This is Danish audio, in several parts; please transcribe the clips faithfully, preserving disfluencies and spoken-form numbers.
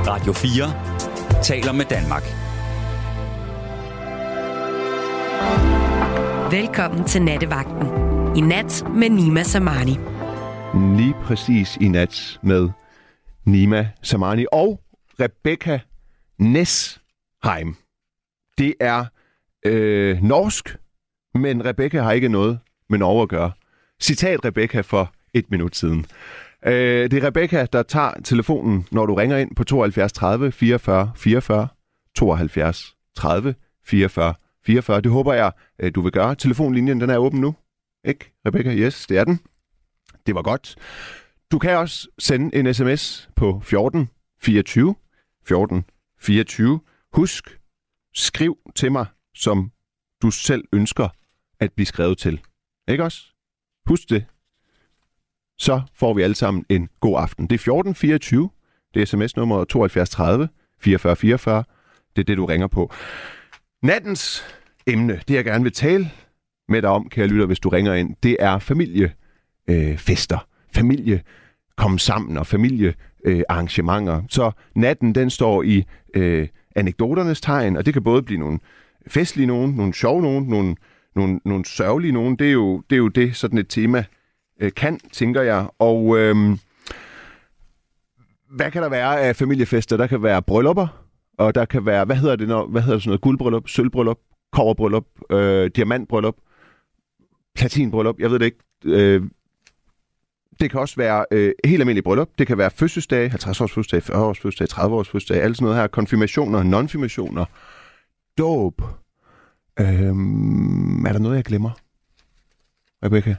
Radio fire taler med Danmark. Velkommen til Nattevagten. I nat med Nima Samani. Lige præcis i nat med Nima Samani og Rebecca Nesheim. Det er øh, norsk, men Rebecca har ikke noget med Norge at gøre. Citat Rebecca for et minut siden. Øh, det er Rebecca, der tager telefonen, når du ringer ind på tooghalvfjerds tredive fireogfyrre fireogfyrre. tooghalvfjerds tredive fireogfyrre fireogfyrre. Det håber jeg, du vil gøre. Telefonlinjen, den er åben nu. Ikke, Rebecca? Yes, det er den. Det var godt. Du kan også sende en sms på fjorten fireogtyve. fjorten fireogtyve. Husk, skriv til mig, som du selv ønsker at blive skrevet til. Ikke også? Husk det. Så får vi alle sammen en god aften. Det er fjorten fireogtyve. Det er sms-nummer tooghalvfjerds tredive fireogfyrre fireogfyrre. Det er det, du ringer på. Nattens emne, det jeg gerne vil tale med dig om, kære lytter, hvis du ringer ind, det er familiefester. Øh, familie komme sammen og familiearrangementer. Øh, Så natten, den står i øh, anekdoternes tegn, og det kan både blive nogle festlige nogen, nogle sjove nogen, nogle, nogle, nogle sørgelige nogen. Det er jo det, er jo det sådan et tema øh, kan, tænker jeg. Og øh, hvad kan der være af familiefester? Der kan være bryllupper, og der kan være, hvad hedder det, når, hvad hedder det sådan noget, guldbryllup, sølvbryllup, kobberbryllup, øh, diamantbryllup, platinbryllup, jeg ved det ikke. Øh, det kan også være øh, helt almindelig bryllup. Det kan være fødselsdag, halvtreds års fødselsdag, fyrre års fødselsdag, tredive års fødselsdag, alt sådan noget her. Konfirmationer, non-firmationer, dåb. Øh, er der noget, jeg glemmer? Rebecca?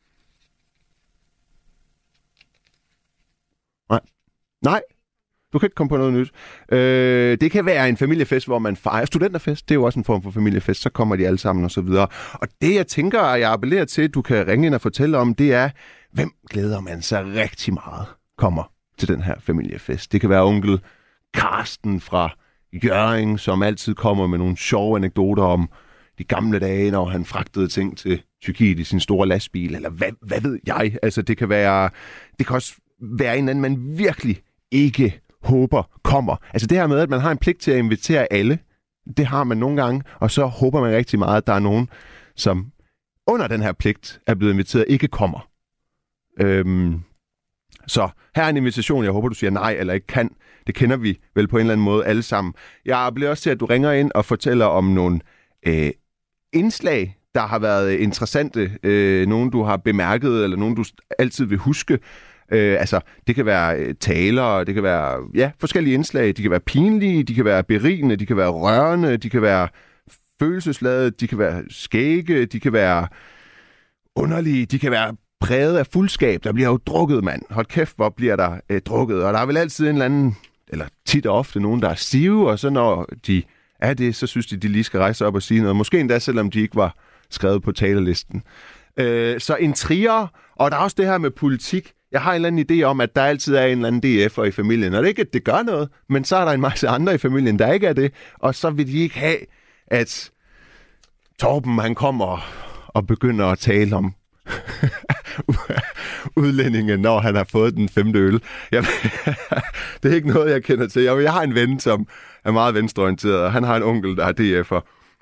Nej. Nej. Du kan ikke komme på noget nyt. Øh, det kan være en familiefest, hvor man fejrer studenterfest. Det er jo også en form for familiefest. Så kommer de alle sammen og så videre. Og det, jeg tænker, og jeg appellerer til, du kan ringe ind og fortælle om, det er, hvem glæder man sig rigtig meget kommer til den her familiefest. Det kan være onkel Karsten fra Hjørring, som altid kommer med nogle sjove anekdoter om de gamle dage, når han fragtede ting til Tyrkiet i sin store lastbil. Eller hvad, hvad ved jeg? Altså, det kan være, det kan også være en anden, man virkelig ikke håber kommer. Altså det her med, at man har en pligt til at invitere alle, det har man nogle gange, og så håber man rigtig meget, at der er nogen, som under den her pligt er blevet inviteret, ikke kommer. Øhm, så her er en invitation, jeg håber, du siger nej eller ikke kan. Det kender vi vel på en eller anden måde alle sammen. Jeg appellerer også til, at du ringer ind og fortæller om nogle øh, indslag, der har været interessante, øh, nogen du har bemærket, eller nogen du altid vil huske. Øh, altså, det kan være taler, det kan være ja, forskellige indslag. De kan være pinlige, de kan være berigende, de kan være rørende, de kan være følelsesladede, de kan være skægge, de kan være underlige, de kan være præget af fuldskab. Der bliver jo drukket, mand. Hold kæft, hvor bliver der øh, drukket. Og der er vel altid en eller anden, eller tit og ofte nogen, der er stive, og så når de er det, så synes de, de lige skal rejse op og sige noget. Måske endda, selvom de ikke var skrevet på talerlisten. Øh, så intriger, og der er også det her med politik. Jeg har en eller anden idé om, at der altid er en eller anden D F'er i familien. Og det er ikke, at det gør noget, men så er der en masse andre i familien, der ikke er det. Og så vil de ikke have, at Torben, han kommer og begynder at tale om udlændinge, når han har fået den femte øl. Jamen, det er ikke noget, jeg kender til. Jeg har en ven, som er meget venstreorienteret, og han har en onkel, der er D F'er.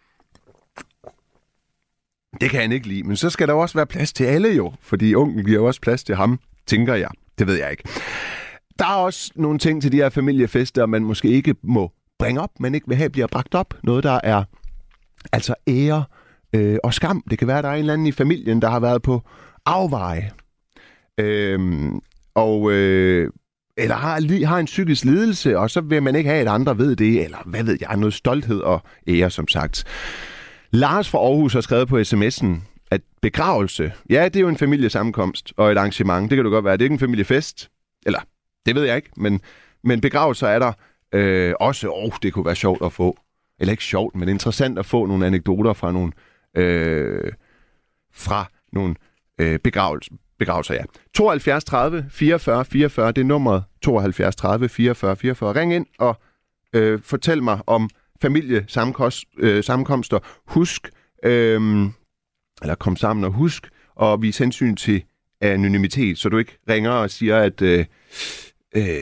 Det kan han ikke lide, men så skal der også være plads til alle jo, fordi onklen giver også plads til ham, tænker jeg. Det ved jeg ikke. Der er også nogle ting til de her familiefester, man måske ikke må bringe op, man ikke vil have bliver bragt op. Noget, der er altså ære øh, og skam. Det kan være, at der er en eller anden i familien, der har været på afveje. Øhm, og øh, eller har, har en psykisk lidelse, og så vil man ikke have, at andre ved det, eller hvad ved jeg, noget stolthed og ære, som sagt. Lars fra Aarhus har skrevet på sms'en, at begravelse, ja, det er jo en familiesammenkomst og et arrangement. Det kan du godt være. Det er ikke en familiefest. Eller, det ved jeg ikke, men, men begravelser er der øh, også. Åh, oh, det kunne være sjovt at få. Eller ikke sjovt, men interessant at få nogle anekdoter fra nogle, øh, fra nogle øh, begravelser. Begravelser, ja. tooghalvfjerds tredive fireogfyrre fireogfyrre, det er nummeret tooghalvfjerds tredive fireogfyrre fireogfyrre. Ring ind og øh, fortæl mig om familiesammenkomster. Øh, husk, øh, eller kom sammen og husk, og vise hensyn til anonymitet, så du ikke ringer og siger, at øh, øh,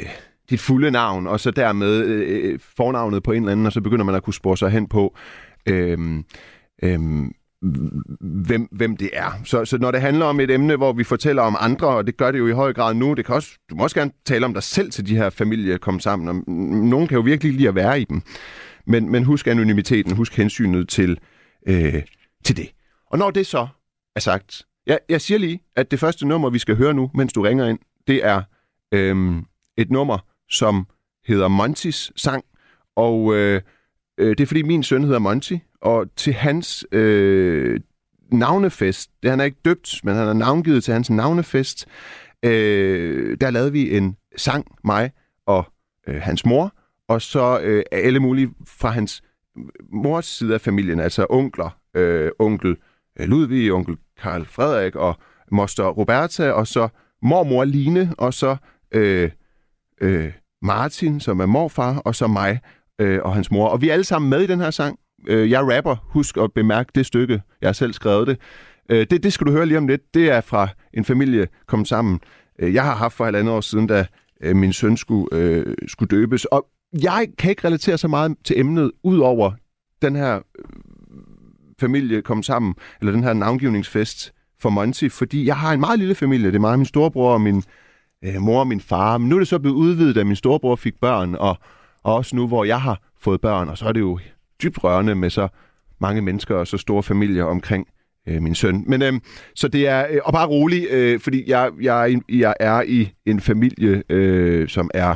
dit fulde navn, og så dermed øh, fornavnet på en eller anden, og så begynder man at kunne spore sig hen på, øh, øh, hvem, hvem det er. Så, så når det handler om et emne, hvor vi fortæller om andre, og det gør det jo i høj grad nu, det kan også, du må også gerne tale om dig selv til de her familier komme sammen, og nogen kan jo virkelig lide at være i dem. Men, men husk anonymiteten, husk hensynet til, øh, til det. Og når det så er sagt, jeg, jeg siger lige, at det første nummer, vi skal høre nu, mens du ringer ind, det er øh, et nummer, som hedder Montys sang, og øh, øh, det er fordi min søn hedder Monty, og til hans øh, navnefest, det han er ikke døbt, men han er navngivet til hans navnefest, øh, der lavede vi en sang, mig og øh, hans mor, og så øh, alle mulige fra hans mors side af familien, altså onkler, øh, onkel Ludvig, onkel Karl Frederik og moster Roberta, og så mormor Line, og så øh, øh, Martin, som er morfar, og så mig øh, og hans mor. Og vi er alle sammen med i den her sang. Øh, jeg rapper, husk at bemærke det stykke, jeg har selv skrevet det. Øh, det. Det skal du høre lige om lidt. Det er fra en familie kom sammen. Øh, jeg har haft for halvandet år siden, da øh, min søn skulle, øh, skulle døbes. Og jeg kan ikke relatere så meget til emnet, ud over den her øh, familie kom sammen, eller den her navngivningsfest for Monty, fordi jeg har en meget lille familie. Det er mig og min storebror og min øh, mor og min far. Men nu er det så blevet udvidet, da min storebror fik børn, og, og også nu, hvor jeg har fået børn, og så er det jo dybt rørende med så mange mennesker og så store familier omkring øh, min søn. Men øh, så det er, øh, og bare rolig, øh, fordi jeg, jeg, jeg er i en familie, øh, som er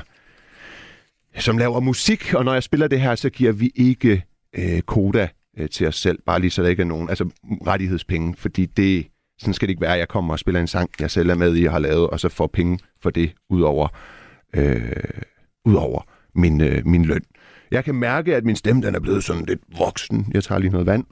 som laver musik, og når jeg spiller det her, så giver vi ikke øh, koda øh, til os selv, bare lige så der ikke er nogen, altså rettighedspenge, fordi det, sådan skal det ikke være, at jeg kommer og spiller en sang, jeg selv er med i og har lavet, og så får penge for det, udover, øh, udover min, øh, min løn. Jeg kan mærke, at min stemme, den er blevet sådan lidt voksen. Jeg tager lige noget vand.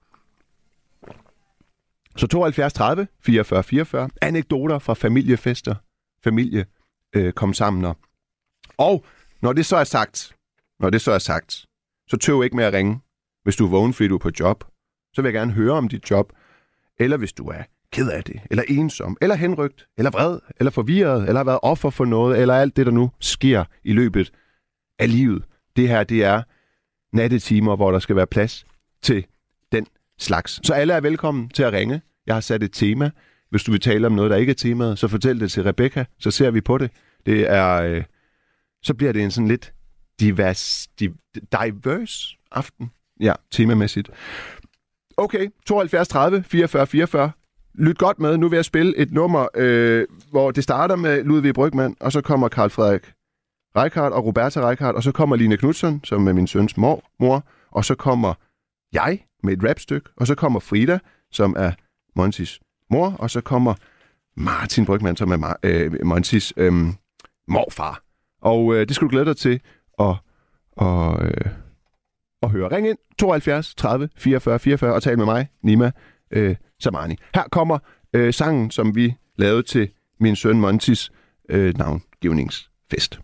Så tooghalvfjerds tredive fireogfyrre fireogfyrre. Anekdoter fra familiefester. Familie øh, kom sammen. Og, og når det så er sagt, når det så er sagt, så tøv ikke med at ringe, hvis du er vågen, fordi du er på job. Så vil jeg gerne høre om dit job. Eller hvis du er ked af det, eller ensom, eller henrygt, eller vred, eller forvirret, eller har været offer for noget, eller alt det, der nu sker i løbet af livet. Det her, det er nattetimer, hvor der skal være plads til den slags. Så alle er velkommen til at ringe. Jeg har sat et tema. Hvis du vil tale om noget, der ikke er temaet, så fortæl det til Rebecca, så ser vi på det. Det er, øh, så bliver det en sådan lidt divers, div, diverse aften. Ja, temamæssigt. Okay, tooghalvfjerds tredive fireogfyrre fireogfyrre. Lyt godt med. Nu vil jeg spille et nummer, øh, hvor det starter med Ludvig Brygmann, og så kommer Karl Frederik Reichardt og Roberta Reichardt, og så kommer Line Knudsen, som er min søns mor, mor, og så kommer jeg med et rapstykke, og så kommer Frida, som er Montys mor, og så kommer Martin Brygmann, som er øh, Montys øh, morfar. Og øh, det skal du glæde dig til at, og, øh, at høre. Ring ind tooghalvfjerds tredive fireogfyrre fireogfyrre og tal med mig, Nima øh, Samani. Her kommer øh, sangen, som vi lavede til min søn Montys øh, navngivningsfest.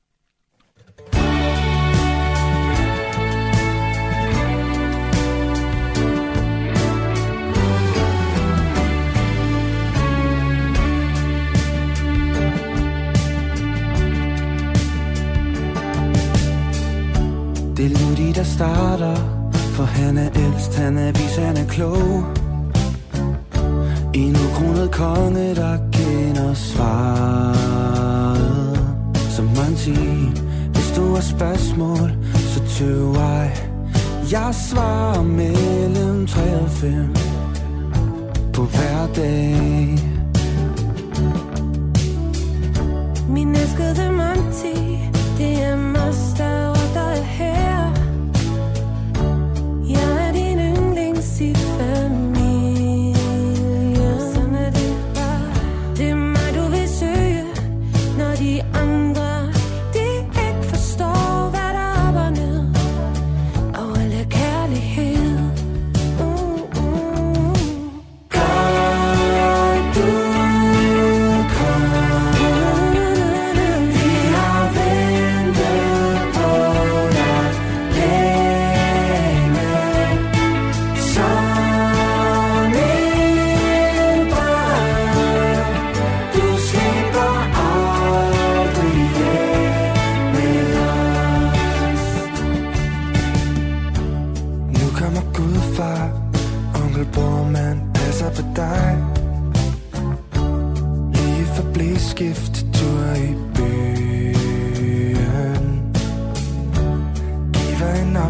Det er Ludi, der starter, for han er ældst, han er vis, han er klog. En ukronet konge, der kender svaret. Som Monty, hvis du har spørgsmål, så tøv ej. Jeg svarer mellem tre og fem på hver dag. Min elskede Monty, det er moster. Vi har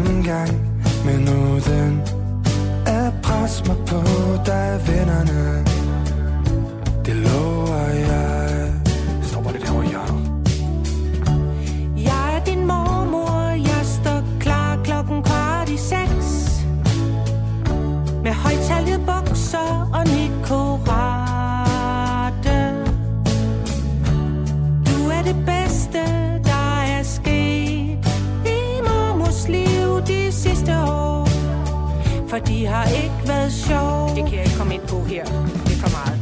fremgang, men uden at presse mig på dig, vennerne. Det lover jeg. Stopper det derovre i hjørnet. Jeg er din mormor, jeg står klar klokken kvart i seks. Med højtaljede bukser og nikorate. Du er det bedste, der er sket i mormors liv de sidste år. For de har ikke været sjov. Det kan jeg ikke komme ind på her. Det er for meget.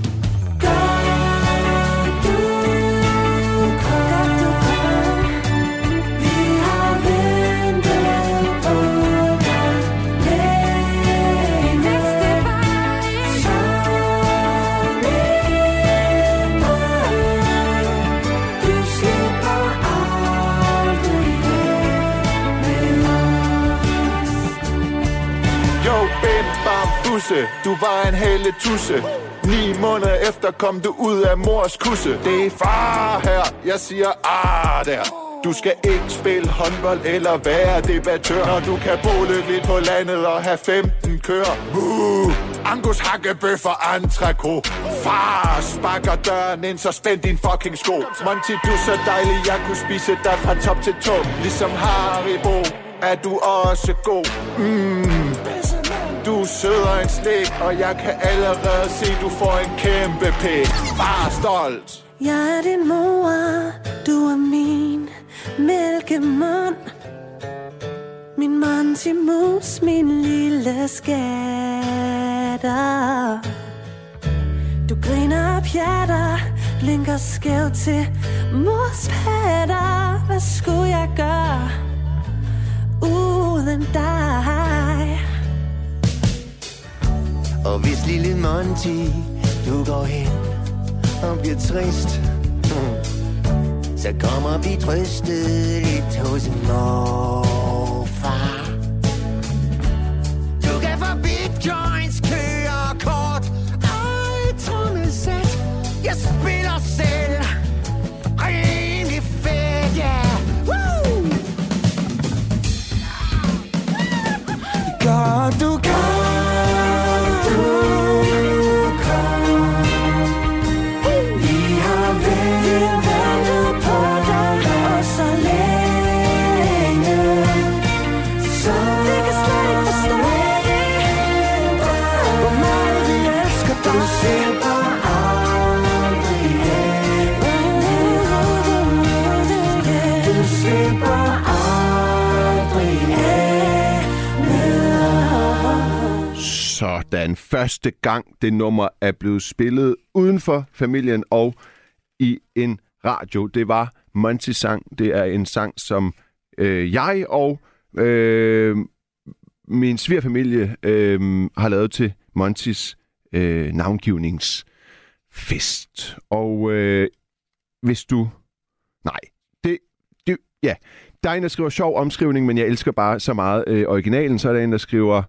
Du var en helletusse. Ni måneder efter kom du ud af mors kusse. Det er far her, jeg siger ah der. Du skal ikke spille håndbold eller være debattør, når du kan bo lidt på landet og have femten køer. Uh, Angus hakkebøf og entrecôte. Far sparker døren ind, så spænd din fucking sko. Monty, du er så dejlig, jeg kunne spise dig fra top til tå. Ligesom Haribo er du også god. Mm. Du søder en slik, og jeg kan allerede se, du får en kæmpe pæk. Bare stolt. Jeg er din mor, du er min mælkemund. Min Monty Mus, min lille skatter. Du griner og pjatter, blinker skævt til mors patter. Hvad skulle jeg gøre uden dig? Og hvis lille Monty, du går hen og bliver trist, mm, så kommer vi trøstet lidt hos en morfar. Du kan få bitcoins, køre kort og et trommelsæt. Jeg spiller selv rimelig fedt, ja. Yeah. Woo! Godt du kan. Sådan første gang det nummer er blevet spillet uden for familien og i en radio. Det var Monty's sang. Det er en sang, som øh, jeg og øh, min svigerfamilie øh, har lavet til Monty's øh, navngivningsfest. Og øh, hvis du... Nej, det... det ja, der er en, der skriver sjov omskrivning, men jeg elsker bare så meget øh, originalen. Så er der en, der skriver...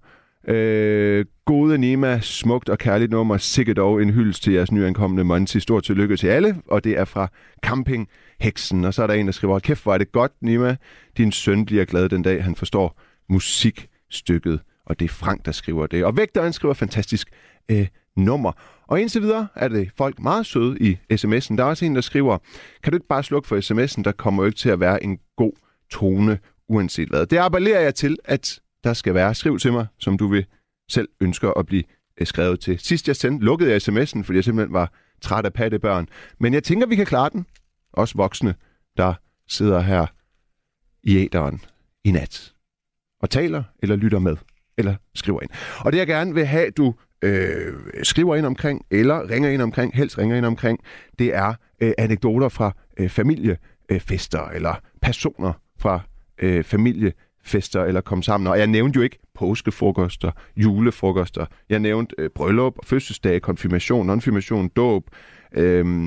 Øh, gode Nima, smukt og kærligt nummer, sikkert dog en hyldest til jeres nyankomne Monty. Stort tillykke til alle, og det er fra Camping Heksen. Og så er der en, der skriver, kæft, hvor er det godt, Nima. Din søn bliver glad den dag, han forstår musikstykket. Og det er Frank, der skriver det. Og Vægteren skriver fantastisk øh, nummer. Og indtil videre er det folk meget søde i sms'en. Der er også en, der skriver, kan du ikke bare slukke for sms'en? Der kommer jo ikke til at være en god tone, uanset hvad. Det appellerer jeg til, at der skal være. Skriv til mig, som du vil selv ønsker at blive skrevet til. Sidst jeg sendte, lukkede jeg sms'en, fordi jeg simpelthen var træt af pattebørn. Men jeg tænker, vi kan klare den. Også voksne, der sidder her i æteren i nat og taler eller lytter med, eller skriver ind. Og det jeg gerne vil have, du øh, skriver ind omkring, eller ringer ind omkring, helst ringer ind omkring, det er øh, anekdoter fra øh, familiefester, eller personer fra øh, familiefester, eller kom sammen. Og jeg nævnte jo ikke påskefrokoster, julefrokoster. Jeg nævnte øh, bryllup, fødselsdag, konfirmation, nonfirmation, dåb. Øh,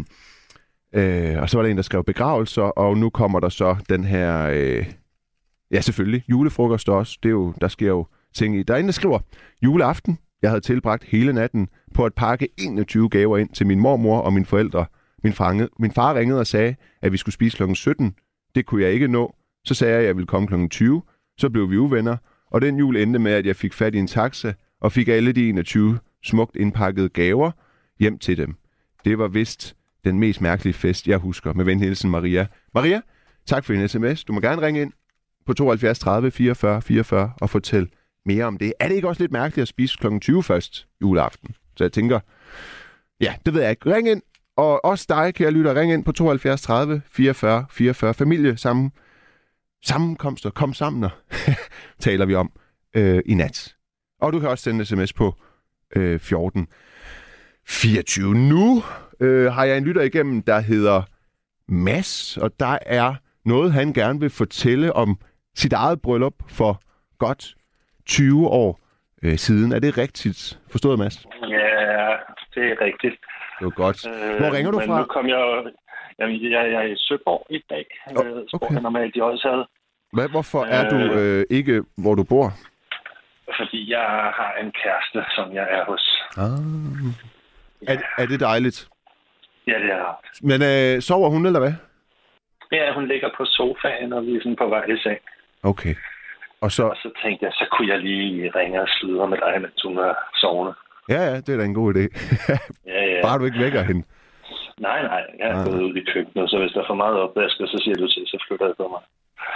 øh, og så var der en, der skrev begravelser, og nu kommer der så den her... Øh, ja, selvfølgelig. Julefrokoster også. Det er jo, der sker jo ting i. Der er en, der skriver, juleaften. Jeg havde tilbragt hele natten på at pakke enogtyve gaver ind til min mormor og mine forældre. Min, fange, min far ringede og sagde, at vi skulle spise klokken sytten. Det kunne jeg ikke nå. Så sagde jeg, at jeg ville komme klokken tyve. Så blev vi uvenner, Og den jul endte med, at jeg fik fat i en taxa og fik alle de enogtyve smukt indpakkede gaver hjem til dem. Det var vist den mest mærkelige fest, jeg husker. Med venlig hilsen, Maria. Maria, tak for din sms. Du må gerne ringe ind på tooghalvfjerds tredive fireogfyrre fireogfyrre og fortælle mere om det. Er det ikke også lidt mærkeligt at spise klokken tyve først juleaften? Så jeg tænker, ja, det ved jeg ikke. Ring ind, og også dig, kære lytter, ring ind på tooghalvfjerds tredive fireogfyrre fireogfyrre. Familie sammen, sammenkomster, kom sammen, og taler vi om øh, i nat. Og du kan også sende sms på øh, fjorten fireogtyve. Nu øh, har jeg en lytter igennem, der hedder Mads, og der er noget, han gerne vil fortælle om sit eget bryllup for godt tyve år øh, siden. Er det rigtigt forstået, Mads? Ja, det er rigtigt. Det var godt. Hvor ringer du men fra? Nu kom jeg, jamen, jeg, jeg er i Søborg i dag. Oh, okay. Spor jeg normalt i Odsherred. Hvad, hvorfor er du øh, ikke, hvor du bor? Fordi jeg har en kæreste, som jeg er hos. Ah. Ja. Er, er det dejligt? Ja, det er. Men øh, sover hun, eller hvad? Ja, hun ligger på sofaen, og vi er sådan på vej i seng. Okay. Og så... Og så tænkte jeg, så kunne jeg lige ringe og sludre med dig, mens hun er sovende. Ja, ja, det er da en god idé. Ja, ja. Bare du ikke vækker hende. Nej, nej. Jeg er ah. gået ud i køkkenet, så hvis der er for meget opvasker, så siger du til, så flytter jeg på mig.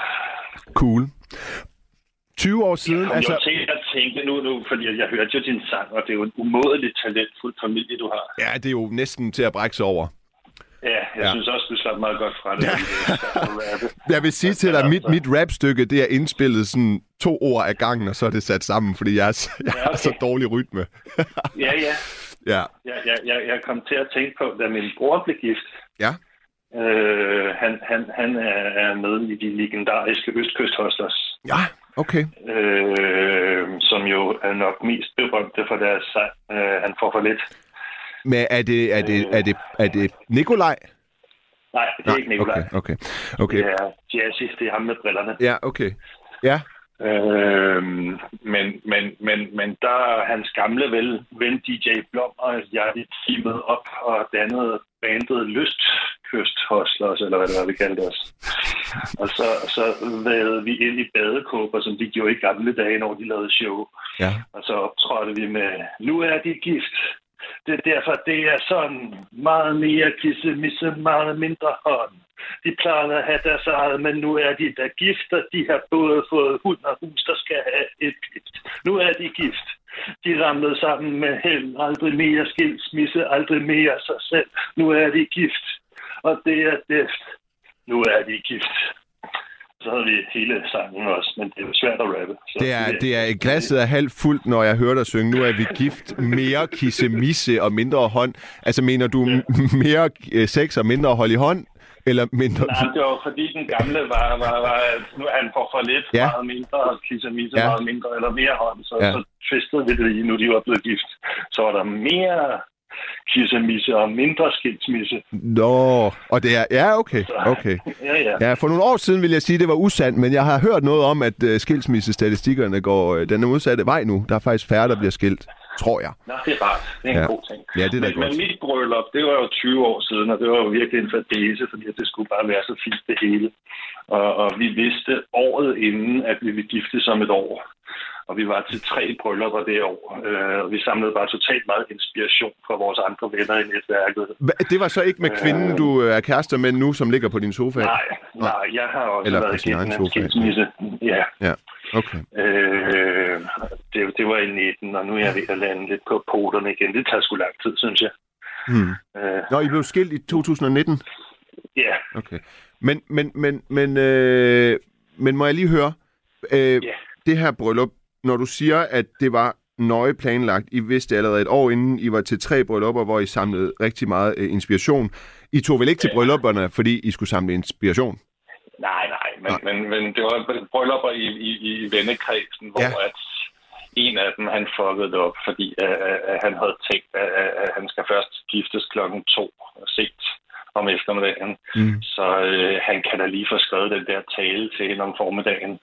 Cool. tyve år siden... Jeg altså... til at tænke nu, nu, fordi jeg hørte jo din sang, og det er jo en umådeligt talentfuld familie, du har. Ja, det er jo næsten til at brække sig over. Ja, jeg ja. synes også, du slap meget godt fra det. Ja. det jeg vil sige til dig, at mit, mit rapstykke, det er indspillet sådan to ord ad gangen, og så er det sat sammen, fordi jeg er, jeg ja, okay. er så dårlig rytme. ja, ja. Ja. Jeg, jeg, jeg, jeg kom til at tænke på, da min bror blev gift. Ja. Øh, han, han, han er med i de legendariske Østkysthostlers. Ja, okay. Øh, som jo er nok mest berømte for deres sang. Øh, han får for lidt. Men er det, er det, er det, er det Nikolaj? Nej, det er Nej, ikke Nikolaj. Okay, okay, okay. Det er Jazzy, det er ham med brillerne. Ja, okay. Ja. Øh, men, men, men, men der er hans gamle vel, ven D J Blom og jeg teamet op og dannede bandet Lystkysthostlers, eller hvad det var, vi kaldte os. Og så, så vædede vi ind i badekåber, som de gjorde i gamle dage, når de lavede show. Ja. Og så optrådte vi med, nu er de gift. Det er derfor, det er sådan meget mere kissemisse, meget mindre hånd. De plejede at have deres eget, men nu er de der gift, og de har både fået hund og hus, der skal have et gift. Nu er de gift. De ramlede sammen med held, aldrig mere skilsmisse, aldrig mere sig selv. Nu er de gift, og det er deft. Nu er de gift. Så havde vi hele sangen også, men det er jo svært at rappe. Så det er, det er glasset er halvt fuldt, når jeg hører dig synge. Nu er vi gift, mere kissemisse og mindre hånd. Altså mener du ja. mere sex og mindre hold i hånd? Eller mindre... Nej, det var fordi den gamle var, var, var nu er han får for lidt, ja. meget mindre, og kissemisse ja. meget mindre, eller mere hånd. Så, ja. så twistede vi det lige, nu de var blevet gift. Så var der mere kissemisse og mindre skilsmisse. Nå, og det er... Ja, okay. okay. ja, ja. ja, for nogle år siden ville jeg sige, at det var usandt, men jeg har hørt noget om, at uh, skilsmissestatistikkerne går uh, den modsatte vej nu. Der er faktisk færre, der bliver skilt, tror jeg. Nå, det er rart. Det er en ja. god ting. Ja, det er men, godt. Men mit bryllup, det var jo tyve år siden, og det var jo virkelig en fadese, fordi det skulle bare være så fint det hele. Og, og vi vidste året inden, at vi ville giftes om et år. Og vi var til tre bryllupper det år. Øh, vi samlede bare totalt meget inspiration fra vores andre venner i netværket. Det var så ikke med kvinden, du er kærester med nu, som ligger på din sofa? Nej, nej, jeg har også Eller været igennem en skilsmisse. Ja. ja, okay. Øh, det, det var i nitten, og nu er jeg ved at lande lidt på poterne igen. Det tager sgu lang tid, synes jeg. Hmm. Øh, Nå, I blev skilt i to tusind nitten? Ja. Okay. Men, men, men, men, øh, men må jeg lige høre, øh, yeah. det her bryllup, når du siger, at det var nøje planlagt, I vidste allerede et år inden, I var til tre bryllupper, hvor I samlede rigtig meget øh, inspiration. I tog vel ikke til brylluperne, fordi I skulle samle inspiration? Nej, nej, men, nej. men, men det var bryllupper i, i, i vennekredsen, hvor ja. at en af dem, han fuckede det op, fordi øh, øh, han havde tænkt, at, at han skal først giftes klokken to sent om eftermiddagen. Mm. Så øh, han kan da lige få skrevet den der tale til hende om formiddagen.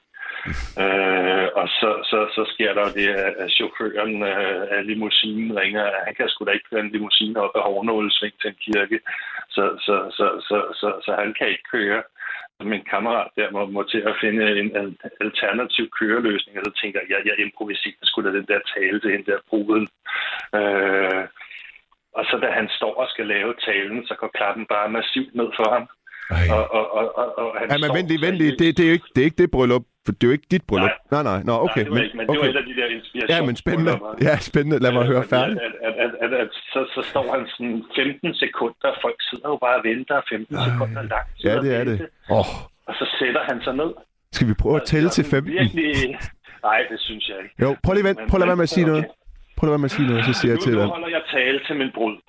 Øh, og så, så, så sker der det, at chaufføren øh, af limousinen ringer, at han kan sgu da ikke køre en limousine op ad Hornålesving til en kirke, så, så, så, så, så, så han kan ikke køre. min kammerat der må, må til at finde en, en alternativ køreløsning, og så tænker jeg, jeg improviserer sgu da den der tale til hende der bruden. Øh, og så da han står og skal lave talen, så går klappen bare massivt ned for ham. Og, og, og, og, og han ja, men står, vent lige, vent lige. Det, det, er jo ikke, det er ikke det bryllup. For det er jo ikke dit bryllup. Nej, nej. nej. Nå, okay. Nej, det var ikke, men okay. det var et af de der inspirationer. Ja, men spændende. Ja, spændende. Lad mig høre færdigt. At, at, at, at, at, så, så står han sådan femten sekunder. Folk sidder jo bare og venter femten Ej. sekunder langt. Ja, det er det. Oh. Og så sætter han sig ned. Skal vi prøve at tælle til femten? Virkelig... Nej, det synes jeg ikke. Jo, prøv lige vent. Prøv at lade være med at sige noget. Prøv at lade være med at sige noget, så siger jeg til dig. Nu holder jeg tale til min brud.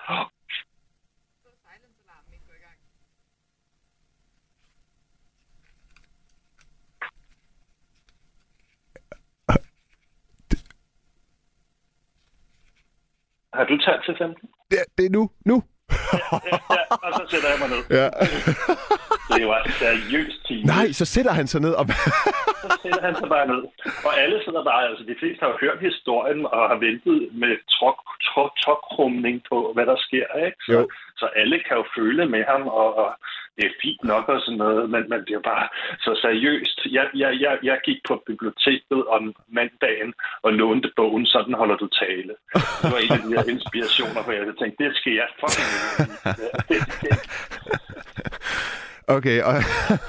Har du talt til femten? Ja, det er nu. Nu. ja, ja, ja, og så sætter jeg mig ned. Ja. Det var et seriøst team. Nej, så sætter han sig ned. Og... så sætter han sig bare ned. Og alle sidder bare, altså de fleste har jo hørt historien og har ventet med trok-trumning på, hvad der sker, ikke? Så, så alle kan jo føle med ham, og, og det er fint nok og sådan noget, men, men det er bare så seriøst. Jeg, jeg, jeg, jeg gik på biblioteket om mandagen og lånte bogen, sådan holder du tale. Det var en af de her inspirationer, hvor jeg tænkte, det skal jeg fucking Okay, og...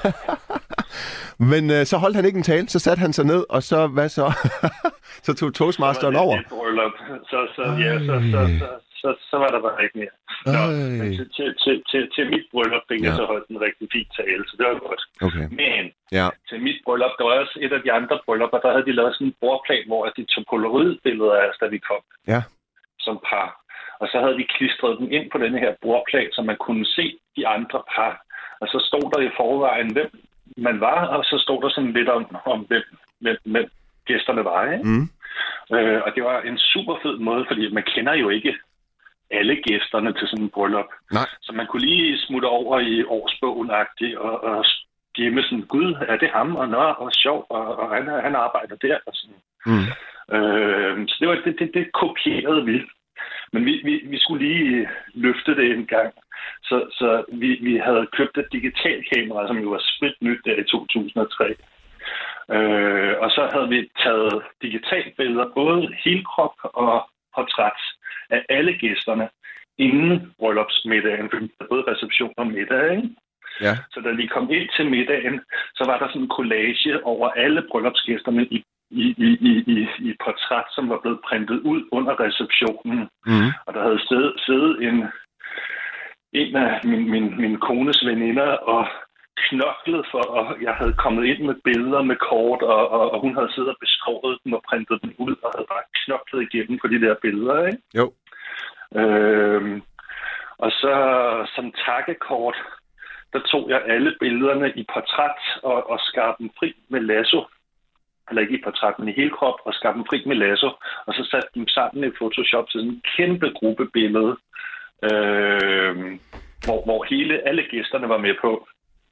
men øh, så holdt han ikke en tale, så satte han sig ned, og så, hvad så? så tog toastmasteren over. Så, så, ja, så, så, så, så, så var der bare ikke mere. Nå, men til, til, til, til, til mit bryllup fik ja. jeg så holdt en rigtig fin tale, så det var godt. Okay. Men ja. til mit bryllup, der var også et af de andre bryllupper, der havde de lavet sådan en bordplan, hvor de tog polaroidbilleder af os, da vi kom ja. som par. Og så havde vi klistret dem ind på denne her bordplan, så man kunne se de andre par. Og så stod der i forvejen, hvem man var, og så stod der sådan lidt om, om hvem, hvem, hvem gæsterne var. Ikke? Mm. Øh, og det var en super fed måde, fordi man kender jo ikke alle gæsterne til sådan en bryllup. Nej. Så man kunne lige smutte over i årsbogen-agtigt og, og gemme sådan, gud, er det ham? Og nå, og sjov, og, og han, han arbejder der. Og sådan. Mm. Øh, så det, var, det, det, det kopierede vi. Men vi, vi, vi skulle lige løfte det en gang. Så, så vi, vi havde købt et digitalt kamera, som jo var sprit nyt der i to tusind og tre. Øh, og så havde vi taget digitalt billeder, både helkrop og portræt af alle gæsterne inden bryllupsmiddagen, fordi der både reception og middag, ikke? Ja. Så da vi kom ind til middagen, så var der sådan en collage over alle bryllupsgæsterne i I, i, i, i, i portræt, som var blevet printet ud under receptionen. Mm. Og der havde siddet, siddet en, en af min, min, min kones veninder og knoklet for, og jeg havde kommet ind med billeder med kort, og, og, og hun havde siddet og beskrevet dem og printet dem ud, og havde bare knoklet igennem på de der billeder, ikke? Jo. Øhm, og så som takkekort, der tog jeg alle billederne i portræt og, og skar dem fri med lasso. Eller ikke i portræt, men i hele krop, og skabte dem fri med lasso, og så satte dem sammen i Photoshop til sådan en kæmpe gruppebillede, øh, hvor, hvor hele, alle gæsterne var med på.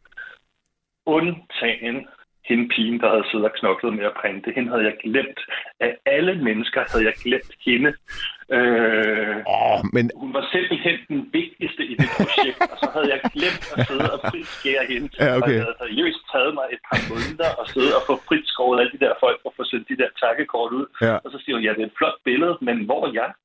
Undtagen hende pigen, der havde siddet og knoklet med at printe. Hende havde jeg glemt. Af alle mennesker havde jeg glemt hende. Øh, oh, men... Hun var simpelthen den vigtigste i det projekt, og så havde jeg glemt at sidde og fritskære hende. Ja, okay. Og jeg havde seriøst taget mig et par måneder og sidde og få fritskåret alle de der folk og få sendt de der takkekort ud. Ja. Og så siger hun, ja, det er et flot billede, men hvor er jeg?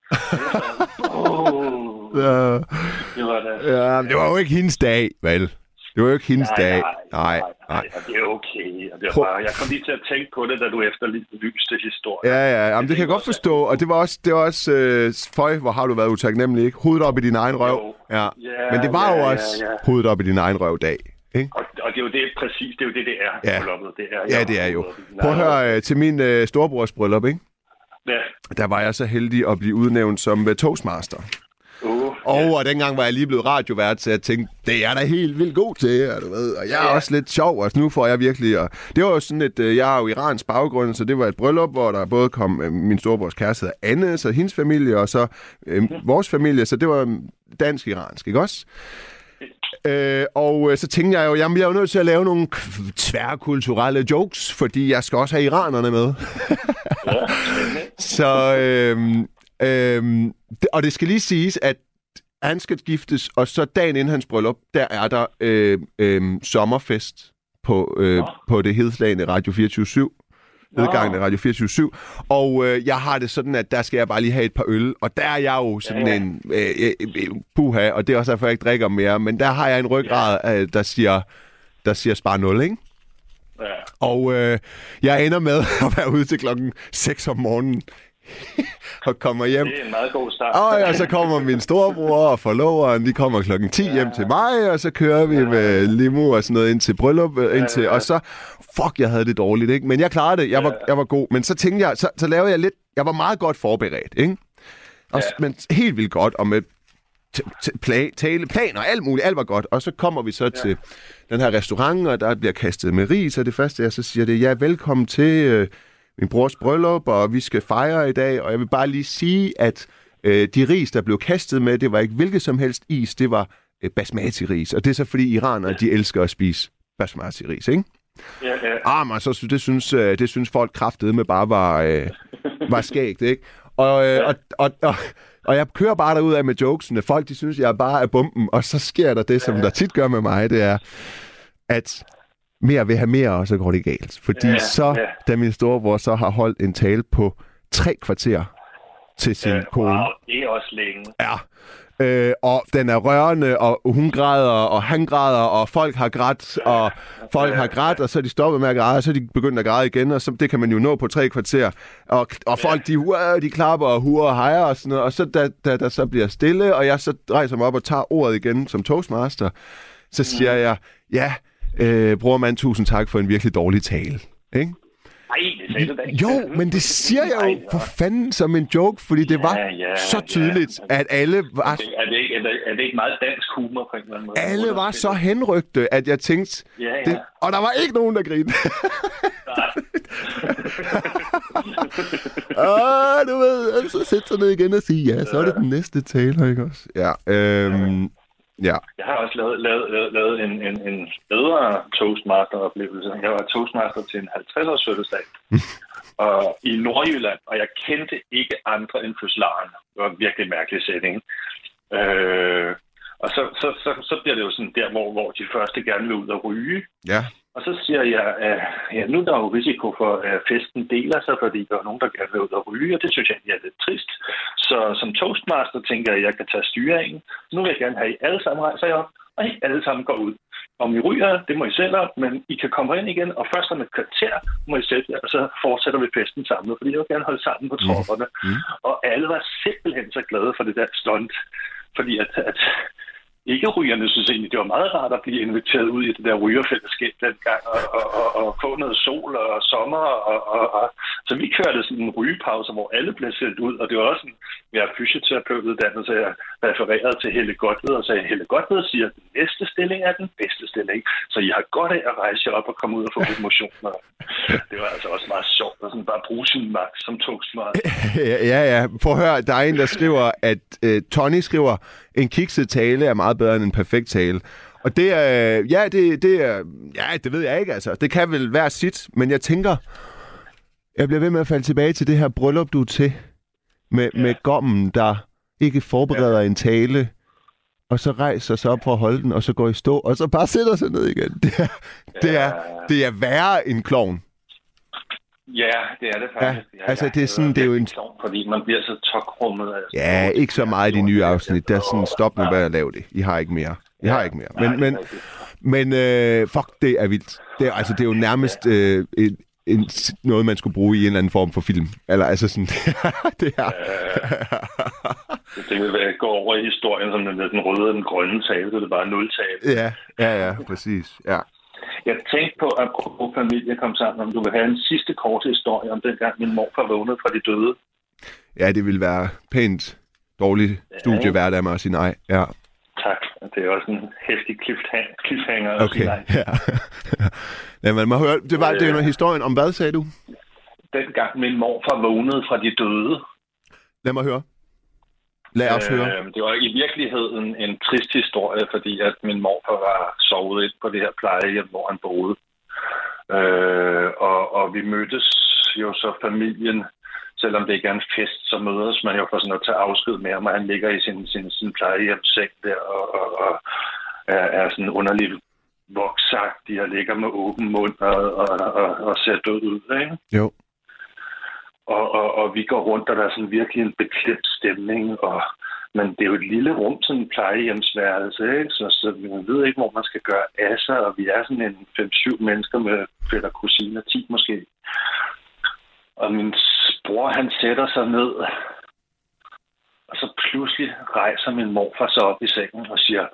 Oh, ja. Det var da... Ja, det var jo ikke hendes dag, vel? Det var jo ikke hendes nej, dag. Nej, nej, nej. nej. Og det er okay. Og det er bare, jeg kom lige til at tænke på det, da du efterlyste historien. Ja, ja. Jamen, det, det kan jeg godt forstå. Og det var også, det var også øh, føj, hvor har du været utaknemmelig, ikke? Hovedet op i din egen røv. Jo. Ja. Ja, men det var ja, jo også ja, ja. hovedet op i din egen røv dag. Ikke? Og, og det er jo det, præcis, det er jo det, det er. Ja, det er, ja det er jo. Prøv at høre, øh, til min øh, storebrors bryllup, ikke? Ja. Der var jeg så heldig at blive udnævnt som uh, toastmaster. Uh, og, ja. og dengang var jeg lige blevet radiovært, så jeg tænkte, det er da helt vildt god til, du ved. Og jeg er ja. også lidt sjov, og nu får jeg virkelig... Og det var jo sådan et... Jeg har jo iransk baggrund, så det var et bryllup, hvor der både kom min storebrors kæreste Anne, så hendes familie, og så øh, vores familie, så det var dansk-iransk, ikke også? Øh, og øh, så tænkte jeg jo, jamen jeg er jo nødt til at lave nogle tværkulturelle jokes, fordi jeg skal også have iranerne med. ja, så... Øh, Øhm, og det skal lige siges, at han skal giftes, og så dagen inden hans bryllup, der er der øh, øh, sommerfest på, øh, på det hedslagende Radio fireogtyve syv. Nedgangen af Radio fireogtyve syv. Og øh, jeg har det sådan, at der skal jeg bare lige have et par øl. Og der er jeg jo sådan ja, ja. en øh, øh, puha, og det er også derfor, jeg ikke drikker mere. Men der har jeg en ryggrad, ja. øh, der siger, der siger spar nul, ikke? Ja. Og øh, jeg ender med at være ude til klokken seks om morgenen. Og kommer hjem. Det er en meget god start. Og ja, så kommer min storebror og forloveren, de kommer klokken ti ja. hjem til mig, og så kører vi ja. med limo og sådan noget ind til bryllup, ja, ind til, ja. og så, fuck, jeg havde det dårligt, ikke? Men jeg klarede det, jeg var, jeg var god. Men så tænkte jeg, så, så lavede jeg lidt, jeg var meget godt forberedt, ikke? Og, ja. Men helt vildt godt, og med t- t- pla- tale, planer og alt muligt, alt var godt. Og så kommer vi så ja. til den her restaurant, og der bliver kastet med ris, og det første, jeg så siger, det er, ja, velkommen til øh, min brors bryllup, og vi skal fejre i dag, og jeg vil bare lige sige, at øh, de ris, der blev kastet med, det var ikke hvilket som helst is, det var øh, basmati-ris, og det er så fordi iranere, ja. de elsker at spise basmati-ris, ikke? Ja, ja. Ah, man, så det synes, det synes folk kraftedeme bare var, øh, var skægt, ikke? Og, øh, og, og, og, og jeg kører bare derud af med jokesene. Folk, de synes, jeg bare er bomben, og så sker der det, som der tit gør med mig, det er, at mere vil have mere, og så går det galt. Fordi ja, så, ja. da min storebror så har holdt en tale på tre kvarter til sin ja, kone. Wow, det er også længe. Ja. Øh, og den er rørende, og hun græder, og han græder, og folk har grædt, og folk har grædt, og så er de stoppet med at græde, og så er de begyndt at græde igen, og så, det kan man jo nå på tre kvarter. Og, og folk, de, uh, de klapper og huer og hejer og sådan noget, og så da der, der så bliver stille, og jeg så rejser mig op og tager ordet igen som toastmaster, så siger jeg, ja, øh, bror mand, tusind tak for en virkelig dårlig tale. Ikke? Nej, det sagde du da ikke. Jo, men det siger jeg jo for fanden som en joke, fordi det var ja, ja, så tydeligt, ja. at alle var... Er det, er, det ikke, er, det, er det ikke meget dansk humor på en eller anden måde? Alle var så henrygte, at jeg tænkte... Ja, ja. Det, og der var ikke nogen, der grinede. Nej. Åh, du ved, så sæt sig ned igen og sige, ja, så er det den næste taler, ikke også? Ja, øhm... Ja. Jeg har også lavet, lavet, lavet, lavet en, en, en bedre toastmaster-oplevelse. Jeg var toastmaster til en halvtreds-års fødselsdag og i Nordjylland, og jeg kendte ikke andre end fødselaren. Det var en virkelig mærkelig setting. Øh, og så, så, så, så bliver det jo sådan der, hvor, hvor de første gerne vil ud og ryge. Ja. Og så siger jeg, at ja, nu er der jo risiko for, at festen deler sig, fordi der er nogen, der gerne vil ud og ryge, og det synes jeg er lidt trist. Så som toastmaster tænker jeg, at jeg kan tage styringen. Nu vil jeg gerne have, at I alle sammen rejser jer op, og I alle sammen går ud. Om I ryger, det må I selv op, men I kan komme ind igen, og først om et kvarter må I sætte jer, og så fortsætter vi festen samlet, fordi jeg vil gerne holde sammen på tropperne. Mm. Mm. Og alle var simpelthen så glade for det der stunt, fordi at... at ikke-rygerne synes egentlig, det var meget rart at blive inviteret ud i det der rygerfællesskab dengang, og, og, og, og få noget sol og sommer. Og, og, og. Så vi kørte sådan en rygepause, hvor alle blev sendt ud, og det var også en, jeg er fysioterapeutuddannet, så jeg refererede til Helle Godved, og sagde, Helle Godved siger, at den næste stilling er den bedste stilling, så I har godt af at rejse jer op og komme ud og få motion. Det var altså også meget sjovt, at sådan bare bruge sin magt som toastmaster. Ja, ja. Prøv at høre, der er en, der skriver, at øh, Tony skriver, en kikset tale er meget bedre end en perfekt tale. Og det er, ja, det, det er, ja, det ved jeg ikke, altså. Det kan vel være sit, men jeg tænker, jeg bliver ved med at falde tilbage til det her bryllup, du er til, med, ja. med gommen, der ikke forbereder ja. en tale, og så rejser sig op for at holde den, og så går i stå, og så bare sætter sig ned igen. Det er, ja. det er, det er værre end klovn. Ja, det er det faktisk. Ja, altså det er sådan, det er jo en... Fordi man bliver så tokrummet. Altså, ja, ikke så meget i de nye afsnit. Der er sådan, stop nu med at lave det. I har ikke mere. I har ikke mere. Men, men, men øh, fuck, det er vildt. Det er, altså, det er jo nærmest øh, en, en, noget, man skulle bruge i en eller anden form for film. Eller altså sådan, det er... Det vil være, gå over i historien som den, den røde og den grønne tale, så det er bare nul-tale. Ja, ja, ja, præcis. Ja. Jeg tænkte på, at apropos familie kom sammen, om du vil have en sidste kort historie om dengang min morfar vågnede fra de døde. Ja, det vil være pænt dårligt studievært af mig at sige nej. Ja. Tak. Det er også en hæftig cliffhanger at okay. sige nej. Ja. Ja, man må høre, det var det var historien om hvad, sagde du? Dengang min morfar vågnede fra de døde. Lad mig høre. Lad os høre. Øh, det var i virkeligheden en trist historie, fordi at min morfar var sovet ind på det her plejehjem, hvor han boede. Øh, og, og vi mødtes jo så familien, selvom det ikke er en fest, så mødes man jo for sådan at tage afsked med ham, og han ligger i sin, sin, sin plejehjemsseng der og, og, og er, er sådan underligt voksagtig og ligger med åben mund og, og, og, og ser død ud, ikke? Jo. Og, og, og vi går rundt, og der er sådan virkelig en beklemt stemning, og men det er jo et lille rum, sådan en plejehjemsværelse, ikke? Så, så man ved ikke, hvor man skal gøre af sig, og vi er sådan en fem syv mennesker med fætter, kusiner, ti måske. Og min bror, han sætter sig ned, og så pludselig rejser min morfar sig op i sengen og siger,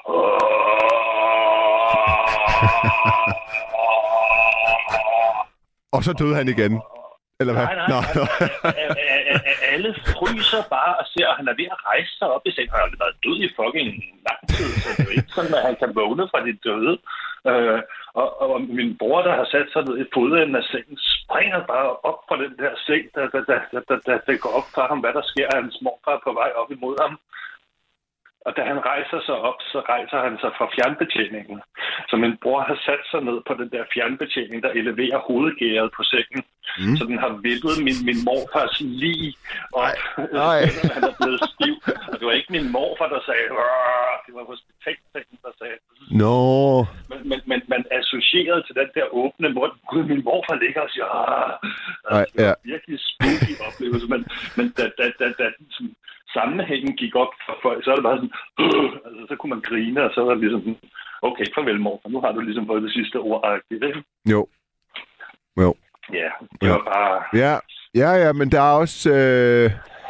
og så døde han igen. Eller hvad? Nej, nej, nej. Alle fryser bare og ser, at han er ved at rejse sig op i sengen. Han har været død i fucking lang tid, så det er jo ikke sådan, at han kan vågne fra de døde. Øh, og, og min bror, der har sat sig ned i fodenden af sengen, springer bare op fra den der seng, da, da, da, da, da det går op for ham, hvad der sker. Hans morfar på vej op imod ham. Og da han rejser sig op, så rejser han sig fra fjernbetjeningen. Så min bror har sat sig ned på den der fjernbetjening, der eleverer hovedgæret på sengen. Mm. Så den har vippet min, min morfars lig op, selvom han er blevet stiv. Og det var ikke min morfar, der sagde, det var hospitalsengen, der sagde. No. Men, men, men man associerede til den der åbne mund. Gud, min morfar ligger og siger, altså, det var virkelig spooky oplevelse. Men, men da, da, da, da sådan, sammenhængen gik op for folk, så er det bare sådan, øh, altså, så kunne man grine, og så var det ligesom, okay, farvel morfar, nu har du ligesom fået det sidste ord-agtigt, ikke? Jo. Jo. Ja, det var bare... Ja, ja, ja, men der er også øh,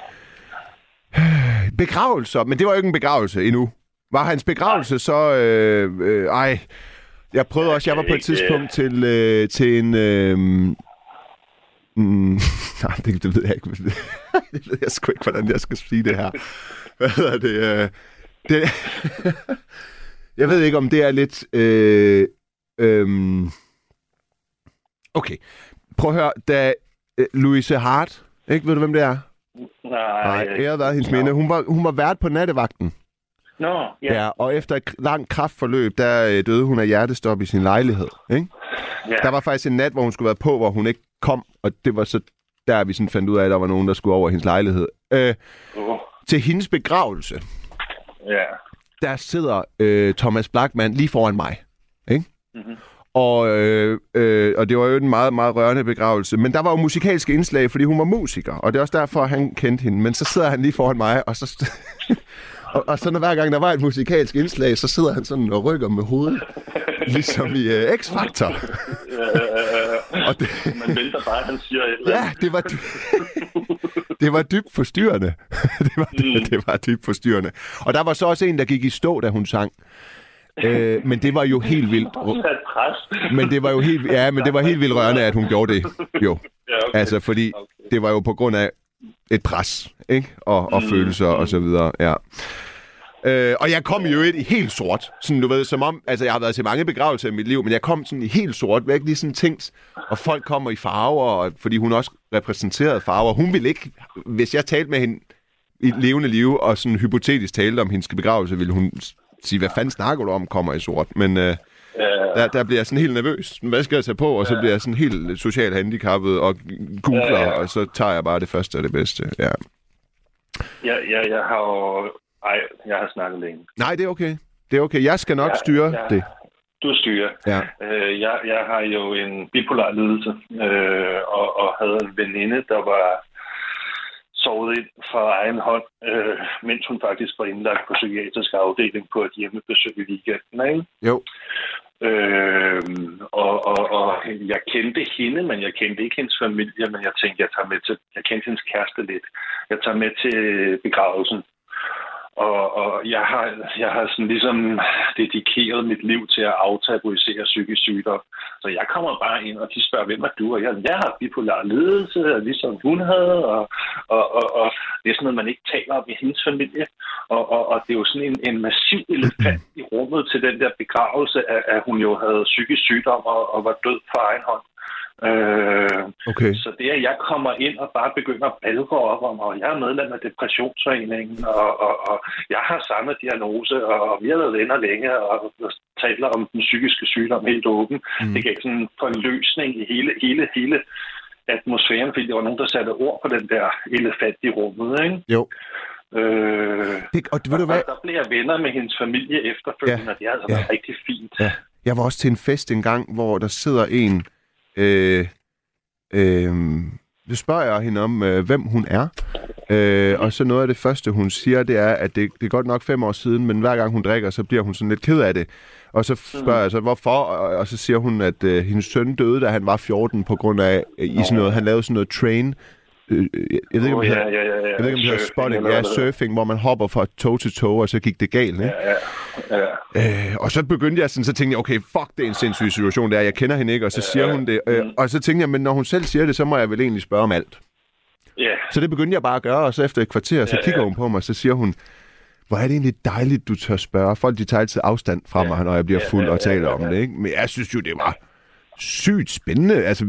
begravelser, men det var jo ikke en begravelse endnu. Var hans begravelse så... Øh, øh, ej, jeg prøvede også, jeg var på et tidspunkt til, øh, til en... Øh, mm, nej, det, det ved jeg ikke. Det ved jeg sgu ikke, hvordan jeg skal sige det her. Hvad hedder det? Øh, det jeg ved ikke, om det er lidt... Øh, øh, okay. Prøv at høre, da uh, Louise Hart, ikke? Ved du, hvem det er? Nej. Nej, æret været hendes minde. Hun var, hun var vært på nattevagten. Nå, no, yeah. Ja. Og efter et langt kraftforløb, der uh, døde hun af hjertestop i sin lejlighed, ikke? Yeah. Der var faktisk en nat, hvor hun skulle være på, hvor hun ikke kom, og det var så der, vi sådan fandt ud af, at der var nogen, der skulle over hendes lejlighed. Uh, uh. Til hendes begravelse, yeah. der sidder uh, Thomas Blachman lige foran mig, ikke? Mm-hmm. Og, øh, øh, og det var jo en meget, meget rørende begravelse. Men der var jo musikalske indslag, fordi hun var musiker. Og det er også derfor, han kendte hende. Men så sidder han lige foran mig, og så... og, og så når hver gang der var et musikalsk indslag, så sidder han sådan og rykker med hovedet. Ligesom i øh, X-Factor. og det... Man venter bare, at han siger et eller andet. Ja, det var... Dy- det var dybt forstyrrende. det, var, det, det var dybt forstyrrende. Og der var så også en, der gik i stå, da hun sang. Øh, men det var jo helt vildt. Men det var jo helt, ja, men det var helt vildt rørende, at hun gjorde det. Jo. Ja, okay. Altså, fordi okay. det var jo på grund af et pres, ikke? Og, og mm. følelser og så videre, ja. Øh, og jeg kom jo i helt sort. Sådan, du ved, som om, altså jeg har været til mange begravelser i mit liv, men jeg kom sådan i helt sort, virkelig lige sådan tænkt, og folk kommer i farver, og, fordi hun også repræsenterede farver. Hun ville ikke, hvis jeg talte med hende i levende liv, og sådan hypotetisk talte om hendes begravelse, ville hun sige, hvad fanden snakker du om, kommer i sort. Men øh, ja. der, der bliver jeg sådan helt nervøs. Hvad skal jeg tage på? Og så bliver jeg sådan helt socialt handicappet og googler, ja, ja. Og så tager jeg bare det første og det bedste. Ja, ja, ja jeg har jo... Ej, jeg har snakket længe. Nej, det er okay. Det er okay. Jeg skal nok ja, styre ja. det. Du styrer. Ja. Øh, jeg, jeg har jo en bipolar lidelse, øh, og, og havde en veninde, der var sovet ind fra egen hånd, øh, mens hun faktisk var indlagt på psykiatrisk afdeling på et hjemmebesøg i weekenden, ikke? Jo. Øh, og, og, og jeg kendte hende, men jeg kendte ikke hendes familie, men jeg tænkte, jeg tager med til, jeg kendte hendes kæreste lidt. Jeg tager med til begravelsen. Og, og jeg har, jeg har sådan ligesom dedikeret mit liv til at aftabuisere psykisk sygdom. Så jeg kommer bare ind, og de spørger, hvem er du? Og jeg, jeg har bipolar lidelse, ligesom hun havde. Og, og, og, og det er sådan noget, man ikke taler om i hendes familie. Og, og, og det er jo sådan en, en massiv elefant i rummet til den der begravelse, at, at hun jo havde psykisk sygdom og, og var død for egen hånd. Øh, okay. Så det, at jeg kommer ind og bare begynder at balge op om, og jeg er medlem af Depressionsforeningen, og, og, og jeg har samme diagnose, og vi har været venner længe, og taler om den psykiske sygdom helt åben. Mm. Det gav sådan en forløsning i hele, hele, hele atmosfæren, fordi der var nogen, der satte ord på den der elefant i rummet, ikke? Jo. Øh, det, og, ved du hvad? Der blev jeg venner med hendes familie efterfølgende, ja. Og det har altså været ja. rigtig fint. Ja. Jeg var også til en fest engang, hvor der sidder en... Øh, øh, det spørger jeg hende om, øh, hvem hun er. Øh, og så noget af det første, hun siger, det er, at det, det er godt nok fem år siden, men hver gang hun drikker, så bliver hun sådan lidt ked af det. Og så spørger jeg så, hvorfor? Og, og så siger hun, at øh, hendes søn døde, da han var fjorten, på grund af, øh, i sådan noget, han lavede sådan noget train... Øh, jeg ved ikke, om det hedder, ja, ja, ja, ja. jeg ved ikke, om det hedder spotting. Ja, surfing, hvor man hopper fra tog til tog, og så gik det galt, ikke? Ja, ja, ja. Øh, og så begyndte jeg sådan, så tænkte jeg, okay, fuck, det er en sindssyg situation, der. Jeg kender hende ikke, og så siger hun det. Øh, og så tænkte jeg, men når hun selv siger det, så må jeg vel egentlig spørge om alt. Yeah. Så det begyndte jeg bare at gøre, og så efter et kvarter, så ja, kigger ja. hun på mig, og så siger hun, hvor er det egentlig dejligt, du tør spørge. Folk, de tager altid afstand fra ja. mig, når jeg bliver ja, fuld ja, og taler ja, ja, om ja. det, ikke? Men jeg synes jo, det var sygt spændende. Altså,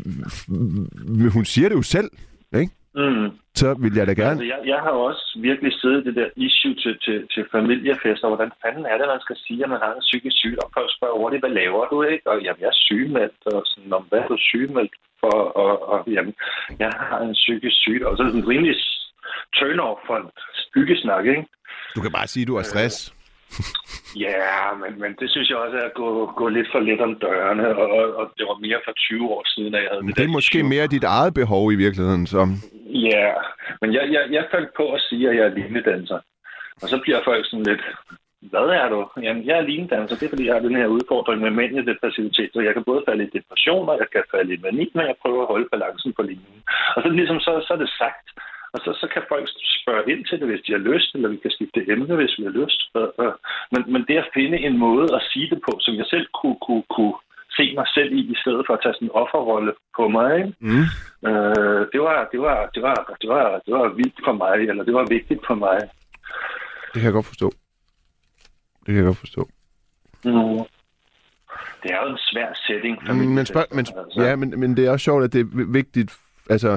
hun siger det jo selv, ikke? Mm. Så vil jeg da gerne. Altså, jeg, jeg har også virkelig siddet det der issue til, til, til familiefester. Hvordan fanden er det, man skal sige, at man har en psykisk sygdom? Folk spørger hurtigt, hvad laver du, ikke? Og jamen, jeg er sygemeldt, og sådan, om hvad er du sygemeldt for? Og, og jamen, jeg har en psykisk sygdom. Og så er det en rimelig turn-off for en byggesnak, ikke? Du kan bare sige, at du har stress. Ja, men, men det synes jeg også er at gå, gå lidt for let om dørene, og, og, og det var mere for tyve år siden, at jeg havde Men det det er der måske issue. mere dit eget behov i virkeligheden, som... Ja, men jeg, jeg, jeg faldt på at sige, at jeg er linedanser. Og så bliver folk sådan lidt, hvad er du? Jamen, jeg er linedanser, det er fordi, jeg har den her udfordring med mændende depressivitet, så jeg kan både falde i depression, og jeg kan falde i mani, men jeg prøver at holde balancen på linjen. Og så ligesom så, så er det sagt. Og så, så kan folk spørge ind til det, hvis de har lyst, eller vi kan skifte emne, hvis vi har lyst. Men, men det at finde en måde at sige det på, som jeg selv kunne, kunne, kunne se mig selv i, i stedet for at tage sådan en offerrolle på mig, ikke? Mm. Øh, det, var, det, var, det, var, det, var, det var vildt for mig, eller det var vigtigt for mig. Det kan jeg godt forstå. Det kan jeg godt forstå. Mm. Det er jo en svær setting. Mm, men spørg, men, altså. Ja, men, men det er også sjovt, at det er vigtigt, altså...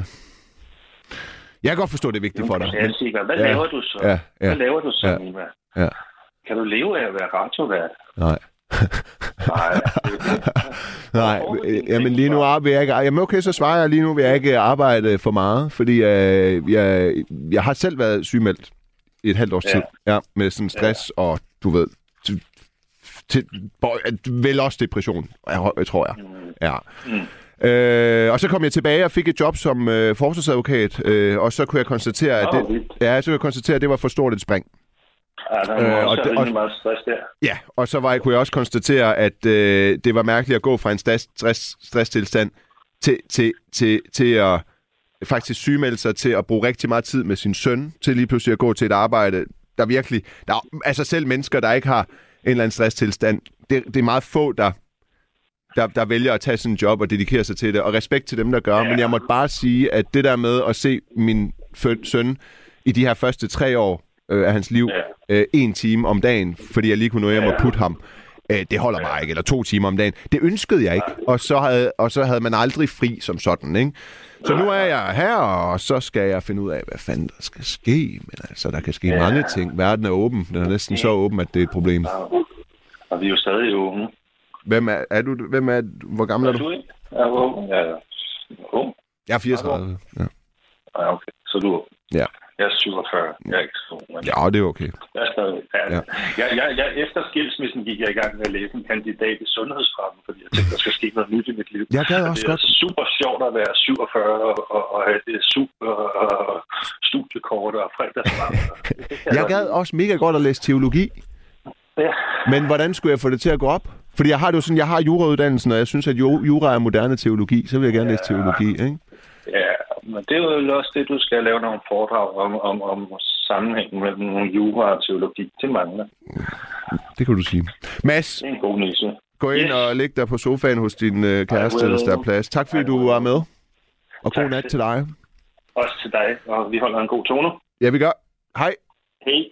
Jeg kan godt forstå, det er vigtigt for dig. Men, hvad ja, laver du så? Ja, ja, hvad laver du så, ja, Nima? Ja. Kan du leve af at være radiovært? Nej. Nej. Nej, jamen lige nu vil jeg ikke... Jamen okay, så svarer jeg lige nu, vil jeg ikke arbejde for meget, fordi øh, jeg, jeg har selv været sygemeldt i et halvt års ja. tid. Ja, med sådan stress ja. og, du ved, til, til, vel også depression, jeg, tror jeg. Ja. Mm. Øh, og så kom jeg tilbage og fik et job som øh, forsvarsadvokat, øh, og så kunne jeg konstatere, at det, ja, så kunne jeg konstatere, at det var for stort et spring. Ja, der var øh, også og, og, meget stress der. Ja, og så var jeg, kunne jeg også konstatere, at øh, det var mærkeligt at gå fra en stress, stress, stresstilstand til, til, til, til at faktisk sygemelde sig, til at bruge rigtig meget tid med sin søn, til lige pludselig at gå til et arbejde, der virkelig... Der, altså selv mennesker, der ikke har en eller anden stresstilstand, det, det er meget få, der, der, der vælger at tage sådan en job og dedikere sig til det, og respekt til dem, der gør. Ja. Men jeg måtte bare sige, at det der med at se min søn i de her første tre år øh, af hans liv, ja. øh, en time om dagen, fordi jeg lige kunne nå hjem og putte ham, øh, det holder bare ikke, eller to timer om dagen. Det ønskede jeg ikke, og så havde, og så havde man aldrig fri som sådan, ikke? Så nu er jeg her, og så skal jeg finde ud af, hvad fanden der skal ske. Men altså, der kan ske ja. mange ting. Verden er åben. Den er næsten så åben, at det er et problem. Og vi er jo stadig unge. Hvem er, er du? Hvem er, hvor gammel er, er du? Jeg er ung. Jeg er ung. Jeg er fireogtredive. Ja. Ja, okay. Så du er ung. Ja. Jeg er syvogfyrre. Jeg er ikke så ung. Ja, det er okay. Jeg er stadig. Ja. Ja. Jeg, jeg, jeg, efter skilsmissen gik jeg i gang med at læse en kandidat i sundhedsfremme, fordi jeg tænkte, der skal ske noget nyt i mit liv. Jeg gad også det er godt. super sjovt at være syvogfyrre og, og, og have det super og studiekort og fredagsfremme. Jeg gad også mega godt at læse teologi. Ja. Men hvordan skulle jeg få det til at gå op? Fordi jeg har det jo sådan, jeg har jurauddannelsen, og jeg synes, at jura er moderne teologi. Så vil jeg gerne ja. læse teologi, ikke? Ja, men det er jo også det, du skal lave nogle foredrag om, om, om sammenhængen mellem jura og teologi. Det mangler. Det kan du sige. Mads, det er en god nisse. Gå ind yes. og læg dig på sofaen hos din øh, kæreste, hvis der er plads. Tak fordi du var med. Og god nat til dig. Også til dig, og vi holder en god tone. Ja, vi gør. Hej. Hej.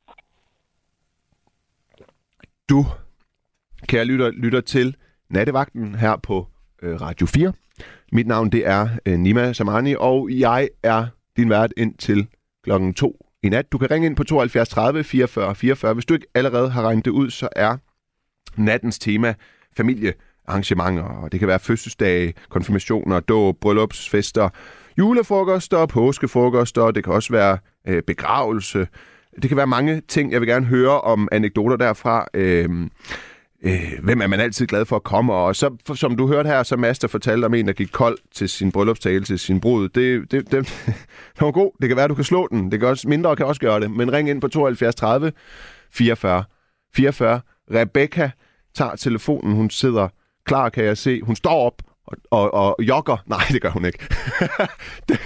Du, kære lytter, lytter til Nattevagten her på øh, Radio fire. Mit navn, det er øh, Nima Samani, og jeg er din vært indtil klokken to i nat. Du kan ringe ind på tooghalvfjerds tredive fireogfyrre fireogfyrre. Hvis du ikke allerede har regnet det ud, så er nattens tema familiearrangementer, og det kan være fødselsdage, konfirmationer, dåb, bryllupsfester, julefrokoster, påskefrokoster, det kan også være øh, begravelse. Det kan være mange ting. Jeg vil gerne høre om anekdoter derfra. Øh, øh, hvem er man altid glad for at komme? Og så, for, som du hørte her, så Master fortalte om en, der gik kold til sin bryllupstale til sin brud. Det, det, det, det var god. Det kan være, du kan slå den. Det kan også, mindre kan også gøre det. Men ring ind på tooghalvfjerds tredive fireogfyrre fireogfyrre. Rebecca tager telefonen. Hun sidder klar, kan jeg se. Hun står op og, og, og jogger. Nej, det gør hun ikke. det,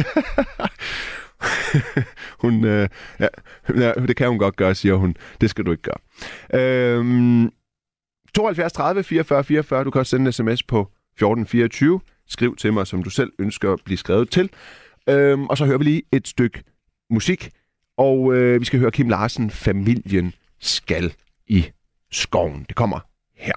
hun, øh, ja, det kan hun godt gøre, siger hun. Det skal du ikke gøre. Øhm, tooghalvfjerds tredive fireogfyrre fireogfyrre. Du kan også sende en sms på fjorten fireogtyve. Skriv til mig, som du selv ønsker at blive skrevet til. Øhm, og så hører vi lige et stykke musik. Og øh, vi skal høre Kim Larsen, Familien skal i skoven. Det kommer her.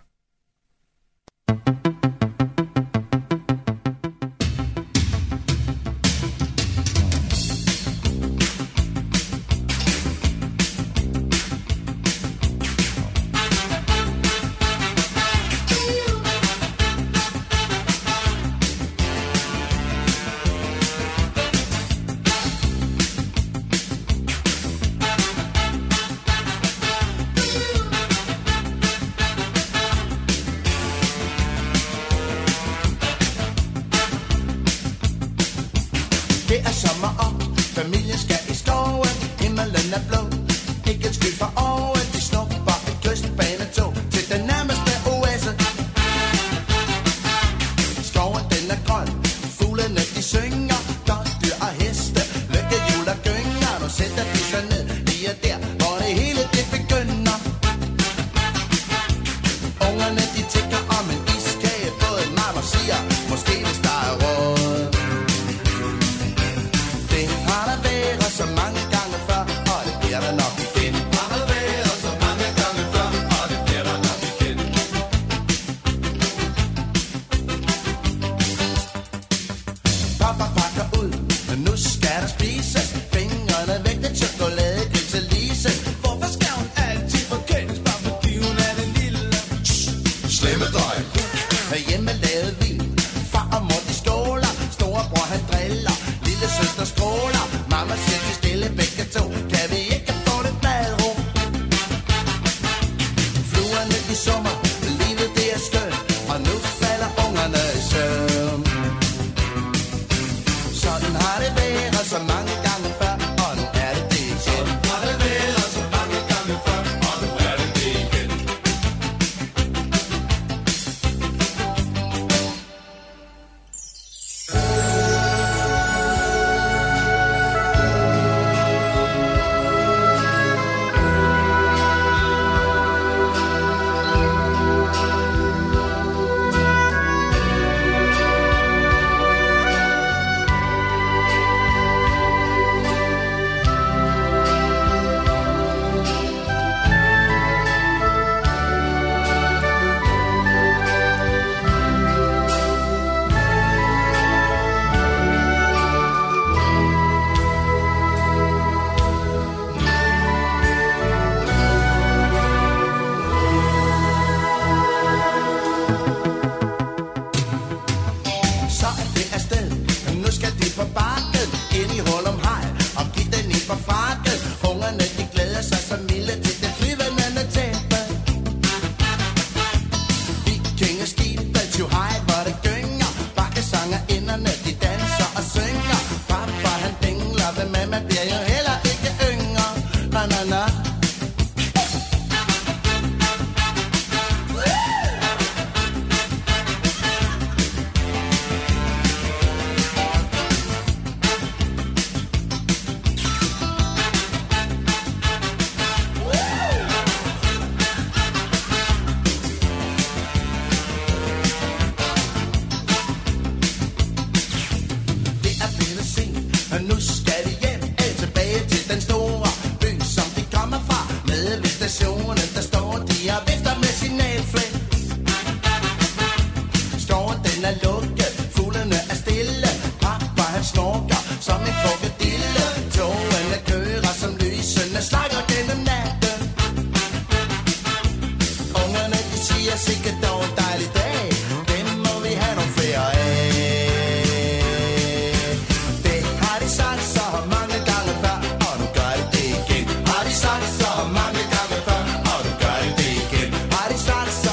Har de sagt så mange gange før, og du gør det igen. Har de sagt så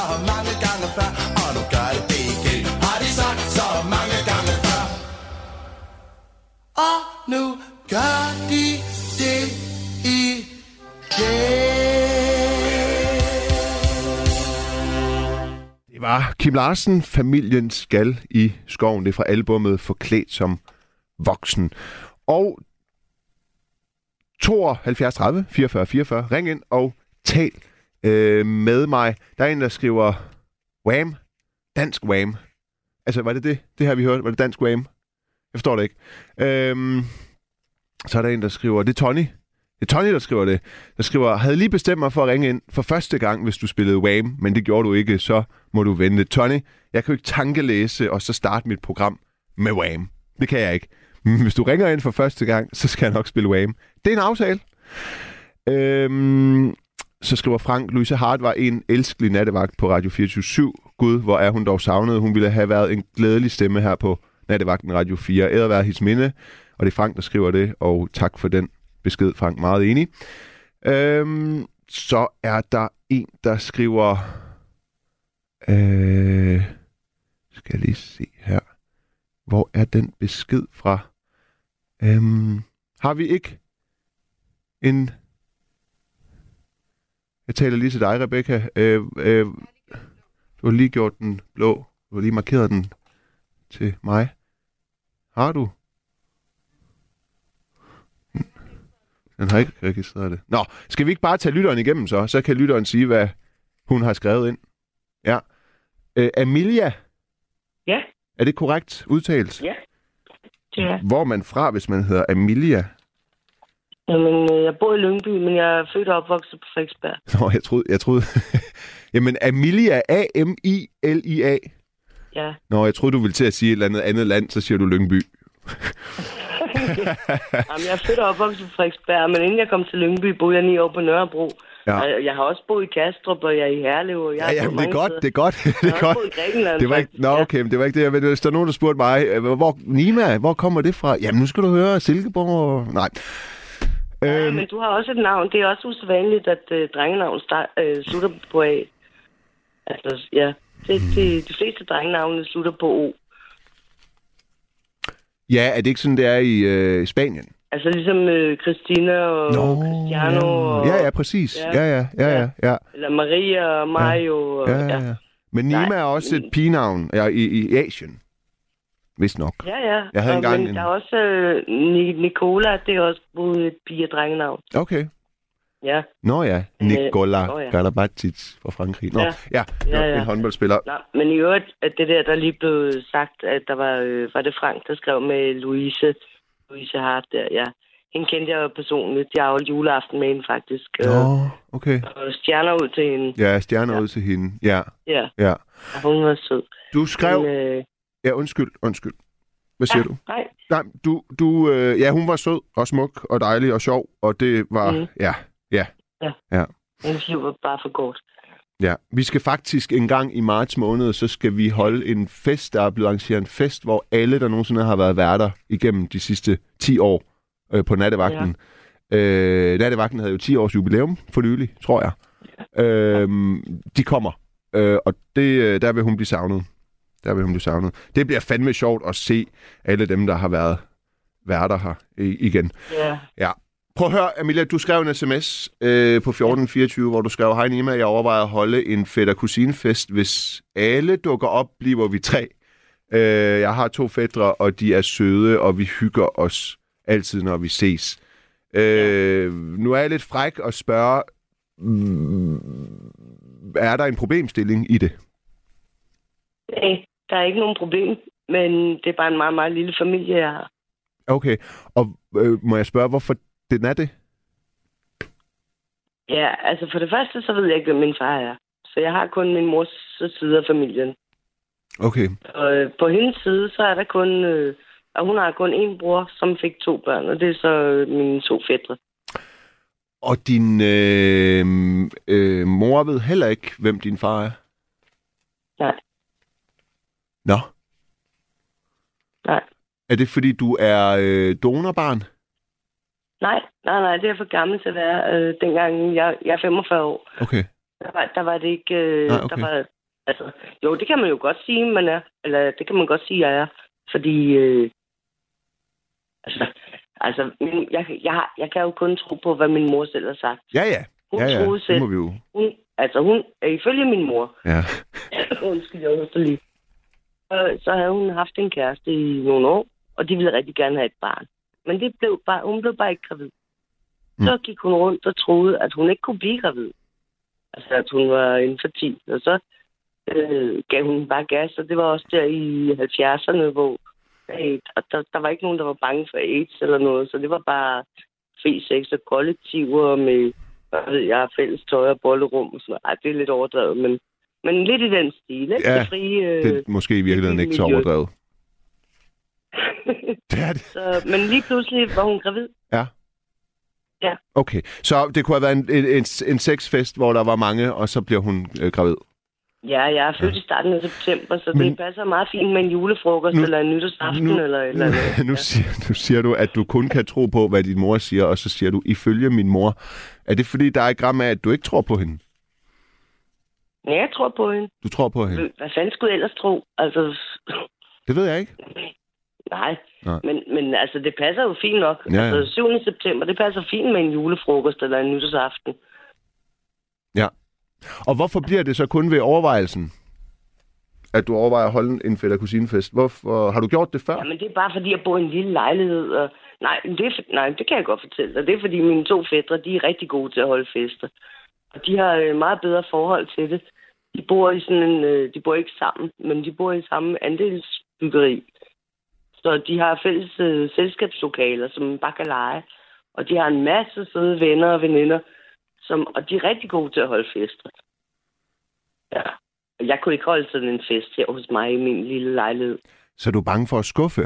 gør de det igen. Det var Kim Larsen, Familien skal i skoven. Det er fra albummet Forklædt som voksen. Og tooghalvfjerds tredive fireogfyrre fireogfyrre. Ring ind og tal øh, med mig. Der er en, der skriver Wham. Dansk Wham. Altså, var det det? Det her, vi hørte. Var det dansk Wham? Jeg forstår det ikke. Øhm, så er der en, der skriver... Det er Tony. Det er Tony, der skriver det. Der skriver, havde lige bestemt mig for at ringe ind for første gang, hvis du spillede Wham, men det gjorde du ikke, så må du vente. Tony, jeg kan jo ikke tankelæse og så starte mit program med Wham. Det kan jeg ikke. Men hvis du ringer ind for første gang, så skal jeg nok spille Wham. Det er en aftale. Øhm, så skriver Frank, Louise Hart var en elskelig nattevagt på Radio fireogtyve syv. Gud, hvor er hun dog savnet. Hun ville have været en glædelig stemme her på nattevagten Radio fire. Æder være hendes minde. Og det er Frank, der skriver det, og tak for den besked, Frank. Meget enig. Øhm, så er der en, der skriver... Øh, skal jeg lige se her. Hvor er den besked fra? Øhm, har vi ikke en... Jeg taler lige til dig, Rebecca. Øh, øh, du har lige gjort den blå. Du har lige markeret den til mig. Har du? Den har ikke registreret det. Nå, skal vi ikke bare tage lytteren igennem så? Så kan lytteren sige, hvad hun har skrevet ind. Ja. Øh, Amelia? Ja. Er det korrekt udtalt? Ja, det er. Hvor er man fra, hvis man hedder Amelia? Jamen, jeg bor i Lyngby, men jeg er født og opvokset på Frederiksberg. Nå, jeg troede... Jeg troede Jamen, Amelia, A M I L I A. Ja. Nå, jeg troede, du ville til at sige et eller andet andet land, så siger du Lyngby. Jamen, jeg er født og opvokset på Frederiksberg, men inden jeg kom til Lyngby, boede jeg ni år på Nørrebro. Ja. Og jeg har også boet i Kastrup, og jeg er i Herlev, og jeg Ja, har ja, boet det er godt, steder. det er godt. det Jeg er har godt. også boet i Grækenland. Det var ikke, nå, okay, men det var ikke det. Jeg ved, hvis der er nogen, der spurgte mig, hvor, Nima, hvor kommer det fra? Jamen, nu skal du høre, Silkeborg. Nej. Ja, øhm, men du har også et navn. Det er også usædvanligt, at uh, drengenavn start, uh, slutter på A. Altså, ja. Det, det, de fleste drengenavne slutter på O. Ja, er det ikke sådan, det er i øh, Spanien? Altså ligesom øh, Christina og Nå, Cristiano. Og, ja, ja, præcis. Ja, ja, ja, ja. ja. Eller Maria og Mario. Ja, Og, ja, ja. Men Nima Nej, er også men- et pigenavn ja, i, i Asien. Vist nok. Ja, ja. Jeg havde og, engang men en- der er også øh, Ni- Nicola, det er også både et pige- og drengenavn. Okay. Ja. Nå ja, Nicola nå ja. Galabatic fra Frankrig. Nå, ja, Ja. ja, Ja, ja. en håndboldspiller. Nå, men i øvrigt, at det der, der lige blev sagt, at der var, øh, var det Frank, der skrev med Louise, Louise Hart der, ja. Hende kendte jeg jo personligt. Jeg har holdt juleaften med hende, faktisk. øh, Nå, okay. Og stjerner ud til hende. Ja, stjerner Ja. ud til hende. Ja, Ja, ja. og hun var sød. Du skrev... Men, øh, Ja, undskyld, undskyld. Hvad siger ja, du? Nej, Nej, du... du øh, ja, hun var sød og smuk og dejlig og sjov, og det var... Mhm. Ja, ja. hendes liv var bare for kort. Ja, vi skal faktisk en gang i marts måned, så skal vi holde en fest, der er blevet arrangeret en fest, hvor alle, der nogensinde har været værter igennem de sidste ti år øh, på nattevagten. Ja. Øh, nattevagten havde jo ti års jubilæum for nylig, tror jeg. Ja. Øh, de kommer, øh, og det, øh, der vil hun blive savnet. Der vil hun blive savnet. Det bliver fandme sjovt at se alle dem, der har været værter her i, igen. Ja. Ja. Prøv at høre, Amelia, du skrev en sms øh, på fjorten fireogtyve, hvor du skrev, hej Nima, jeg overvejer at holde en fætter-kusinefest. Hvis alle dukker op, bliver vi tre. Øh, jeg har to fætre, og de er søde, og vi hygger os altid, når vi ses. Øh, nu er jeg lidt fræk og spørger, mm, er der en problemstilling i det? Nej, der er ikke nogen problem, men det er bare en meget, meget lille familie, jeg har. Okay, og øh, må jeg spørge, hvorfor den er det? Ja, altså for det første, så ved jeg ikke, hvem min far er. Så jeg har kun min mors side af familien. Okay. Og øh, på hendes side, så er der kun... Øh, og hun har kun én bror, som fik to børn, og det er så øh, mine to fætre. Og din øh, øh, mor ved heller ikke, hvem din far er? Nej. Nå. Nej. Er det, fordi du er øh, donorbarn? Nej, nej, nej, det er for gammel til at være. Øh, dengang jeg, jeg er femogfyrre år, Okay. der var, der var det ikke... Øh, Nej, okay. der var, altså, jo, det kan man jo godt sige, man er. Eller det kan man godt sige, jeg er. Fordi... Øh, altså, Altså, min, jeg, jeg, jeg kan jo kun tro på, hvad min mor selv har sagt. Ja, ja. Hun ja, ja. troede selv. Det må vi jo. Hun, altså, hun, ifølge min mor. Ja. Undskyld, jeg husker lige. Så, så havde hun haft en kæreste i nogle år, og de ville rigtig gerne have et barn. Men det blev bare, hun blev bare ikke gravid. Mm. Så gik hun rundt og troede, at hun ikke kunne blive gravid. Altså, at hun var inden for ti. Og så øh, gav hun bare gas, og det var også der i halvfjerdserne, hvor øh, og der, der var ikke nogen, der var bange for AIDS eller noget, så det var bare fri sex og kollektiver med, hvad ved jeg, fælles tøj og bollerum og sådan noget. Ej, det er lidt overdrevet, men, men lidt i den stil, ikke? Ja, det, frie, øh, det er måske i virkeligheden ikke så overdrevet. Det er det. Så, men lige pludselig var hun gravid. Ja. Ja. Okay, så det kunne have været en, en, en, en sexfest, hvor der var mange, og så bliver hun øh, gravid? Ja, jeg er født ja. i starten af september, så men, det passer meget fint med en julefrokost nu, eller en nytårsaften nu, eller et eller andet. Nu, ja. siger, nu siger du, at du kun kan tro på, hvad din mor siger, og så siger du, ifølge min mor. Er det fordi, der er et gram af, at du ikke tror på hende? Ja, jeg tror på hende. Du tror på hende? Hvad fanden skulle jeg ellers tro? Altså... Det ved jeg ikke. Nej, Nej. Men, men altså, det passer jo fint nok. Ja, ja. Altså, syvende september, det passer fint med en julefrokost eller en nytårsaften. Ja. Og hvorfor bliver det så kun ved overvejelsen, at du overvejer at holde en fætter-kusinefest? Hvorfor har du gjort det før? Jamen, det er bare fordi, jeg bor i en lille lejlighed. Og... Nej, det er... Nej, det kan jeg godt fortælle dig. Det er fordi, mine to fætre, de er rigtig gode til at holde fester. Og de har meget bedre forhold til det. De bor i sådan en... De bor ikke sammen, men de bor i samme andelsbyggeri. Så de har fælles øh, selskabslokaler, som bare kan lege. Og de har en masse søde venner og veninder, som, og de er rigtig gode til at holde fester. Ja. Jeg kunne ikke holde sådan en fest her hos mig i min lille lejlighed. Så er du bange for at skuffe?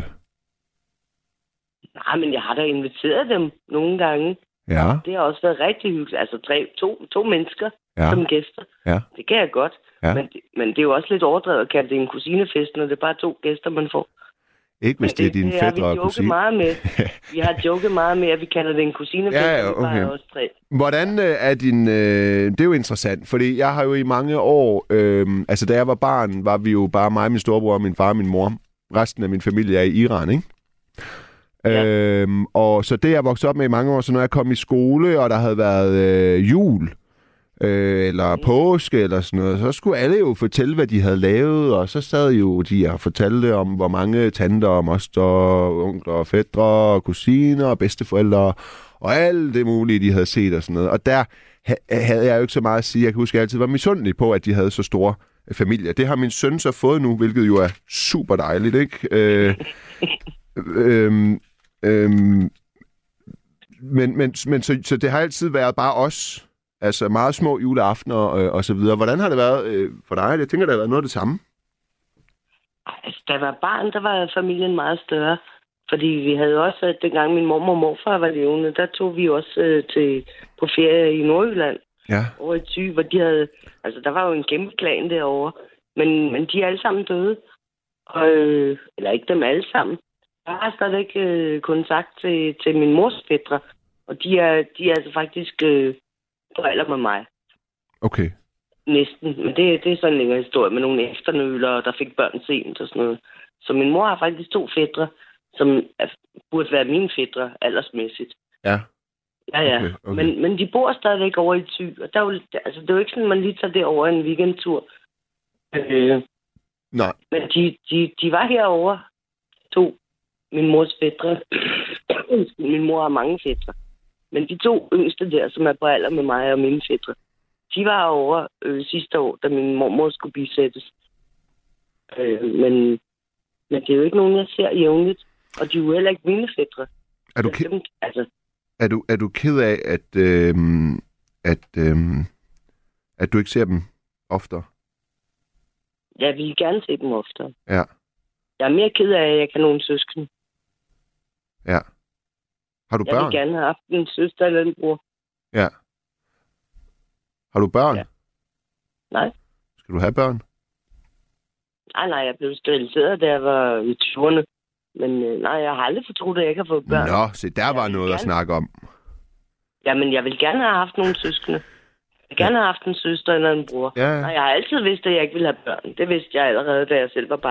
Nej, men jeg har da inviteret dem nogle gange. Ja. Det har også været rigtig hyggeligt. Altså tre, to, to mennesker ja. som gæster. Ja. Det kan jeg godt. Ja. Men, men det er jo også lidt overdrevet at kalde det en kusinefest, når det er bare to gæster, man får. Ikke hvis det, det er dine fætre og kusine. Meget med. Vi har joket meget med, at vi kalder det en kusinefest. Ja, ja, okay. Også tre. Hvordan øh, er din... Øh, det er jo interessant, fordi jeg har jo i mange år... Øh, altså, da jeg var barn, var vi jo bare mig, min storebror, min far og min mor. Resten af min familie er i Iran, ikke? Ja. Øhm, og så det, jeg voksede op med i mange år, så når jeg kom i skole, og der havde været øh, jul, øh, eller mm. påske, eller sådan noget, så skulle alle jo fortælle, hvad de havde lavet, og så sad jo de og fortalte om, hvor mange tanter, og moster, onkler, og fætre, og kusiner, og bedsteforældre, og alt det mulige, de havde set og sådan noget. Og der ha- havde jeg jo ikke så meget at sige. Jeg kan huske, at jeg altid var misundelig på, at de havde så store familier. Det har min søn så fået nu, hvilket jo er super dejligt, ikke? Øh, øh, Øhm, men men, men så, så det har altid været bare os, altså meget små juleaftener og, og så videre. Hvordan har det været øh, for dig? Jeg tænker, det har været noget af det samme. Altså, da jeg var barn, der var familien meget større. Fordi vi havde også, dengang min mormor og morfar var levende, der tog vi også øh, til, på ferie i Nordjylland. Ja. Over i Thy, hvor de havde... Altså, der var jo en kæmpe klan derovre. Men, men de er alle sammen døde. Og, øh, eller ikke dem alle sammen. Jeg har stadigvæk øh, kontakt til, til min mors fætre, og de er, de er altså faktisk øh, forældre med mig. Okay. Næsten, men det, det er sådan en længere historie med nogle efternøler, der fik børn sent og sådan noget. Så min mor har faktisk to fætre, som er, burde være mine fætre aldersmæssigt. Ja. Ja, ja. Okay, okay. Men, men de bor stadigvæk over i Thy, og der er jo, altså, det er jo ikke sådan, man lige tager det over en weekendtur. Øh, Nej. Men de, de, de var herovre, to. Min mors fætre. Min mor har mange fætre. Men de to yngste der, som er på alder med mig og mine fætre, de var over øh, sidste år, da min mormor skulle bisættes. Øh, men, men det er jo ikke nogen, jeg ser jævnligt. Og de er jo heller ikke mine fætre. Er du, ke- dem, altså... er du, er du ked af, at, øh, at, øh, at du ikke ser dem oftere? Jeg vil gerne se dem oftere. Ja. Jeg er mere ked af, at jeg ikke har nogen søskende. Ja. Har du jeg børn? Jeg vil gerne have haft en søster eller en bror. Ja. Har du børn? Ja. Nej. Skal du have børn? Nej, nej, jeg blev steriliseret, da jeg var i tyverne. Men øh, nej, jeg har aldrig fortrudt, at jeg ikke har fået børn. Nå, se, der jeg var noget gerne... at snakke om. Jamen, jeg vil gerne have haft nogle søskende. Jeg vil gerne have haft en søster eller en bror. Ja. Nej, jeg har altid vidst, at jeg ikke ville have børn. Det vidste jeg allerede, da jeg selv var barn.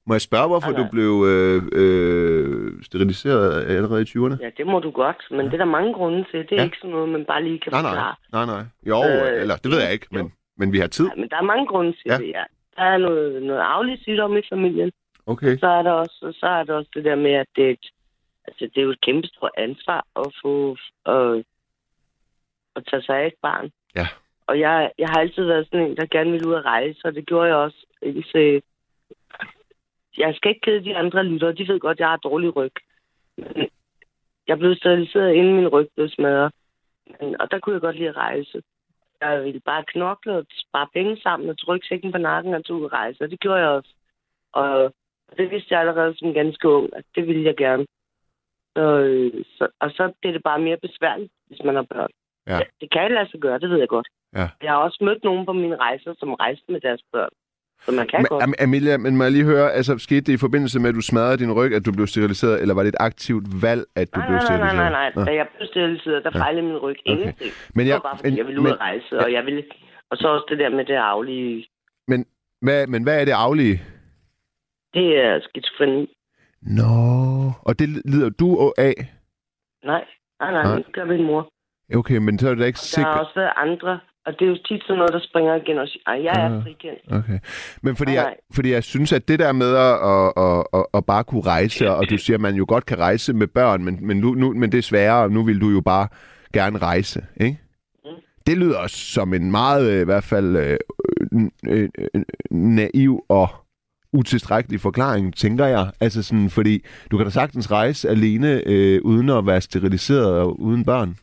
Må jeg spørge, hvorfor nej, nej. du blev øh, øh, steriliseret allerede i tyverne? Ja, det må du godt, men ja. det er der mange grunde til. Det er ja. ikke sådan noget, man bare lige kan nej, forklare. Nej, nej, nej. Jo, øh, eller det ved jeg ikke, men, men vi har tid. Nej, men der er mange grunde til ja. det, ja. Der er noget, noget arvelig sygdom i familien. Okay. Så er der også, så er der også det der med, at det er et, altså, det er jo et kæmpe stort ansvar at få at, at tage sig af et barn. Ja. Og jeg, jeg har altid været sådan en, der gerne ville ud at rejse, og det gjorde jeg også. Indtil jeg skal ikke kede de andre lyttere. De ved godt, at jeg har dårlig ryg. Men jeg blev steriliseret, inden min ryg blev smadret. Og der kunne jeg godt lide at rejse. Jeg ville bare knokle og spare penge sammen og trykke sækken på nakken og tage ud at rejse. Og det gjorde jeg også. Og det vidste jeg allerede som ganske ung, at det ville jeg gerne. Så, så, og så bliver det bare mere besværligt, hvis man har børn. Ja. Det, det kan jeg lade sig gøre, det ved jeg godt. Ja. Jeg har også mødt nogen på mine rejser, som rejste med deres børn. Så man kan men, godt. Amelia, men må jeg lige høre, altså skete det i forbindelse med, at du smadrede din ryg, at du blev steriliseret, eller var det et aktivt valg, at du nej, blev nej, steriliseret? Nej, nej, nej. Da jeg blev steriliseret, der ja. fejlede min ryg okay. ingenting. Men jeg, det var bare, fordi men, jeg ville ud men, at rejse, og jeg ville... Og så også det der med det arvelige... Men hvad, men hvad er det arvelige? Det er skizofreni. Nå, og det lider du af? Nej, nej, nej, det gør min mor. Okay, men så er det ikke sikkert... Der har også været andre, og det er jo tit sådan noget, der springer igen og siger, ej, jeg er frikendt. Okay, men fordi, nej, jeg, fordi jeg synes, at det der med at, at, at, at, at bare kunne rejse, og du siger, at man jo godt kan rejse med børn, men, men, nu, nu, men det er sværere, og nu vil du jo bare gerne rejse, ikke? Mm. Det lyder også som en meget, i hvert fald, øh, øh, øh, naiv og utilstrækkelig forklaring, tænker jeg. Altså sådan, fordi du kan da sagtens rejse alene, øh, uden at være steriliseret og uden børn.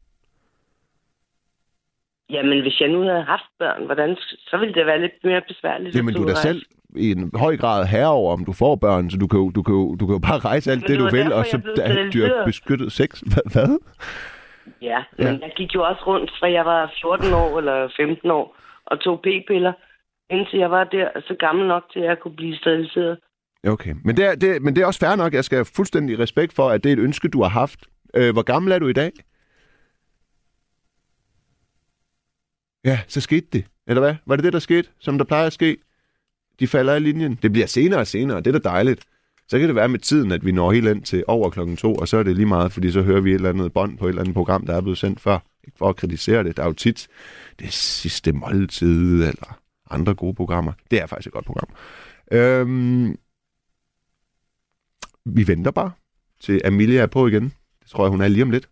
Jamen, hvis jeg nu havde haft børn, hvordan, så ville det være lidt mere besværligt. Jamen, du er da selv i en høj grad herover, om du får børn, så du kan jo, du kan jo, du kan jo bare rejse alt det, det, du vil, og så dyrke beskyttet sex. Hvad? Ja, men ja. jeg gik jo også rundt, fra jeg var fjorten år eller femten år, og tog p-piller, indtil jeg var der, så gammel nok til, at jeg kunne blive steriliseret. Okay, men det, er, det, men det er også fair nok. Jeg skal have fuldstændig respekt for, at det er et ønske, du har haft. Øh, hvor gammel er du i dag? Ja, så skete det. Eller hvad? Var det det, der skete, som der plejer at ske? De falder af linjen. Det bliver senere og senere, det er da dejligt. Så kan det være med tiden, at vi når helt ind til over klokken to, og så er det lige meget, fordi så hører vi et eller andet bånd på et eller andet program, der er blevet sendt før. Ikke for at kritisere det. Der er jo tit det sidste måltid, eller andre gode programmer. Det er faktisk et godt program. Øhm, vi venter bare til Amelia er på igen. Det tror jeg, hun er lige om lidt.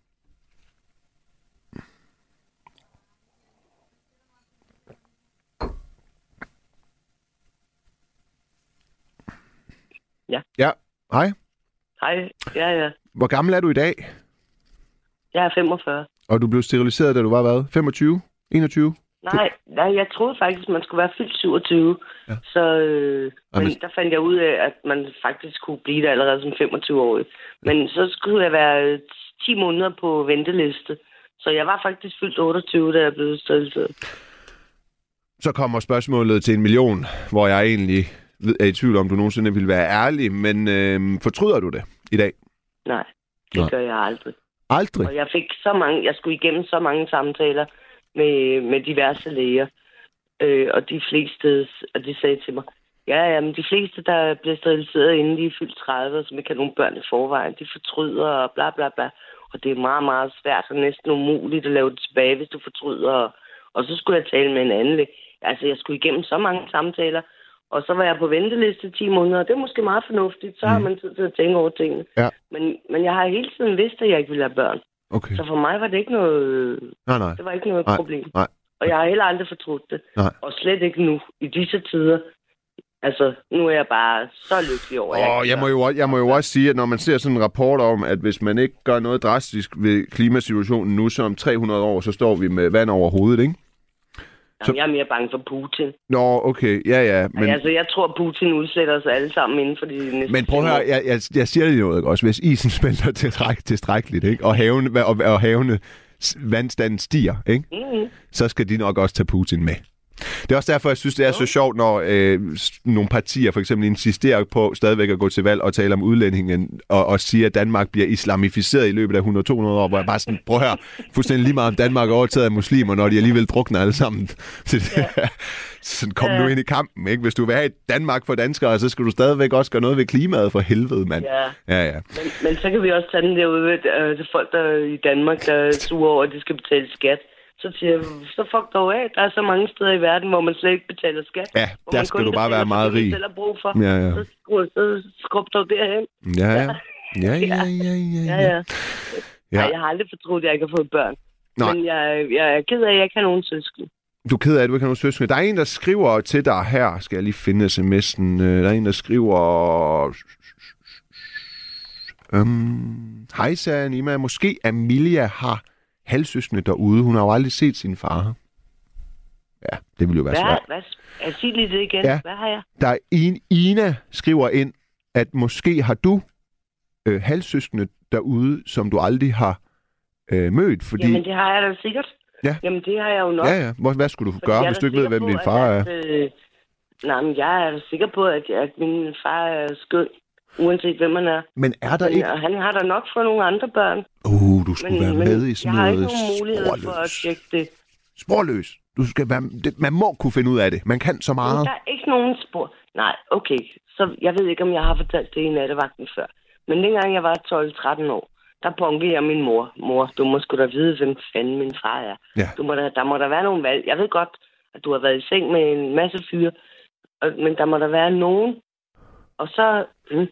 Ja. Ja, hej. Hej, ja, ja. Hvor gammel er du i dag? Jeg er femogfyrre. Og du blev steriliseret, da du var hvad? femogtyve? enogtyve? Nej, nej, jeg troede faktisk, man skulle være fyldt syvogtyve. Ja. Så øh, men der fandt jeg ud af, at man faktisk kunne blive der allerede som femogtyve-årig. Men så skulle jeg være ti måneder på venteliste. Så jeg var faktisk fyldt otteogtyve, da jeg blev steriliseret. Så kommer spørgsmålet til en million, hvor jeg egentlig er i tvivl om, du nogensinde ville være ærlig. Men øh, fortryder du det i dag? Nej, det Nej. gør jeg aldrig. Aldrig? Og jeg fik så mange, jeg skulle igennem så mange samtaler med, med diverse læger. Øh, og de fleste, og de sagde til mig, ja, ja, men de fleste, der bliver steriliseret, inden de er fyldt tredive, som ikke har nogen børn i forvejen, de fortryder og bla bla bla. Og det er meget, meget svært og næsten umuligt at lave det tilbage, hvis du fortryder. Og, og så skulle jeg tale med en anden læge. Altså, jeg skulle igennem så mange samtaler, og så var jeg på venteliste ti måneder, og det er måske meget fornuftigt. Så har man tid til at tænke over tingene. Ja. Men, men jeg har hele tiden vidst, at jeg ikke ville have børn. Okay. Så for mig var det ikke noget, nej, nej. Det var ikke noget nej, problem. Nej. Og jeg har heller aldrig fortrudt det. Nej. Og slet ikke nu, i disse tider. Altså, nu er jeg bare så lykkelig over. Åh, jeg, jeg, må jo, jeg må jo også sige, at når man ser sådan en rapport om, at hvis man ikke gør noget drastisk ved klimasituationen nu, så om tre hundrede år, så står vi med vand over hovedet, ikke? Jamen, så... Jeg er mere bange for Putin. Nå, okay, ja, ja. Men... Altså, jeg tror, Putin udsætter os alle sammen inden for de næste... Men prøv at høre, jeg, jeg, jeg siger det jo også. Hvis isen smelter tilstræk, tilstrækkeligt, ikke? Og havene, og, og havene vandstanden stiger, ikke? Mm-hmm. Så skal de nok også tage Putin med. Det er også derfor, jeg synes, det er så sjovt, når øh, nogle partier for eksempel insisterer på stadigvæk at gå til valg og tale om udlændingen, og, og siger, at Danmark bliver islamificeret i løbet af hundrede til to hundrede år, hvor jeg bare sådan, prøv her, fuldstændig lige meget om Danmark er overtaget af muslimer, når de alligevel drukner alle sammen. Så ja. Sådan, kom ja. nu ind i kampen, ikke? Hvis du vil have et Danmark for danskere, så skal du stadigvæk også gøre noget ved klimaet for helvede, mand. Ja, ja. ja. Men, men så kan vi også tage den derude ved øh, folk, der i Danmark, der er sure over, at de skal betale skat. Så siger jeg, så fuck dog af. Der er så mange steder i verden, hvor man slet ikke betaler skat. Ja, der skal du bare være meget rig. Selv har brug for. Ja, ja. Så, så skrub dog derhen. Ja, ja. Ja, ja, ja, ja. ja, ja. ja. Ej, jeg har aldrig fortrudt, at jeg ikke har fået børn. Nej. Men jeg, jeg er ked af, at jeg ikke har nogen søskende. Du er ked af, at du ikke har nogen søskende. Der er en, der skriver til dig her. Skal jeg lige finde sms'en. Der er en, der skriver... Um, Hej, sagde Nima. Måske Amelia har halvsøskende derude. Hun har jo aldrig set sin far. Ja, det ville jo være hvad, svært. Hvad? Jeg siger lige det igen. Ja. Hvad har jeg? Der er en, Ina skriver ind, at måske har du øh, halvsøskende derude, som du aldrig har øh, mødt. Fordi... Jamen, det har jeg da sikkert. Ja. Jamen, det har jeg jo nok. Ja, ja. Hvad, hvad skulle du fordi gøre, hvis du ikke ved, hvem din far er? At, øh, nej, men jeg er da sikker på, at, at min far er skøn, uanset hvem han er. Men er der men, ikke... Og han har da nok fået nogle andre børn. Uh, du skulle men, være men, med i sådan noget sporløs. Jeg har ikke nogen mulighed for at tjekke det. Sporløs. Du skal være... det, man må kunne finde ud af det. Man kan så meget. Men der er ikke nogen spor... Nej, okay. Så jeg ved ikke, om jeg har fortalt det i nattevagten før. Men dengang jeg var tolv tretten år, der punkede jeg min mor. Mor, du må sgu da vide, hvem fanden min far er. Ja. Du må da, der må der være nogle valg. Jeg ved godt, at du har været i seng med en masse fyre, men der må der være nogen. Og så... Hmm.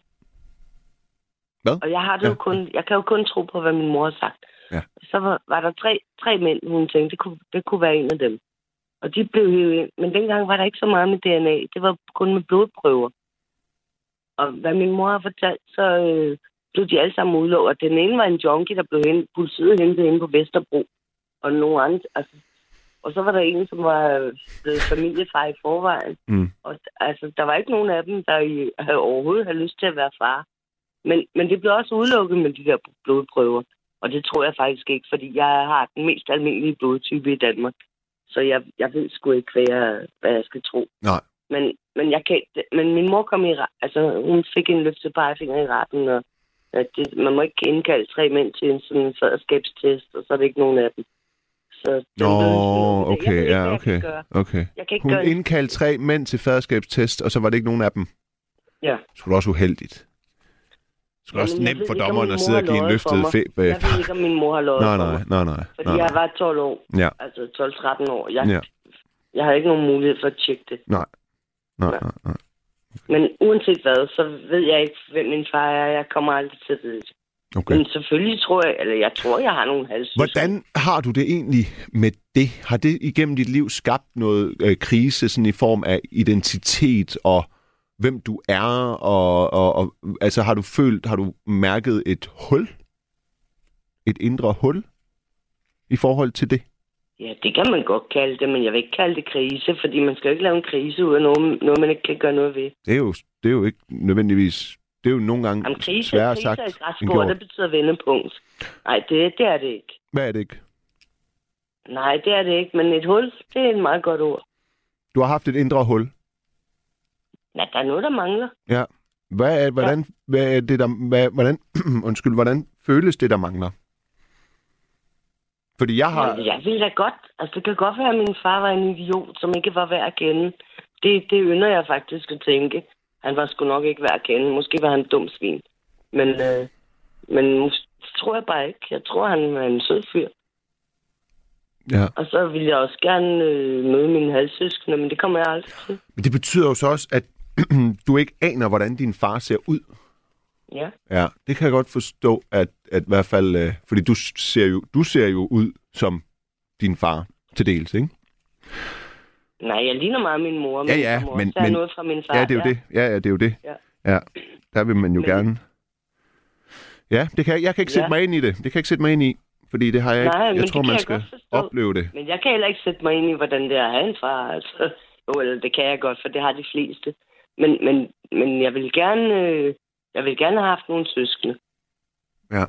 Hvad? Og jeg har det ja. jo kun... Jeg kan jo kun tro på, hvad min mor har sagt. Ja. Så var, var der tre, tre mænd, hun tænkte, det kunne, det kunne være en af dem. Og de blev hævet ind. Men dengang var der ikke så meget med D N A. Det var kun med blodprøver. Og hvad min mor har fortalt, så... Øh, blev de alle sammen udlået. Og den ene var en junkie, der blev hen, politiet hentet inde på Vesterbro. Og nogle andre, altså, og så var der en, som var blevet familiefar i forvejen. Mm. Og altså, der var ikke nogen af dem, der i, havde overhovedet havde lyst til at være far. Men, men det blev også udelukket med de der blodprøver. Og det tror jeg faktisk ikke, fordi jeg har den mest almindelige blodtype i Danmark. Så jeg, jeg ved sgu ikke, hvad jeg, hvad jeg skal tro. Nej. Men, men, jeg kan, men min mor kom i altså hun fik en løftet pegefinger i retten, og at det, man må ikke indkalde tre mænd til en sådan en faderskabstest, og så er det ikke nogen af dem. Så Nå, oh, okay, ikke, ja, okay. Jeg okay. Jeg kan ikke Hun gøre indkaldte tre mænd til faderskabstest, og så var det ikke nogen af dem? Ja. Det var også uheldigt. Det skulle også nemt for dommeren at sidde og give en løftet fæb. Jeg ved ikke, om min mor har lovet nej, nej, nej, nej. Fordi nej, nej. jeg var tolv år, ja. altså tolv tretten år. Jeg, ja. jeg har ikke nogen mulighed for at tjekke det. Nej, nej, nej. nej. Men uanset hvad, så ved jeg ikke, hvem min far er. Jeg kommer aldrig til at vide det. Okay. Men selvfølgelig tror jeg, eller jeg tror, jeg har nogle halvsøstre. Hvordan har du det egentlig med det? Har det igennem dit liv skabt noget øh, krise sådan i form af identitet og hvem du er? Og, og, og altså har du følt, har du mærket et hul? Et indre hul i forhold til det? Ja, det kan man godt kalde det, men jeg vil ikke kalde det krise, fordi man skal jo ikke lave en krise ud af noget, noget man ikke kan gøre noget ved. Det er jo, det er jo ikke nødvendigvis... Det er jo nogle gange Jamen, krise, sværere krise sagt er græsbord, det betyder vendepunkt. Nej, det, det er det ikke. Hvad er det ikke? Nej, det er det ikke, men et hul, det er et meget godt ord. Du har haft et indre hul? Ja, der er noget, der mangler. Ja. Hvad er, hvordan, ja. hvad er det, der... Hvad, hvordan, undskyld, hvordan føles det, der mangler? Fordi jeg har... Ja, jeg vil da godt. Altså, det kan godt være, at min far var en idiot, som ikke var værd at kende. Det, det ynder jeg faktisk at tænke. Han var sgu nok ikke værd at kende. Måske var han en dum svin. Men, øh, men det tror jeg bare ikke. Jeg tror, han var en sød fyr. Ja. Og så ville jeg også gerne øh, møde mine halvsøskende, men det kommer jeg aldrig til. Men det betyder jo så også, at du ikke aner, hvordan din far ser ud. Ja. Ja, det kan jeg godt forstå, at, at i hvert fald... Øh, fordi du ser, jo, du ser jo ud som din far til dels, ikke? Nej, jeg ligner meget min mor, men ja, ja, jeg må men, også men, noget fra min far. Ja, det er jo ja. det. Ja, ja, det er jo det. Ja, ja der vil man jo men, gerne... Ja, det kan, jeg kan ikke sætte ja. mig ind i det. Det kan jeg ikke sætte mig ind i, fordi det har jeg ikke... Nej, jeg men tror, det man jeg skal opleve det. Men jeg kan heller ikke sætte mig ind i, hvordan det er at have en far, altså. Jo, eller det kan jeg godt, for det har de fleste. Men, men, men jeg vil gerne... Øh, jeg vil gerne have haft nogle søskende. Ja.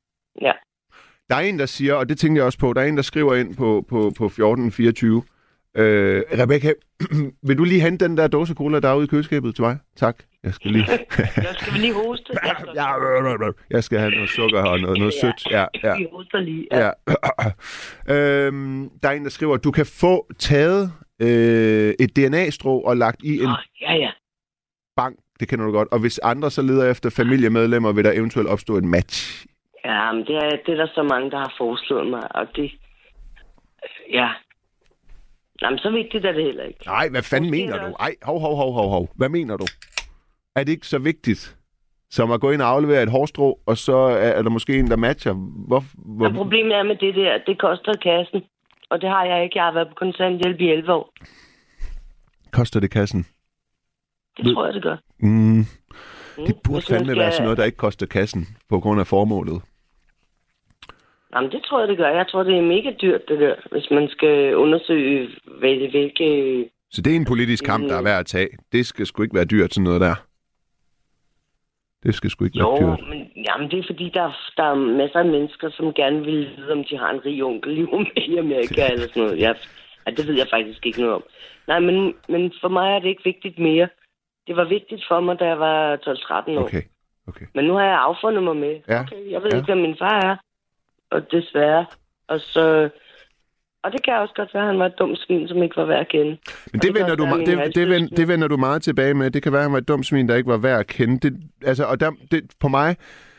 Ja. Der er en, der siger, og det tænker jeg også på, der er en, der skriver ind på, på, på fjorten fireogtyve, Øh, Rebecca, vil du lige hente den der dåse cola, der er ude i køleskabet til mig? Tak. Jeg skal lige... Jeg skal vi lige hoste? Jeg skal, ja, jeg skal have noget sukker og noget, noget sødt. Ja, ja. Vi hoster lige. Ja. Ja. øhm, der er en, der skriver, at du kan få taget øh, et D N A-strå og lagt i en Oh, ja, ja. bank. Det kender du godt. Og hvis andre så leder efter familiemedlemmer, vil der eventuelt opstå en match. Ja, men det er, det er der så mange, der har foreslået mig, og det... Ja. Jamen, så vigtigt er det heller ikke. Nej, hvad fanden Måske mener er du? det Ej, hov, hov, hov, hov, hov. Hvad mener du? Er det ikke så vigtigt, som at gå ind og aflevere et hårstrå, og så er, er der måske en, der matcher? Hvor, hvor... Og problemet er med det der, det koster kassen. Og det har jeg ikke. Jeg har været på kontanthjælp i elleve år. Koster det kassen? Det Ved... tror jeg, det gør. Mm. Mm. Det burde Hvis man fandme skal... være sådan noget, der ikke koster kassen, på grund af formålet. Jamen, det tror jeg, det gør. Jeg tror, det er mega dyrt, det der, hvis man skal undersøge, hvad- hvilke... Så det er en politisk kamp, der er værd at tage. Det skal sgu ikke være dyrt, sådan noget der. Det skal sgu ikke Jo, være dyrt. men jamen, det er fordi, der, der er masser af mennesker, som gerne vil vide, om de har en rig onkel i Amerika eller sådan noget. Jeg, ja, det ved jeg faktisk ikke noget om. Nej, men, men for mig er det ikke vigtigt mere. Det var vigtigt for mig, da jeg var tolv tretten år. Okay, okay. Men nu har jeg affundet mig med. Ja. Okay, jeg ved Ja. ikke, hvem min far er. Og desværre. Og så... Og det kan også godt være, at han var et dumt svin, som ikke var værd at kende. Men Og det kan vender, også du, være, ma- min det, det, vend, halvsøster- det vender du meget tilbage med. Det kan være, at han var et dumt svin, der ikke var værd at kende. Det, altså, og der, det, på mig...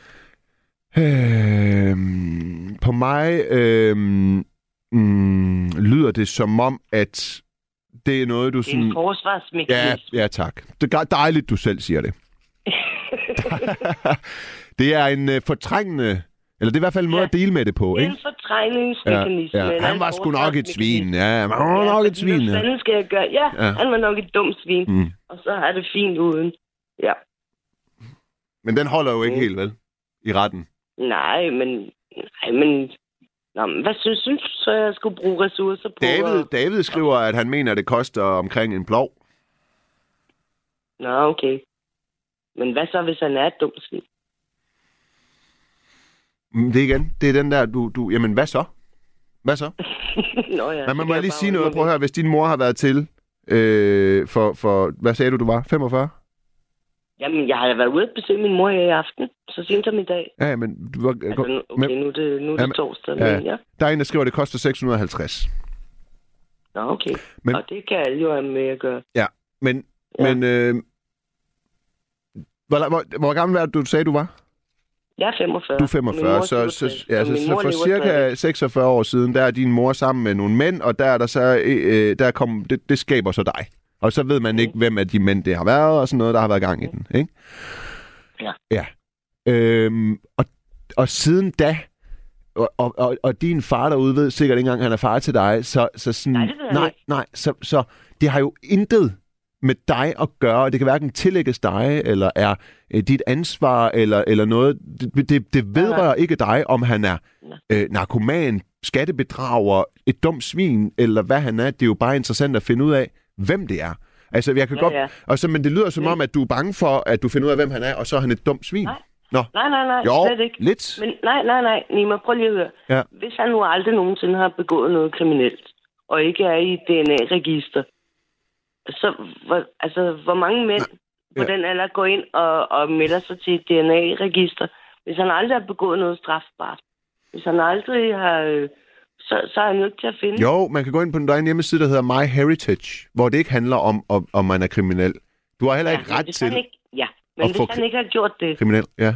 Øh, på mig øh, mm, lyder det som om, at det er noget, du Det er en sådan... Ja, forsvarsmekanisme. ja, tak. Det er dejligt, du selv siger det. Det er en øh, fortrængende... Eller det er i hvert fald en måde Ja. at dele med det på, Det er ikke? en fortrængningsmekanisme. Ja, ja. eller Han en var sgu nok et svin. forsvarsmekanisme. Ja, han var nok et svin. Hvad Ja. fanden skal jeg gøre? Ja, Ja. han var nok et dumt svin. Mm. Og så er det fint uden. Ja. Men den holder jo ikke Mm. helt, vel? I retten. Nej, men... Nej, men... Nå, men hvad synes, synes du så, jeg skulle bruge ressourcer på? David, at- David skriver, at han mener, at det koster omkring en plov. Nå, okay. Men hvad så, hvis han er et dumt svin? Mm, Det er igen. Det er den der, du... du jamen, hvad så? Hvad så? Nå ja. Men man det må kan jeg jeg lige bare sige noget. holde Prøv at mig høre, hvis din mor har været til øh, for, for... Hvad sagde du, du var? femogfyrre? ved. Jamen, jeg har været ude at besøge min mor i aften. Så sent som i dag. Ja, men... Du var, Altså, nu- okay, men, nu er det, nu er det Jamen, torsdag. ja. Men ja. der er en, der skriver, at det koster seks hundrede og halvtreds. Nå, okay. Men- Men... Og det kan alle jo have med at gøre. Men... Ja. men øh, hvor, hvor, hvor gammel var det, du sagde, du var? Jeg er femogfyrre. Du er femogfyrre, så, så, ja, så, så for cirka seksogfyrre år siden, der er din mor sammen med nogle mænd, og der er der så, øh, der kom, det, det skaber så dig. Og så ved man Mm. ikke, hvem af de mænd det har været, og sådan noget, der har været gang i den, ikke? Ja. Ja. Øhm, og, og siden da, og, og, og, og din far derude ved sikkert ikke engang, han er far til dig, så, så sådan, Nej, det ved jeg nej, ikke. nej, så, så det har jo intet med dig at gøre, og det kan hverken tillægges dig, eller er øh, dit ansvar, eller, eller noget. Det, det, det vedrører ikke dig, om han er øh, narkoman, skattebedrager, et dumt svin, eller hvad han er. Det er jo bare interessant at finde ud af, hvem det er. Altså, jeg kan Ja, godt... ja. Og så, men det lyder som Men- om, at du er bange for, at du finder ud af, hvem han er, og så er han et dumt svin. Nej. Nå, Nej, nej, nej, jo, slet ikke. lidt. Men nej, nej, nej, Nima, prøv lige at høre. Ja. Hvis han nu aldrig nogensinde har begået noget kriminelt, og ikke er i D N A-register, så hvor, altså, hvor mange mænd Ja. på den alder går ind og, og melder sig til et D N A-register, hvis han aldrig har begået noget strafbart? Hvis han aldrig har... Øh, så, så er han nødt til at finde... Jo, man kan gå ind på den der er en hjemmeside, der hedder MyHeritage, hvor det ikke handler om, om, om man er kriminel. Du har heller ikke men ret hvis til han ikke, Ja, men at hvis få han ikke har gjort det, kriminel. Ja.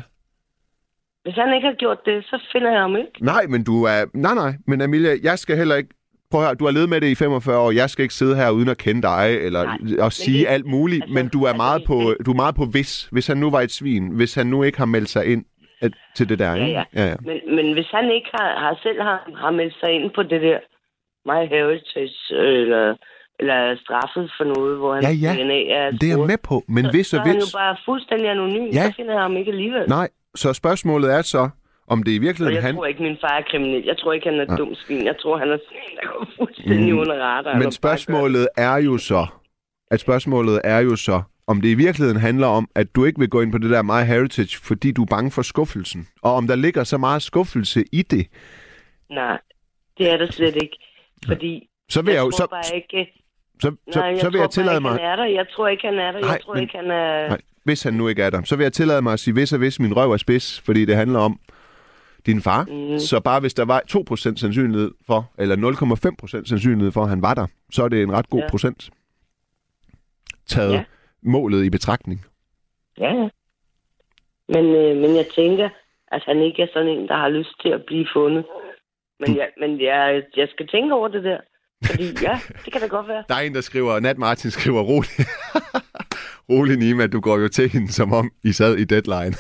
hvis han ikke har gjort det, så finder jeg ham ikke. Nej, men du er... Nej, nej, men Amelia, jeg skal heller ikke... Prøv at høre, du har levet med det i femogfyrre år. Jeg skal ikke sidde her uden at kende dig, eller Nej, og sige det- alt muligt, altså, men du er, altså, meget det- på, du er meget på vis. Hvis han nu var et svin, hvis han nu ikke har meldt sig ind at, til det der, Ja, ikke? ja. ja, ja. Men, men hvis han ikke har, har selv har, har meldt sig ind på det der MyHeritage, eller, eller er straffet for noget, hvor han Ja, ja. D N A er Det er jeg sporet, med på, men hvis så og er han jo hvis... bare fuldstændig anonym. Ja. Så finder jeg ham ikke alligevel. Nej, så spørgsmålet er så, om det i Og virkeligheden jeg han... tror ikke, min far er kriminel. Jeg tror ikke, han er ja. dum svin. Jeg tror, han er sådan en, der går fuldstændig Mm. under radaren. Men og bare spørgsmålet er jo så, at spørgsmålet er jo så, om det i virkeligheden handler om, at du ikke vil gå ind på det der MyHeritage, fordi du er bange for skuffelsen. Og om der ligger så meget skuffelse i det. gør- Nej, det er der slet ikke. Fordi Så vil jeg, jeg jo... tror Så, bare ikke... så, så, Nej, jeg så vil jeg tillade ikke, mig... han er der. Jeg tror ikke, han er der. Nej, jeg tror men... ikke, han er... Nej, hvis han nu ikke er der, så vil jeg tillade mig at sige, hvis og hvis min røv er spids, fordi det handler om din far. Mm. Så bare hvis der var to procent sandsynlighed for, eller nul komma fem procent sandsynlighed for, at han var der, så er det en ret god ja. procent. Taget ja. målet i betragtning. Ja, ja. Men, øh, men jeg tænker, at han ikke er sådan en, der har lyst til at blive fundet. Men, jeg, men jeg, jeg skal tænke over det der. Fordi ja, det kan da godt være. Der er en, der skriver, Nat Martin skriver, rolig, rolig Nima, du går jo til hende, som om I sad i Deadline.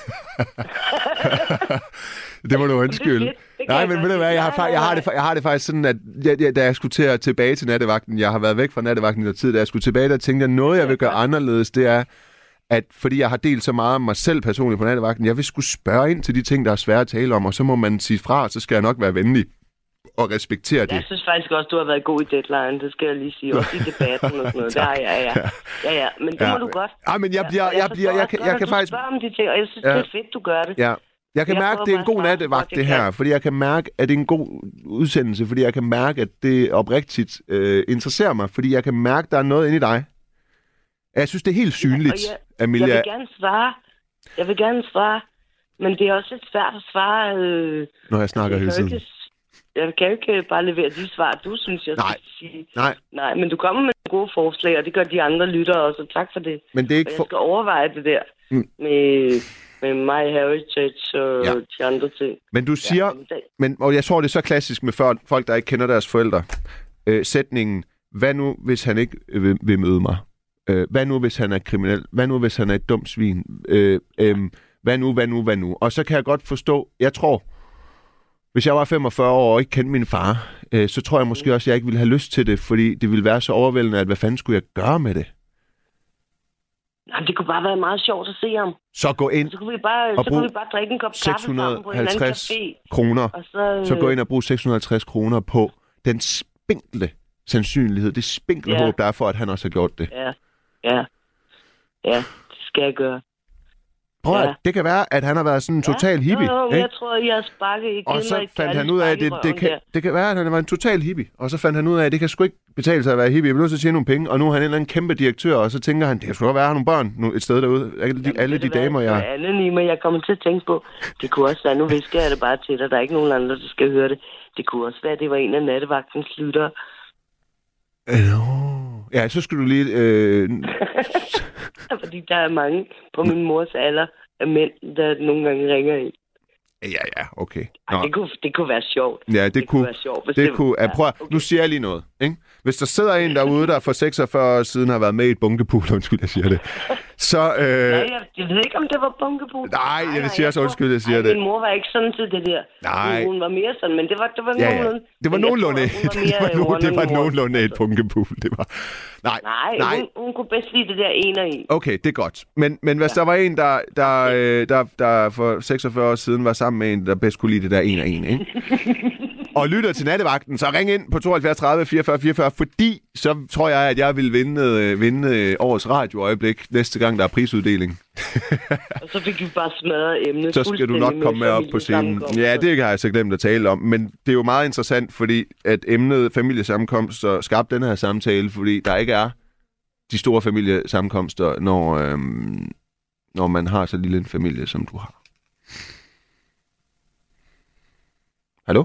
Det må du undskylde. Nej, men ved du hvad, jeg har, jeg, har det, jeg har det faktisk sådan, at jeg, jeg, da jeg skulle til at, tilbage til nattevagten, jeg har været væk fra nattevagten i noget tid, da jeg skulle tilbage, der tænkte jeg, noget jeg vil gøre anderledes, det er, at fordi jeg har delt så meget om mig selv personligt på nattevagten, jeg vil skulle spørge ind til de ting, der er svære at tale om, og så må man sige fra, så skal jeg nok være venlig og respektere det. Jeg synes faktisk også, du har været god i Deadline, det skal jeg lige sige, også i debatten og sådan noget. Der, ja, ja. Ja, ja, men det ja. må du godt. Ja, men jeg bliver, jeg, jeg bliver, jeg, jeg, jeg kan faktisk... om de ting, og jeg synes, ja. det er fedt, du gør det. Ja. Jeg kan jeg mærke, at det er en god nattevagt, det her, fordi jeg kan mærke, at det er en god udsendelse, fordi jeg kan mærke, at det oprigtigt øh, interesserer mig, fordi jeg kan mærke, at der er noget inde i dig. Jeg synes, det er helt synligt, ja, jeg, Amelia. Jeg vil gerne svare. Jeg vil gerne svare, men det er også lidt svært at svare. Øh, Når jeg snakker hele tiden. Jeg kan jo ikke bare levere de svar, du synes, jeg Nej. skal sige. Nej. Nej, men du kommer med gode forslag, og det gør de andre lyttere også, tak for det. Men det er ikke og for... jeg skal overveje det der mm. med, med My Heritage og ja. de andre ting. Men du siger, ja, men, og jeg tror, det er så klassisk med folk, der ikke kender deres forældre. Øh, sætningen, hvad nu, hvis han ikke vil, vil møde mig? Øh, hvad nu, hvis han er kriminel? Hvad nu, hvis han er et dumt svin? Øh, øh, hvad nu, hvad nu, hvad nu? Og så kan jeg godt forstå, jeg tror, hvis jeg var femogfyrre år og ikke kendte min far, øh, så tror jeg måske også, at jeg ikke ville have lyst til det, fordi det ville være så overvældende, at hvad fanden skulle jeg gøre med det? Jamen, det kunne bare være meget sjovt at se ham. Så gå ind så kunne vi bare, og så kunne vi bare drikke en kop kaffe sammen på en anden café. Kroner. Og så, så gå ind og brug seks hundrede og halvtreds kroner på den spinkle sandsynlighed, det spinkle ja. håb, der er for, at han også har gjort det. Ja, ja. Ja, det skal jeg gøre. Prøv at, ja. det kan være, at han har været sådan en total ja. hippie. Jo, jo, jeg tror, jeg har sparket igen. Og så fandt han ud af, at det, det, kan, det kan være, at han var en total hippie. Og så fandt han ud af, at det kan sgu ikke betale sig at være hippie. Jeg vil nødt til at tjene nogle penge. Og nu er han en eller anden kæmpe direktør, og så tænker han, det kan sgu godt være, at han har nogle børn nu et sted derude. Alle de, Jamen, alle de damer, jeg... Alle men jeg kommer til at tænke på, det kunne også være, nu visker jeg det bare til dig. Der er ikke nogen andre, der skal høre det. Det kunne også være, at det var en af nattevagtens lyttere. No. Ja, så skulle du lige... Øh... Fordi der er mange på min mors alder af mænd, der nogle gange ringer ind. Ja, ja, okay. Ej, det, kunne, det kunne være sjovt. Ja, det, det kunne, kunne være sjovt. Det, det kunne... Ja, prøv, ja, okay. Nu siger jeg lige noget, ikke? Hvis der sidder en derude, der for seksogfyrre år siden har været med i et bunkepool, undskyld, jeg siger det, så... Øh... Nej, jeg, jeg ved ikke, om det var bunkepool. Nej, jeg vil sige også undskyld, jeg siger ej, det. Min mor var ikke sådan til det der. Nej. Hun var mere sådan, men det var, det var ja, ja. nogenlunde... Det var nogenlunde, tror, det var, no, det var nogenlunde et bunkepool, det var... Nej, nej, nej. Hun, hun kunne bedst lide det der en og en. Okay, det er godt. Men, men hvis ja. der var en, der, der, øh, der, der for seksogfyrre år siden var sammen med en, der bedst kunne lide det der en og en, ikke? Og lytter til nattevagten, så ring ind på tooghalvfjerds tredive fireogfyrre fireogfyrre, fordi så tror jeg, at jeg vil vinde, vinde årets radioøjeblik næste gang, der er prisuddeling. Og så fik vi bare smadret emnet. Så skal du nok komme med op på scenen. Ja, det har jeg så glemt at tale om, men det er jo meget interessant, fordi at emnet familiesammenkomster skabte den her samtale, fordi der ikke er de store familiesammenkomster, når, øhm, når man har så lille en familie, som du har. Hallo?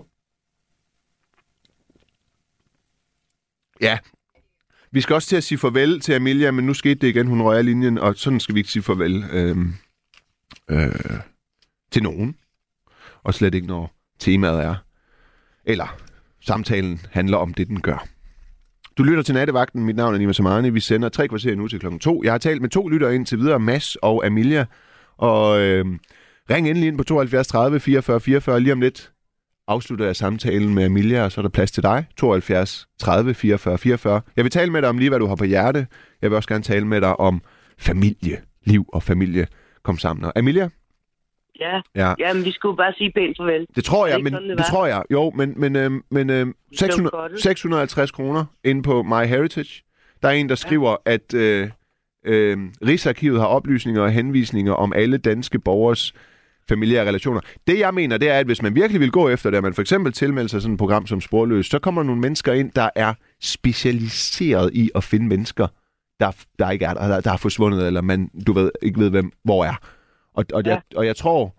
Ja, vi skal også til at sige farvel til Amelia, men nu skete det igen, hun røg af linjen, og sådan skal vi ikke sige farvel øh, øh, til nogen. Og slet ikke, når temaet er, eller samtalen handler om det, den gør. Du lytter til Nattevagten, mit navn er Nima Samani, vi sender tre kvarter nu til klokken to. Jeg har talt med to lyttere ind til videre, Mads og Amelia, og øh, ring endelig ind på tooghalvfjerds tredive fireogfyrre fireogfyrre lige om lidt. Afslutter jeg samtalen med Amelia, og så er der plads til dig. tooghalvfjerds tredive fireogfyrre fireogfyrre. Jeg vil tale med dig om lige, hvad du har på hjerte. Jeg vil også gerne tale med dig om familieliv og familie. Kom sammen. Og Amelia? Ja, ja. Jamen, vi skulle bare sige pænt farvel. Det tror jeg, men det, det tror jeg. Jo, men, men, øh, men øh, seks hundrede, seks hundrede og halvtreds kroner inde på My Heritage. Der er en, der skriver, ja. at øh, øh, Rigsarkivet har oplysninger og henvisninger om alle danske borgers familiære relationer. Det, jeg mener, det er, at hvis man virkelig vil gå efter det, at man for eksempel tilmelder sig sådan et program som Sporløs, så kommer nogle mennesker ind, der er specialiseret i at finde mennesker, der, der ikke er der, der, der er forsvundet, eller man, du ved, ikke ved, hvem, hvor er. Og, og, ja. jeg, og jeg tror,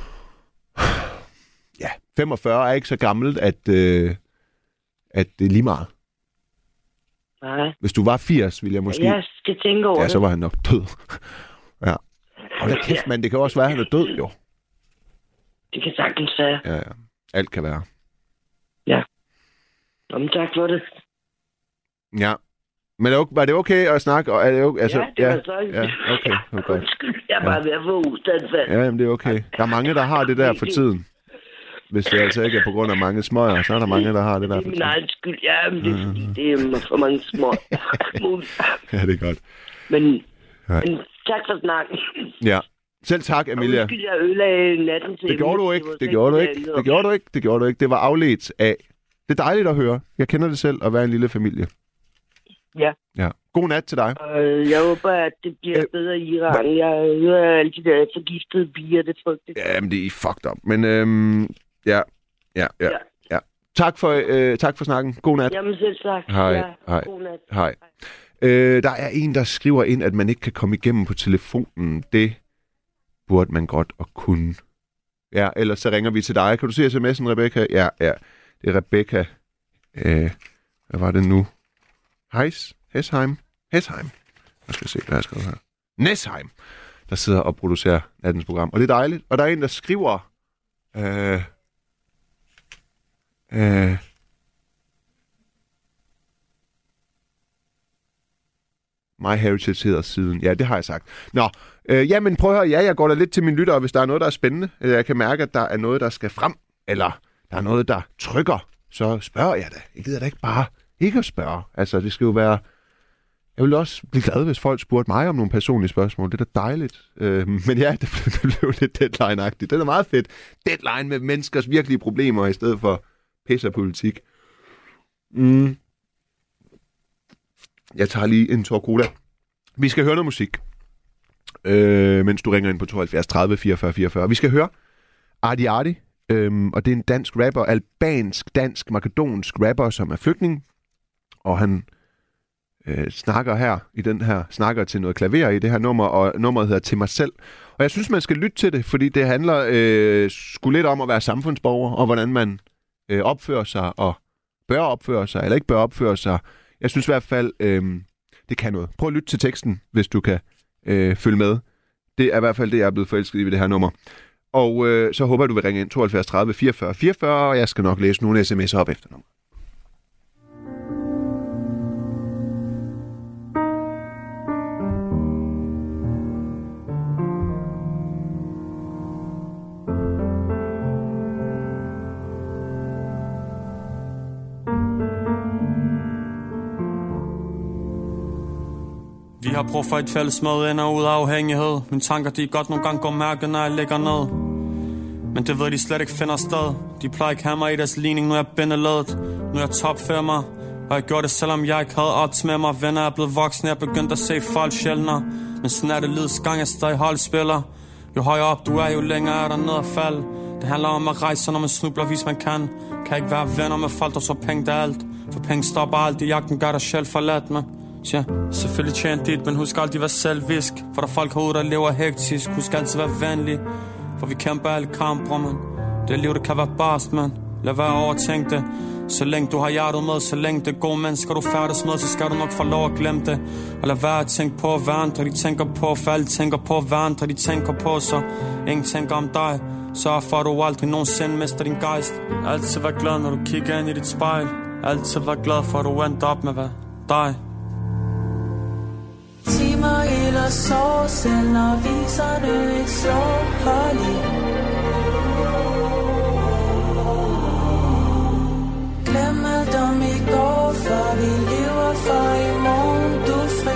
ja, femogfyrre er ikke så gammelt, at, øh, at det er lige meget. Nej. Hvis du var firs, ville jeg måske... Jeg skal tænke over ja, det. så var han nok død. ja. Og der kæft, man, det kan også være, at han er død, jo. Det kan sagtens være. Ja, ja. Alt kan være. Ja. Jamen, tak for det. Ja. Men er, var det okay at snakke? Er det okay? Altså, ja, det var ja, så. Ja, okay. okay. Undskyld, jeg er bare ja. ved at få ustandsvand. Ja, jamen, det er okay. Der er mange, der har det der for tiden. Hvis det altså ikke er på grund af mange smøger, så er der mange, der har det der for tiden. Det er min egen skyld. Ja, men det er fordi, det er for mange smøger. ja, det er godt. Men, men tak for snakken. Ja. Selv tak, Emilia. Undskyld, jeg ødelagde natten til. Det gjorde du ikke. Det gjorde du ikke. Det gjorde du ikke. Det gjorde du ikke. Det var afledt af. Det er dejligt at høre. Jeg kender det selv at være en lille familie. Ja. Ja. God nat til dig. Øh, jeg håber, at det bliver øh, bedre i Iran. Jeg hører alle de der forgiftede bier. Det er frygteligt. Jamen, det er fucked up. Men øhm, ja. Ja, ja, ja. Tak for, øh, tak for snakken. God nat. Jamen selv tak. Hej. Ja, Hej. God nat. Hej. Øh, der er en, der skriver ind, at man ikke kan komme igennem på telefonen. Det burde man godt at kunne. Ja, ellers så ringer vi til dig. Kan du se sms'en, Rebecca? Ja, ja. Det er Rebecca. Øh, hvad var det nu? Heis? Hesheim? Hesheim. Jeg skal se, hvad jeg har skrevet her. Nesheim, der sidder og producerer nattens program. Og det er dejligt. Og der er en, der skriver... Øh, øh, MyHeritage hedder siden. Ja, det har jeg sagt. Nå, øh, jamen prøv at høre. Ja, jeg går da lidt til mine lyttere, hvis der er noget, der er spændende. Eller jeg kan mærke, at der er noget, der skal frem. Eller der er noget, der trykker. Så spørger jeg da. Jeg gider da ikke bare ikke at spørge. Altså, det skal jo være... Jeg ville også blive glad, hvis folk spurgte mig om nogle personlige spørgsmål. Det er da dejligt. Øh, men ja, det blev lidt deadline-agtigt. Det er meget fedt. Deadline med menneskers virkelige problemer, i stedet for pisse og politik. Mm. Jeg tager lige en tår cola. Vi skal høre noget musik, øh, mens du ringer ind på tooghalvfjerds tredive fireogfyrre fireogfyrre. Vi skal høre Arti Arti, øh, og det er en dansk rapper, albansk, dansk, makedonsk rapper, som er flygtning. Og han øh, snakker her, i den her, snakker til noget klaver i det her nummer, og nummeret hedder Til mig selv. Og jeg synes, man skal lytte til det, fordi det handler øh, sgu lidt om at være samfundsborger, og hvordan man øh, opfører sig, og bør opføre sig, eller ikke bør opføre sig. Jeg synes i hvert fald, øh, det kan noget. Prøv at lytte til teksten, hvis du kan øh, følge med. Det er i hvert fald det, jeg er blevet forelsket i ved det her nummer. Og øh, så håber jeg, du vil ringe ind tooghalvfjerds tredive fireogfyrre fireogfyrre, og jeg skal nok læse nogle sms'er op efter nummer. Vi har brug for et fælles med ind og ud af afhængighed. Mine tanker, de godt nogle gange går mærke, når jeg ligger ned. Men det ved de slet ikke finder sted. De plejer ikke have mig i deres ligning, nu er jeg bindeledet. Nu er jeg topfirmer, og jeg gjorde det, selvom jeg ikke havde odds med mig. Venner er blevet voksne, jeg er begyndt at se folk sjældnere. Men sådan er det livets gang, jeg stadig holdspiller. Jo højere op du er, jo længere er der ned at falde. Det handler om at rejse, når man snubler, hvis man kan. Kan ikke være venner med folk, der så penge der alt. For penge stopper alt, i jagten gør dig selv forladt med. Ja, selvfølgelig tjent dit, men husk altid være selvvisk. For der er folk herude, der lever hektisk. Husk altid være venlig, for vi kæmper alle kamper, man. Det liv, det kan være barst, man. Lad være overtænke det. Så længe du har hjertet med, så længe det er gode mennesker, du færdes med, så skal du nok få lov at glemme det. Og lad være at tænke på, hvad andre de tænker på. For alle tænker på, hvad andre de tænker på. Så ingen tænker om dig. Sørg for, at du aldrig nogensinde mister din gejst. Altid vær glad, når du kigger ind i dit spejl. Altid vær glad for, at du endte op med hvad dig. Timer eller sår, selv når viserne ikke slår. Hold i. Glem alt om i går, for vi lever for i morgen. Du er fri.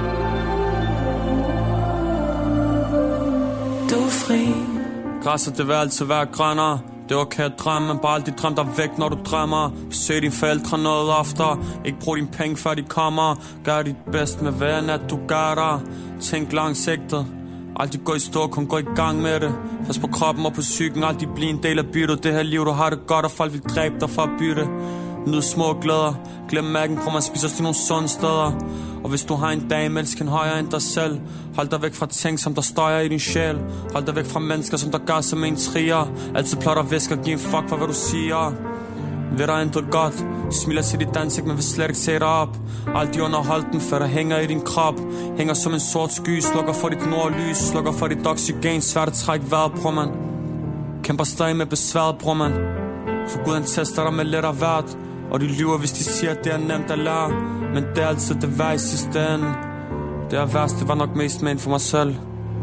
Du er fri. Græsset, det vil altid være grønnere. Det er okay at drømme, men bare aldrig drøm dig væk, når du drømmer. Besøg dine forældre noget oftere. Ikke brug dine penge, før de kommer. Gør dit bedst med væren, at du gør dig. Tænk langsigtet. Aldrig gå i stå, kun gå i gang med det. Pas på kroppen og på psyken, aldrig blive en del af byttet. Det her liv, du har det godt, og folk vil dræbe dig for at bytte. Nyd små glæder, glem mærken, prøv man spiser til nogle sunde steder. Og hvis du har en dag, elsk en højere end dig selv. Hold dig væk fra ting, som der støjer i din sjæl. Hold dig væk fra mennesker, som der gør som en trier. Altid plotter væsker, giv en fuck for hvad du siger. Ved der intet godt, smiler til dit ansigt, men vil slet ikke se dig op. Aldrig underhold den, før der hænger i din krop. Hænger som en sort sky, slukker for dit nordlys. Slukker for dit oxygen, svært at trække vejret, bror man. Kæmper stadig med besværet, bror man. For Gud han tester dig med let og hvert. Og de lyver, hvis de siger, at det er nemt at lære. Men det er altid det værd i sidste ende. Det er værst, det var nok mest ment for mig selv.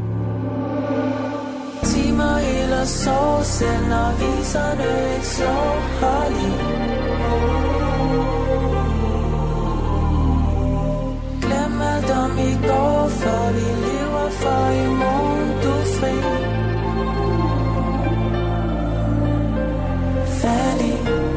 Timer eller sove, selv når viserne ikke slår. Hold i. Glem alt om i går, for vi lever for i morgen, du er fri. Færdig.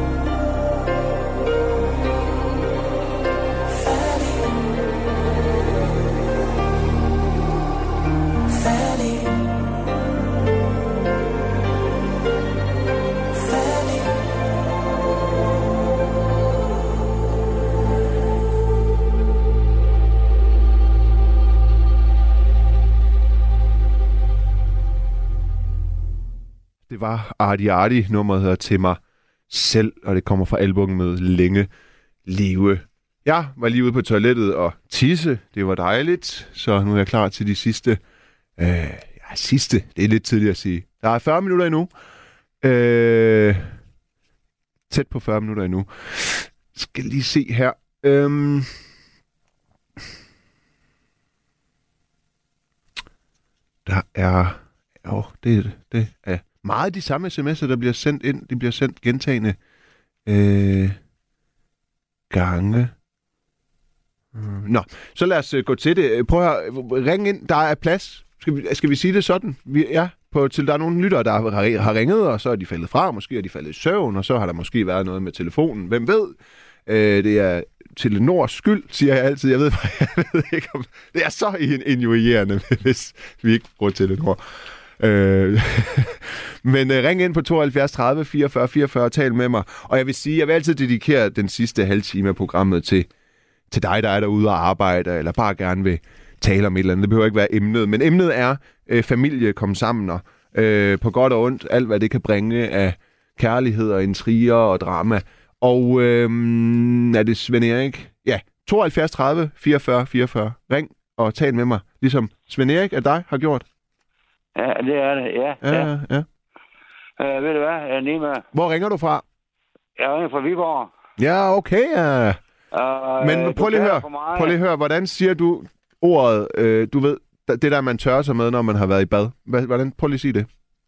Det var Arti Arti, nummeret hedder Til mig selv, og det kommer fra albumet Længe leve. Jeg var lige ude på toilettet og tisse, det var dejligt, så nu er jeg klar til de sidste, øh, ja sidste, det er lidt tidligt at sige. Der er fyrre minutter endnu, øh, tæt på fyrre minutter endnu. Skal lige se her. Øhm Der er, åh, det, det er meget de samme sms'er, der bliver sendt ind. De bliver sendt gentagende øh, gange. Nå, så lad os uh, gå til det. Prøv at ringe ind. Der er plads. Skal vi, skal vi sige det sådan? Vi, ja, på, til der er nogle lyttere, der har, har ringet, og så er de faldet fra. Måske er de faldet i søvn, og så har der måske været noget med telefonen. Hvem ved? Øh, det er Telenors skyld, siger jeg altid. Jeg ved, jeg ved ikke, om det er så injurierende, hvis vi ikke bruger Telenor. Øh, men øh, ring ind på tooghalvfjerds tredive fireogfyrre fireogfyrre og tal med mig. Og jeg vil sige, jeg vil altid dedikere den sidste halve time af programmet til, til dig, der er derude og arbejder, eller bare gerne vil tale om et eller andet. Det behøver ikke være emnet, men emnet er øh, familie, kom sammen og øh, på godt og ondt, alt hvad det kan bringe af kærlighed og intriger og drama. Og øh, er det Svend Erik? Ja, tooghalvfjerds tredive fireogfyrre fireogfyrre. Ring og tal med mig, ligesom Svend Erik af dig har gjort. Ja, det er det, ja. Ja, ja. ja. Uh, ved du hvad, jeg er Nima. Hvor ringer du fra? Jeg ringer fra Viborg. Ja, okay, ja. Uh, Men prøv lige at høre, prøv lige at høre, hvordan siger du ordet, øh, du ved, det der, man tørrer sig med, når man har været i bad. Hvordan, prøv lige at sige det.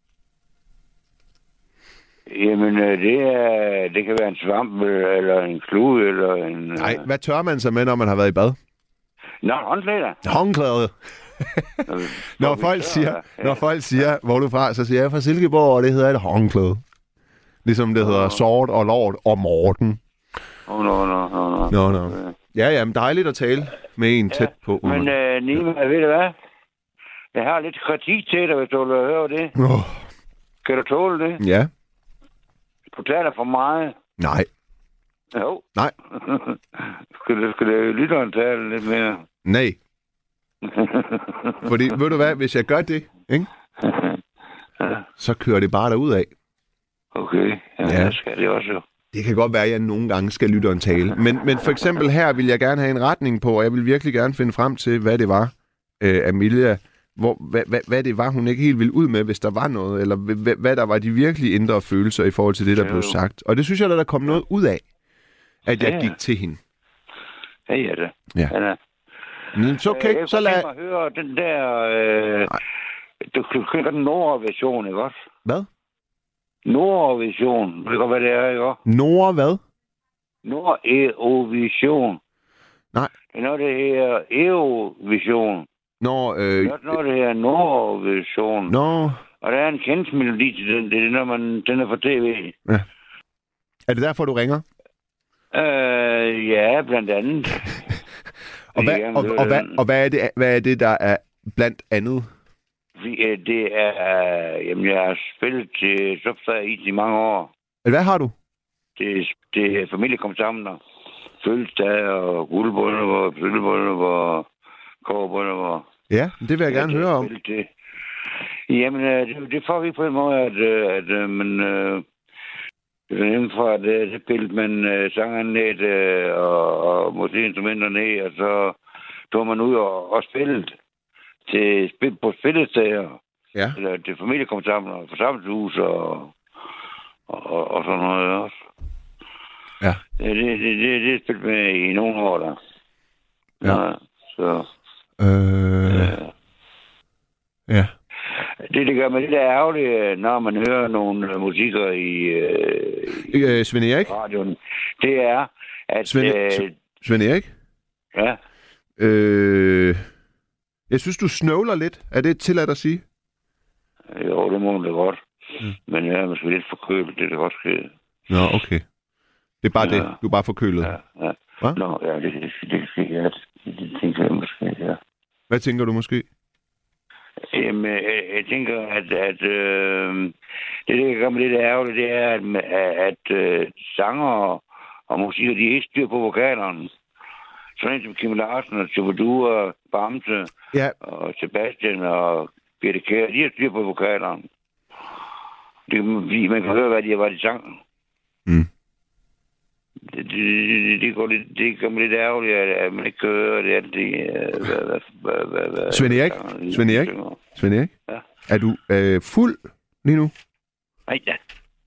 Jamen, det, er, det kan være en svamp, eller en klud, eller en... Nej, hvad tørrer man sig med, når man har været i bad? Nå, håndklæder. Håndklæde. når, folk siger, ja. når folk siger, hvor er du fra, så siger jeg fra Silkeborg, og det hedder et håndklæde. Ligesom det hedder Sort og Lord og Morten. Åh, oh, no, no, no, no. No, no. Ja, ja, men dejligt at tale med en ja, tæt på. Men uh, Nima, ved du hvad? Jeg har lidt kritik til dig, hvis du vil høre det. Oh. Kan du tåle det? Ja. Du taler for meget. Nej. Jo. Nej. skal du, skal du lytteren tale lidt mere? Nej. Fordi, ved du hvad, hvis jeg gør det, ikke? Ja. Så kører det bare derudad. Okay, ja, ja. Det skal det også jo. Det kan godt være, at jeg nogle gange skal lytte en tale. Men, men for eksempel her vil jeg gerne have en retning på, og jeg vil virkelig gerne finde frem til, hvad det var, øh, Amelia, hvor, hvad, hvad, hvad det var, hun ikke helt ville ud med, hvis der var noget, eller hvad, hvad der var de virkelige indre følelser i forhold til det, der jo. blev sagt. Og det synes jeg, at der kom noget ud af, at jeg ja, ja. gik til hende. Ja, ja, det. Ja. ja Men så okay, jeg så lad... Jeg høre den der... Øh, du kender den Nordvision, ikke også? Hvad? Nordvision. Ved du, hvad det er, ikke også? Nord hvad? Nord-Eurovision. Nej. Det er noget, det her Eurovision. Nå, øh... Det er noget, det her Nordvision. Nå... Og der er en kendt melodi til den. Det er, når man... Den er på tv. Ja. Er det derfor, du ringer? Øh, ja, blandt andet. og, hvad, og, og, hvad, og hvad, er det, hvad er det, der er blandt andet? Det er... Jamen, jeg har spillet til Substar i mange år. Hvad har du? Det, det er familie kom sammen og fødselsdag og guldbryllup og sølvbryllup og kobberbryllup og... Ja, det vil jeg gerne høre om. Det. Jamen, det, det får vi på en måde, at, at, at man... Det er nemt fra, at det spillede man uh, sanganlæg uh, og, og musikinstrumenter ned, og så tog man ud og, og spillede til, spil, på spillesteder. Ja. Eller til familie kom sammen og forsamlingshus og, og, og sådan noget også. Ja. Det, det, det, det, det spillet med i nogle år der. Ja. Ja, så... Øh... Ja. Ja. Det, det gør mig lidt ærgerligt, når man hører nogle musikker i, øh, øh, Svend Erik? radioen. Det er, at... Svend, øh, Svend Erik? Ja. Øh, jeg synes, du snøvler lidt. Er det tilladt at sige? Jo, det må man da godt. Mm. Men jeg er måske lidt forkølet, det er det godt ske. Nå, okay. Det er bare Ja. det. Du er bare forkølet. Ja, ja. Hvad? Nå, ja, det, det, det, det, det, det, det tænker jeg måske, ja. Hvad tænker du måske? Jamen, jeg, jeg tænker, at, at øh, det, der gør mig lidt ærgerligt, det er, at, at, at øh, sanger og, og musikker, de er ikke styr på vokalerne. Sådan en som Kim Larsen og Tjovadur og Bamse ja. og Sebastian og Birte Kjær, de har styr på vokalerne. Det, man kan høre, hvad de har været i sangen. Mm. Det, det, det, det, går lidt, det gør mig lidt ærgerligt, at man ikke kan høre det altid. Hvad, hvad, hvad, hvad, Svend Erik? Svend Erik? Svend Erik? Ja. Er du øh, fuld lige nu? Nej, ja.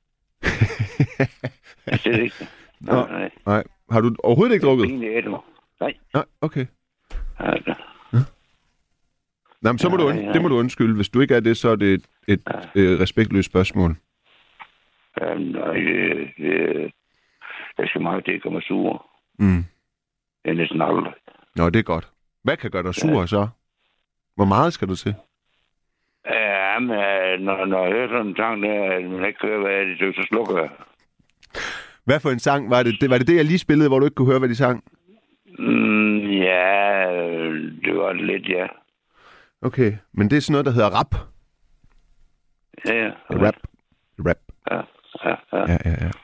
Det er ikke. Nej, nej. nej. Har du overhovedet ikke drukket? Nej. Nej, okay. Ja, ja. Nej, men så må ja, du, und- ja. det må du undskylde. Hvis du ikke er det, så er det et, et ja. øh, respektløst spørgsmål. Ja, nej, det, det, jeg skal meget, det kommer sur. Mm. Det er næsten aldrig. Nå, det er godt. Hvad kan gøre dig sur ja. så? Hvor meget skal du til? Ja, men når, når jeg hører sådan en sang der, at man ikke hører, hvad det er, så slukker jeg. Hvad for en sang var det? det? Var det det, jeg lige spillede, hvor du ikke kunne høre, hvad de sang? Mm, ja, det var det lidt, ja. Okay, men det er sådan noget, der hedder rap. Ja, ja. Rap. Rap. Ja, ja, ja. Ja, ja, ja.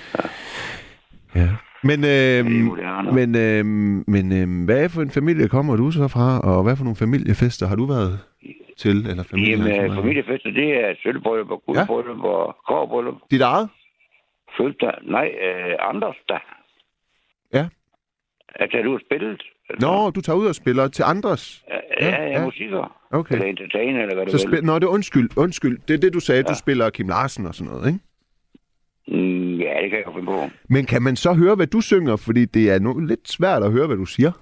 ja. Men, øhm, men, øhm, men øhm, hvad for en familie kommer du så fra, og hvad for nogle familiefester har du været til? Eller familie, Jamen, familiefester, det er sølvbryllup og guldbryllup ja. og kobberbryllup. Dit eget? Fødselsdag? Nej, øh, andres da. Ja. At er du har spillet? Nå, du tager ud og spiller til andres? Ja, ja, ja, ja. musiker. Okay. Eller entertainer, eller hvad du så vil. Spil- Nå, det er undskyld. Undskyld. Det er det, du sagde, ja. Du spiller Kim Larsen og sådan noget, ikke? Mm, ja, det kan jeg jo finde på. Men kan man så høre, hvad du synger? Fordi det er no- lidt svært at høre, hvad du siger.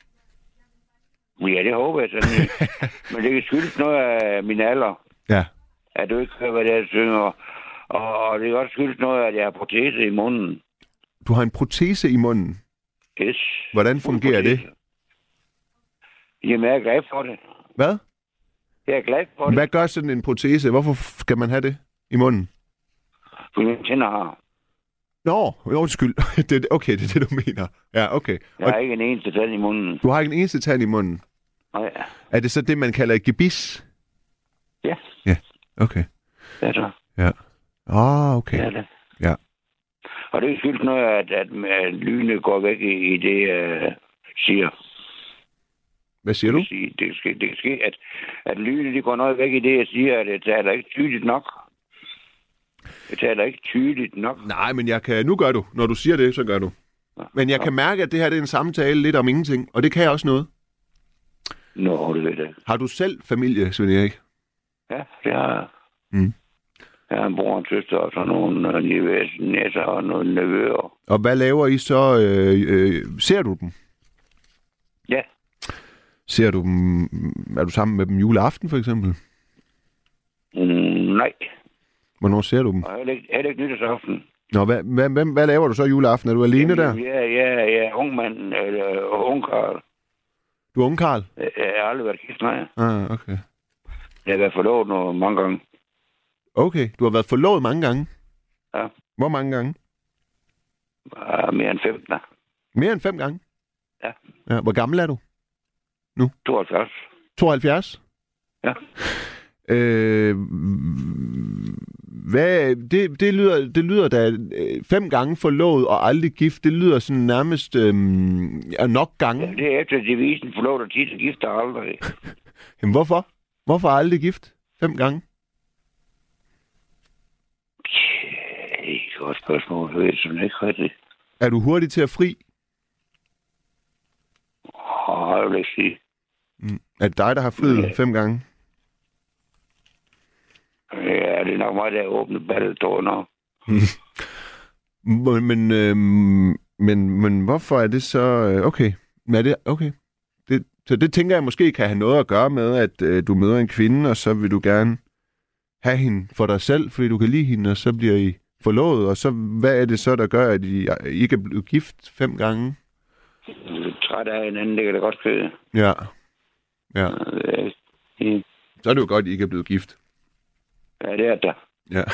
Ja, det håber jeg sådan. Men det kan skyldes noget af min alder. Ja. At du ikke hører, hvad det er, jeg synger. Og, og det kan også skyldes noget, at jeg har protese i munden. Du har en protese i munden? Yes. Hvordan fungerer det? Jamen, jeg er glad for det. Hvad? Jeg er glad for det. Hvad gør sådan en protese? Hvorfor skal man have det i munden? Fordi mine tænder har. Nå, undskyld. det, okay, det er det, du mener. Ja, okay. Jeg har og ikke en eneste tand i munden. Du har ikke en eneste tand i munden? Nej. Er det så det, man kalder et gebis? Ja. Ja, okay. Det er det. Ja. Ah, okay. Det er det. Ja. Og det skyldes noget, at, at, at lynene går væk i, i det, jeg uh, siger. Hvad siger du? Det kan, sige, det kan ske, det kan ske at, at lynene de går noget væk i det, jeg siger, at det taler ikke tydeligt nok. Det taler ikke tydeligt nok. Nej, men jeg kan... Nu gør du. Når du siger det, så gør du. Ja. Men jeg ja. kan mærke, at det her det er en samtale lidt om ingenting, og det kan jeg også noget. Nå, det ved jeg. Har du selv familie, Svend Erik? Ja, det har jeg. Mm. Jeg har en bror og en søster, og så nogle næser og nogle nevøer. Og hvad laver I så? Øh, øh, ser du dem? Ja. Ser du dem... Er du sammen med dem juleaften, for eksempel? Mm, nej. Hvornår ser du dem? Og heller ikke, heller ikke nytårsaften. Nå, hvad, hvad, hvad, hvad laver du så juleaften? Er du alene Jamen, der? Ja, ja, ja. Ung mand, eller ung Karl. Du er ung Karl? Jeg, jeg har aldrig været gift, nej. Ah, okay. Jeg har været forlovet nogle mange gange. Okay, du har været forlovet mange gange? Ja. Hvor mange gange? Uh, mere end fem, da. Mere end fem gange? Ja. Ja. Hvor gammel er du nu? tooghalvfjerds. tooghalvfjerds? Ja. Øh, hvad, det, det, lyder, det lyder da øh, fem gange forlovet og aldrig gift. Det lyder sådan nærmest øh, nok gange. Ja, det er efter devisen forlovet og tit gift og aldrig. Jamen hvorfor? Hvorfor aldrig gift? Fem gange? Det er et godt spørgsmål. Jeg ved sådan ikke rigtigt. Er du hurtig til at fri? Åh, jeg vil ikke sige. Mm. Er det dig, der har friet ja. fem gange? Ja, det er nok mig, der åbner ballet, tror jeg nok. men, men, øh, men, men hvorfor er det så... Øh, okay, men er det... Okay. Det, så det tænker jeg måske kan have noget at gøre med, at øh, du møder en kvinde, og så vil du gerne have hende for dig selv, fordi du kan lide hende, og så bliver I forlovet, og så hvad er det så, der gør, at I ikke er blevet gift fem gange? Jeg er træt af hinanden, det kan da godt ske. Ja. Ja. Ja. Så er det jo godt, at I ikke er blevet gift. Ja, det er der. Ja.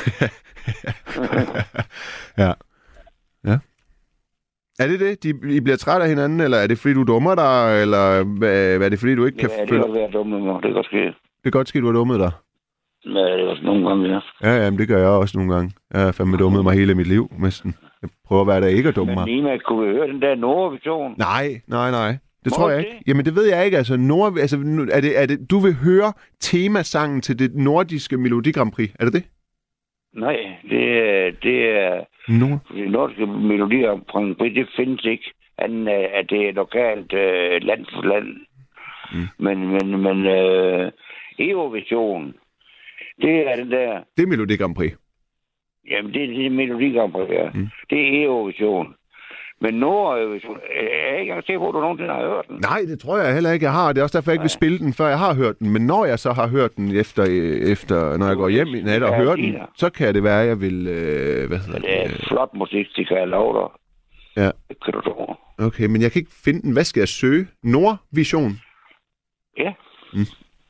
ja. Ja. Er det det? De, I bliver træt af hinanden, eller er det fordi, du dummer dig, eller hvad, hvad er det fordi, du ikke ja, kan... Ja, det kan godt være dumme mig. Det kan godt ske. Det kan godt ske, du har dummet dig. Ja, det er også nogle gange, ja. Ja, jamen, det gør jeg også nogle gange. Jeg har fandme dummet mig hele mit liv, næsten. Jeg prøver hver dag ikke at dumme mig. Men Nima, kunne vi høre den der Nordvision? Nej, nej, nej. Det Må tror jeg det? ikke. Jamen, det ved jeg ikke. Altså, Nord, altså er det, er det, du vil høre temasangen til det nordiske Melodi Grand Prix. Er det det? Nej, det er... Det er Nord. Det nordiske Melodi Grand Prix, det findes ikke. Anden, at det er lokalt øh, land for land. Mm. Men, men, men øh, Eurovision, det er den der... Det er Melodi Grand Prix. Jamen, det er, det er Melodi Grand Prix, ja. Mm. Det er Eurovision. Men Nordvision, er jeg ikke engang sikker på, at du nogensinde har hørt den? Nej, det tror jeg heller ikke, jeg har. Det er også derfor, jeg ikke vil spille den, før jeg har hørt den. Men når jeg så har hørt den, efter, efter når jeg går hjem i nat og hører den, så kan det være, at jeg vil... Øh, hvad hedder det? Det er flot musik, det kan jeg love dig. Ja. Det kan du tro. Okay, men jeg kan ikke finde den. Hvad skal jeg søge? Nordvision? Ja. Mm.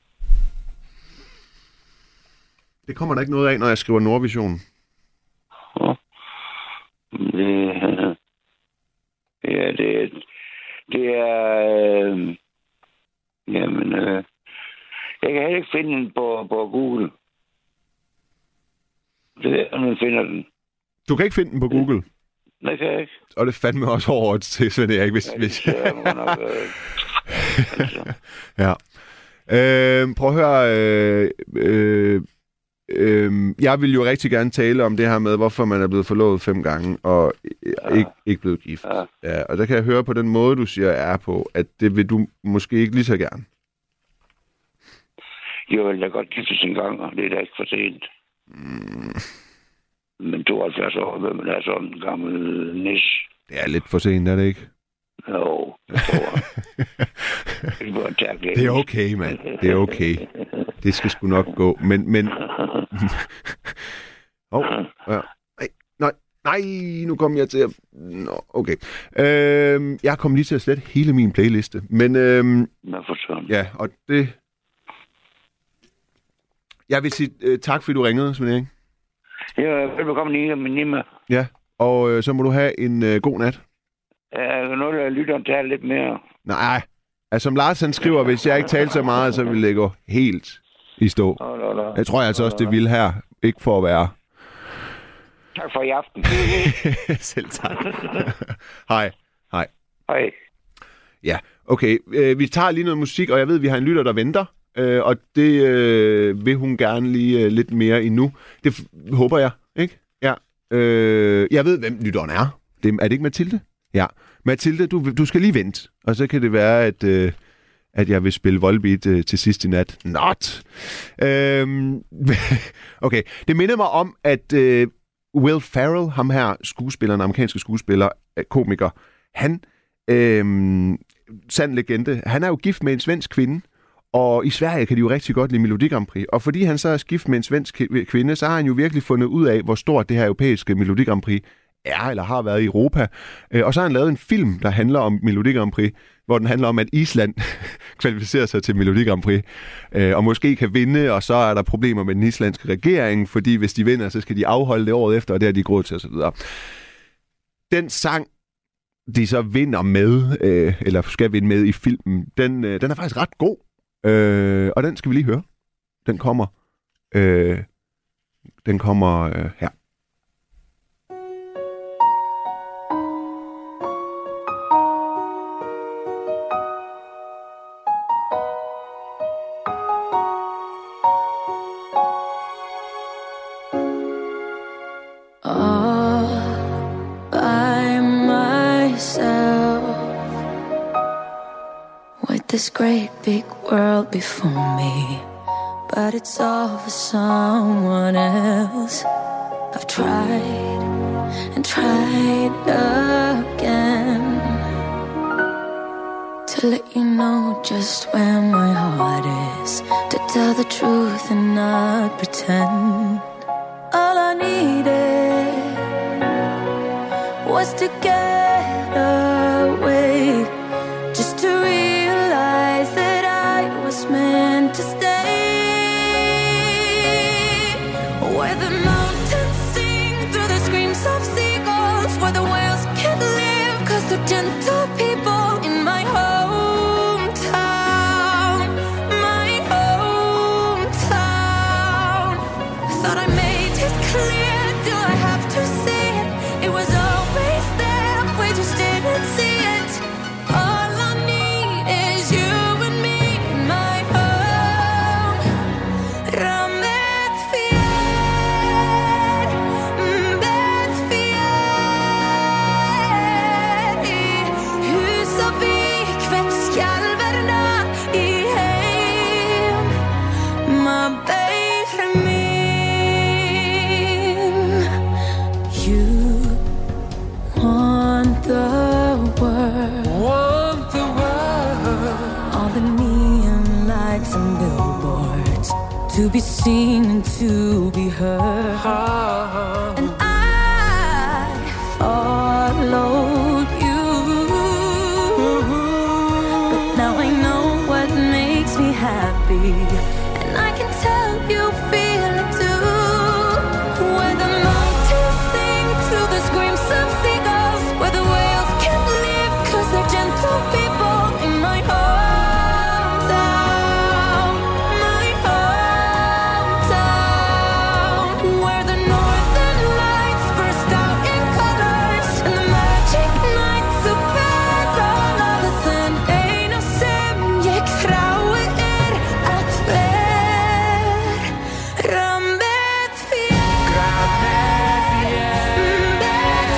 Det kommer der ikke noget af, når jeg skriver Nordvision. Ja. Det... Ja, det, det er... Øh, jamen, øh, jeg kan heller ikke finde den på, på Google. Det er, man finder den. Du kan ikke finde den på Google? Nej, kan jeg ikke. Og det fandme også over til, Svend Erik, hvis... Ja, hvis... Det er nok, øh, ja. Øh, prøv at høre... Øh, øh, Øhm, jeg vil jo rigtig gerne tale om det her med, hvorfor man er blevet forlovet fem gange, og ja. ikke, ikke blevet gift. Ja. Ja, og der kan jeg høre på den måde, du siger, jeg er på, at det vil du måske ikke lige så gerne. Jeg vil da godt giftes en gang, og det er da ikke for sent. Mm. Men tooghalvfjerds år, hvem man er sådan en gammel nis. Det er lidt for sent, er det ikke? Jo, jeg tror. Det er okay, mand. Det er okay. Det skal sgu nok gå. Men, men... oh, ja. Nej, nej, nu kom jeg til at... Nå, okay. Øhm, jeg kom lige til at slette hele min playliste. Men, øhm... ja, og det... Jeg vil sige uh, tak, fordi du ringede, Svend Erik. Ja, velbekomme, Nima. Ja, og øh, så må du have en øh, god nat. Ja, nu lader lytteren tale lidt mere. Nej, altså som Lars han skriver, hvis jeg ikke talte så meget, så ville det gå helt i stå. Oh, no, no. Jeg tror altså også, det vil her. Ikke for at være. Tak for i aften. Selv tak. Hej. Hej. Hej. Ja, okay. Øh, vi tager lige noget musik, og jeg ved, vi har en lytter, der venter. Øh, og det øh, vil hun gerne lige øh, lidt mere endnu. Det f- håber jeg, ikke? Ja. Øh, jeg ved, hvem lytteren er. Det, er det ikke Mathilde? Ja. Mathilde, du, du skal lige vente. Og så kan det være, at, øh, at jeg vil spille Volbeat øh, til sidst i nat. Not! Øhm, okay. Det minder mig om, at øh, Will Ferrell, ham her skuespilleren, amerikanske skuespiller, komiker, han, øh, sand legende, han er jo gift med en svensk kvinde. Og i Sverige kan de jo rigtig godt lide Melodi Grand Prix. Og fordi han så er gift med en svensk kvinde, så har han jo virkelig fundet ud af, hvor stort det her europæiske Melodi Grand Prix er, eller har været i Europa. Og så har han lavet en film, der handler om Melodi Grand Prix, hvor den handler om, at Island kvalificerer sig til Melodi Grand Prix, og måske kan vinde, og så er der problemer med den islandske regering, fordi hvis de vinder, så skal de afholde det året efter, og det har de råd til, osv. Den sang, de så vinder med, eller skal vinde med i filmen, den, den er faktisk ret god. Øh, og den skal vi lige høre. Den kommer Øh, den kommer øh, her. This great big world before me, but it's all for someone else. I've tried and tried again to let you know just where my heart is, to tell the truth and not pretend. All I needed was to get away, just to realize that I was meant to stay. Where the mountains sing through the screams of seagulls, where the whales can't live cause they're gentle people. In my hometown, my hometown. Thought I made it clear, do I have to say it? It was always there, we just didn't see it. All I need is you and me in my home. Rammet fjär, bet fjär. I Husavik väcks skalvarna i hem. My baby min. You want the world, want the world. All the neon lights and billboards, to be seen and to be heard. And I followed you, but now I know what makes me happy, and I can tell you feel it too. Where the mountains sing through the screams of seagulls, where the whales can't live cause they're gentle people. In my hometown, my hometown. Where the northern lights burst out in colors, and the magic night surpass all others. And ein og sem ég þrái er að ver rammet fjær, bet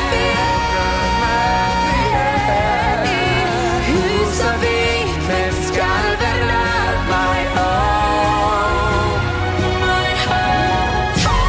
fjær. I Husavik väcks skalvarna, my home, my hometown.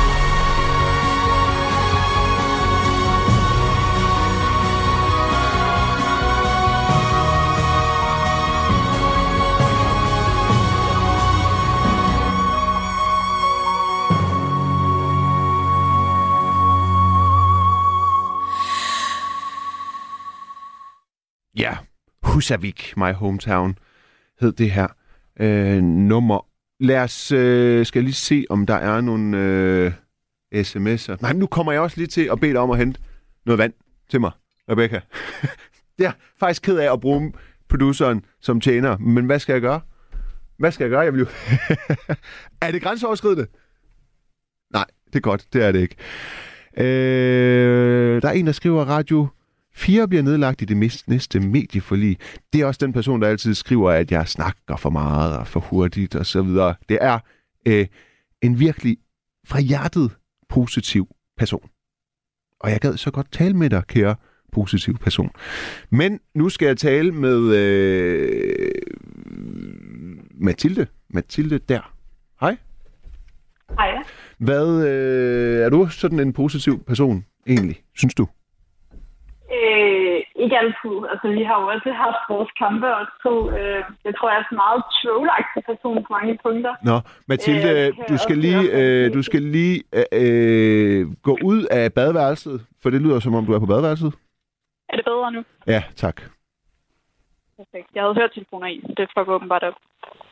Ja, Husavik, My Hometown, hed det her øh, nummer. Lad os, øh, skal jeg lige se, om der er nogle øh, sms'er. Nej, nu kommer jeg også lige til at bede dig om at hente noget vand til mig, Rebecca. Jeg er faktisk ked af at bruge produceren som tjener, men hvad skal jeg gøre? Hvad skal jeg gøre? Jeg vil jo... Er det grænseoverskridende? Nej, det er godt. Det er det ikke. Øh, der er en, der skriver, Radio fire bliver nedlagt i det næste medieforlig. Det er også den person, der altid skriver, at jeg snakker for meget og for hurtigt og så videre. Det er øh, en virkelig fra hjertet positiv person. Og jeg gad så godt tale med dig, kære positiv person. Men nu skal jeg tale med øh, Mathilde. Mathilde der. Hej. Hej. Hvad, øh, er du sådan en positiv person egentlig, synes du? Øh, ikke altid. Altså, vi har jo også haft vores kampe og to. Øh, jeg tror, jeg er så meget trollagtig person på mange punkter. Nå, Mathilde, øh, du, skal lige, øh, du skal lige øh, gå ud af badeværelset, for det lyder som om, du er på badeværelset. Er det bedre nu? Ja, tak. Perfekt. Jeg havde hørt telefoner i, så det får gå åbenbart op.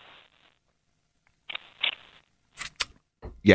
Ja.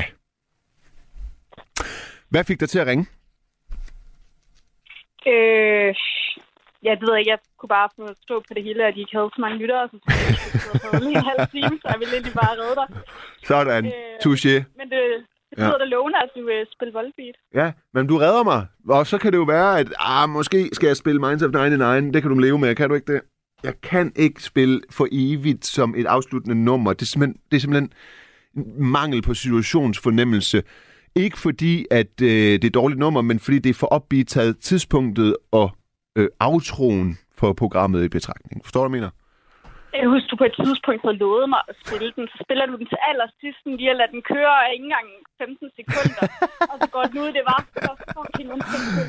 Hvad fik dig til at ringe? Øh, ja, det ved jeg ikke. Jeg kunne bare forstå på det hele, at de ikke havde så mange lyttere, så skulle jeg lige en halv time, så jeg ville egentlig bare redde dig. Sådan. Øh, Touché. Men det betyder ja. det lovende, at du vil spille Volbeat. Ja, men du redder mig. Og så kan det jo være, at ah, måske skal jeg spille Minds of nioghalvfems. Det kan du leve med. Kan du ikke det? Jeg kan ikke spille for evigt som et afsluttende nummer. Det er simpelthen, det er simpelthen mangel på situationsfornemmelse. Ikke fordi, at øh, det er et dårligt nummer, men fordi det er for upbeat taget tidspunktet og øh, outroen for programmet i betragtning. Forstår du, hvad jeg mener? Jeg husker, du på et tidspunkt havde lovet mig at spille den. Så spiller du den til allersidst, lige at lade den køre ikke engang femten sekunder. Og så går den ud, det var så fucking undskyld.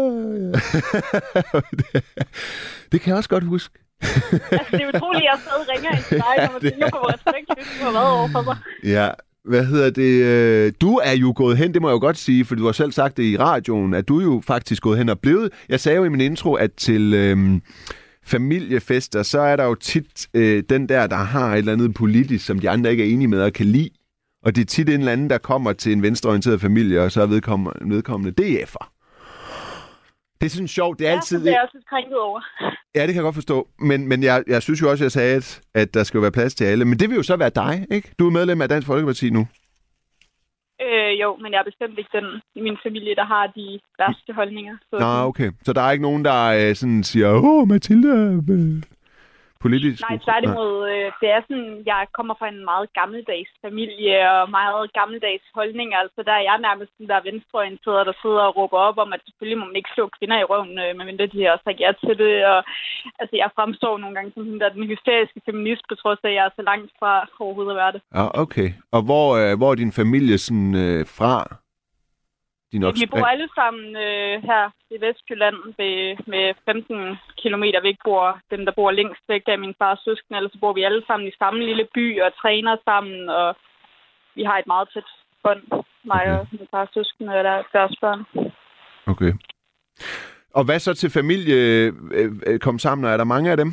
Det kan jeg også godt huske. Altså, det er utroligt, at jeg stadig ringer ind til dig, når man tænker på, hvor respekt du har været over for mig. Ja, hvad hedder det? Du er jo gået hen, det må jeg jo godt sige, for du har selv sagt det i radioen, at du er jo faktisk gået hen og blevet. Jeg sagde jo i min intro, at til øhm, familiefester, så er der jo tit øh, den der, der har et eller andet politisk, som de andre ikke er enige med og kan lide. Og det er tit en eller anden, der kommer til en venstreorienteret familie, og så er vedkommende, vedkommende D F'er. Det er sådan sjovt, det er ja, altid... Ja, det er jeg også krænket over. Ja, det kan jeg godt forstå. Men, men jeg, jeg synes jo også, jeg sagde, at, at der skal være plads til alle. Men det vil jo så være dig, ikke? Du er medlem af Dansk Folkeparti nu. Øh, jo, men jeg er bestemt ikke den i min familie, der har de værste holdninger. Så Nå, okay. Så der er ikke nogen, der øh, sådan siger, åh, Mathilde øh, politisk? Nej, tværtimod. Øh, det er sådan, jeg kommer fra en meget gammeldags familie og meget gammeldags holdninger. Altså, der er jeg nærmest den der venstreorienteret, der sidder og råber op om, at selvfølgelig må man ikke slå kvinder i røven, øh, medmindre de har sagt ja til det. Og, altså, jeg fremstår nogle gange som den der den hysteriske feminist, på trods af, at jeg er så langt fra overhovedet at være det. Ja, okay. Og hvor, øh, hvor er din familie sådan øh, fra? De nok... Vi bor alle sammen øh, her i Vestjylland ved, med femten kilometer væk bor dem, der bor længst væk af min fars søskende. Ellers så bor vi alle sammen i samme lille by og træner sammen, og vi har et meget tæt bånd, mig okay. og min fars søskende og der, deres børn. Okay. Og hvad så til familie øh, øh, kom sammen? Er der mange af dem?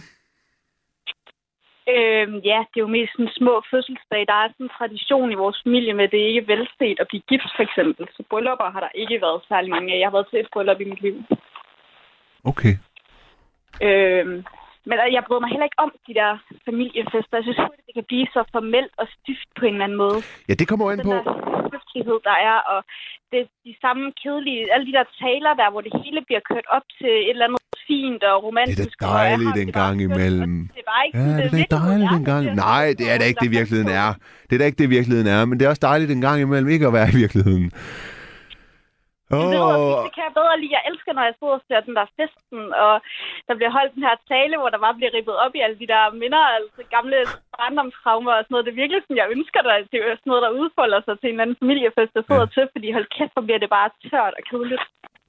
Øhm, ja, det er jo mest sådan små fødselsdage. Der er sådan en tradition i vores familie med, at det ikke er velset at blive gift, for eksempel. Så bryllupper har der ikke været særlig mange af. Jeg har været til et bryllup i mit liv. Okay. Øhm, men jeg bryder mig heller ikke om de der familiefester. Jeg synes at det kan blive så formelt og stift på en eller anden måde. Ja, det kommer jo ind på. Den der høflighed, der er, og det er de samme kedelige, alle de der taler der, hvor det hele bliver kørt op til et eller andet fint og romantisk. Det er da dejligt den gang imellem. Det var ikke ja, det, det er dejligt den gang. Nej, det er da ikke det virkeligheden er. Det er da ikke det virkeligheden er, men det er også dejligt den gang imellem ikke at være i virkeligheden. Oh. Det, ved, det kan jeg bedre lide. Jeg elsker, når jeg sidder og ser den der festen, og der bliver holdt den her tale, hvor der bare bliver rippet op i alle de der minder, altså gamle barndomstraumer og sådan noget. Det er virkelig sådan, jeg ønsker dig. Det er sådan noget, der udfolder sig til en eller anden familiefest, der sidder ja. til, fordi hold kæft, hvor bliver det bare tørt og kedeligt.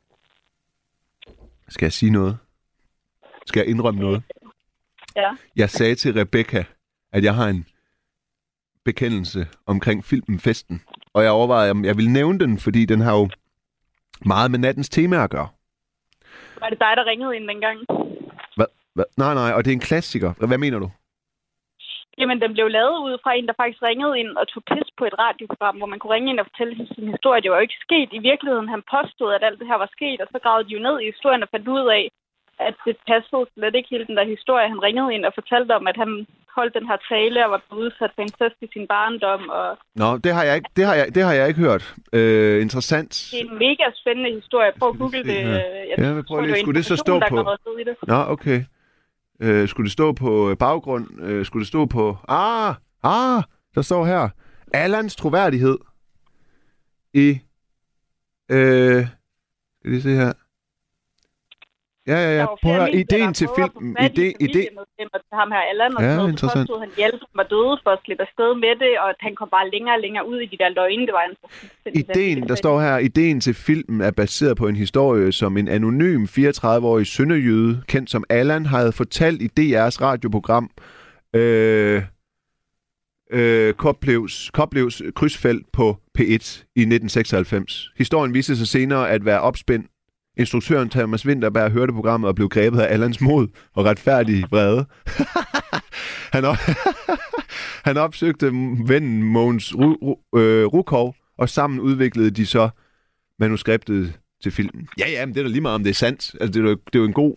Skal jeg sige noget? Skal jeg indrømme noget? Ja. Jeg sagde til Rebecca, at jeg har en bekendelse omkring filmen Festen, og jeg overvejede, om jeg ville nævne den, fordi den har jo meget med nattens tema at gøre. Var det dig, der ringede ind dengang? Hvad? Hvad? Nej, nej, og det er en klassiker. Hvad mener du? Jamen, den blev lavet ud fra en, der faktisk ringede ind og tog pis på et radioprogram, hvor man kunne ringe ind og fortælle sin historie. Det var jo ikke sket i virkeligheden. Han påstod, at alt det her var sket, og så gravede de jo ned i historien og fandt ud af, at det passede slet ikke hele den der historie. Han ringede ind og fortalte om, at han holdt den her tale og var udsat for incest i sin barndom. Og... Nå, det har jeg ikke, det har jeg, det har jeg ikke hørt. Øh, interessant. Det er en mega spændende historie. Prøv at google det. Jeg ja, jeg prøv lige. Skulle det så stå på? Nå, okay. Øh, skulle det stå på baggrund? Øh, skulle det stå på... Ah, ah, der står her. Allans troværdighed i... Øh, skal vi se her. Ja, ja, ja. Prøv at høre, ideen til filmen... Ide, ide... Ham her, Allan, og ja, noget, interessant. Påstod, han hjalp ham og døde for at slippe afsted med det, og at han kom bare længere og længere ud i de der løgne. Det var en... Ideen, der står her, ideen til filmen er baseret på en historie, som en anonym fireogtredive-årig sønderjyde, kendt som Allan, havde fortalt i D R's radioprogram øh, øh, Koplevs, Koplevs krydsfelt på P et i nitten seksoghalvfems. Historien viste sig senere at være opspændt. Instruktøren Thomas Vinterberg hørte programmet og blev grebet af Allans mod og retfærdig vrede. han, op... han opsøgte vennen Mogens Ru- Ru- øh, Rukov, og sammen udviklede de så manuskriptet til filmen. Ja, ja, men det er da lige meget, om det er sandt. Altså, det er jo, det er jo en god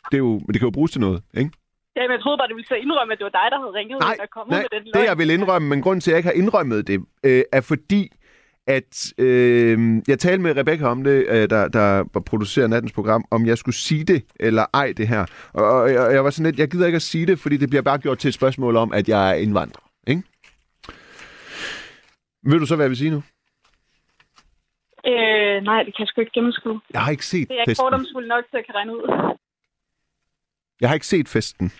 det, er jo, det kan jo bruges til noget, ikke? Ja, men jeg troede bare, du ville så indrømme, at det var dig, der havde ringet Nej, og kommet nej, med den løgn. det jeg vil indrømme, men grunden til, at jeg ikke har indrømmet det, øh, er fordi, at øh, jeg talte med Rebecca om det, øh, der, der producerer nattens program, om jeg skulle sige det eller ej det her. Og, og jeg, jeg var sådan lidt, jeg gider ikke at sige det, fordi det bliver bare gjort til et spørgsmål om, at jeg er indvandrer, ikke? Ved du så, hvad jeg vil sige nu? Øh, nej, det kan jeg sgu ikke gennemskue. Jeg har ikke set det er festen. fordomsfuld nok til at kan regne ud. Jeg har ikke set festen.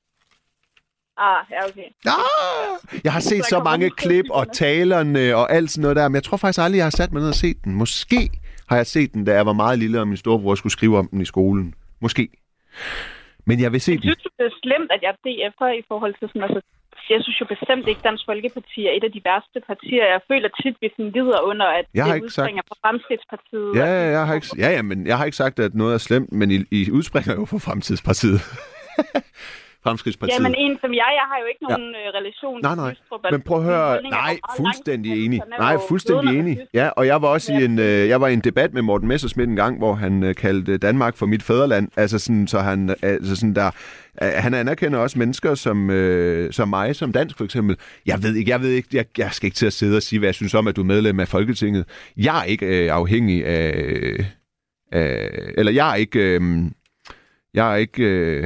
Ah, ja, okay. Ah, jeg har set så mange klip og talerne og alt sådan noget der, men jeg tror faktisk aldrig, jeg har sat mig ned og set den. Måske har jeg set den, da jeg var meget lille, og min storebror skulle skrive om den i skolen. Måske. Men jeg vil se den. Synes du, det er slemt, at jeg er D F'er i forhold til sådan, altså, jeg synes jo bestemt ikke, Dansk Folkeparti er et af de værste partier. Jeg føler tit, vi sådan lider under, at jeg det udspringer sagt... fra Fremskridtspartiet. Ja, ja, jeg har ikke, ja, ja, men jeg har ikke sagt, at noget er slemt, men I, I udspringer jo fra Fremskridtspartiet. Fremskridtspartiet. Ja, men en som jeg, jeg har jo ikke nogen ja. relation til nej, nej. Lystrup. Men prøv at høre, nej, fuldstændig enig. Nej, fuldstændig enig. Ja, og jeg var også i en, øh, jeg var i en debat med Morten Messerschmidt en gang, hvor han øh, kaldte Danmark for mit fædreland. Altså sådan, så han, altså sådan der, øh, han anerkender også mennesker som, øh, som mig, som dansk for eksempel. Jeg ved ikke, jeg ved ikke, jeg, jeg skal ikke til at sidde og sige, hvad jeg synes om, at du er medlem af Folketinget. Jeg er ikke øh, afhængig af, øh, eller jeg er ikke, øh, jeg er ikke, øh,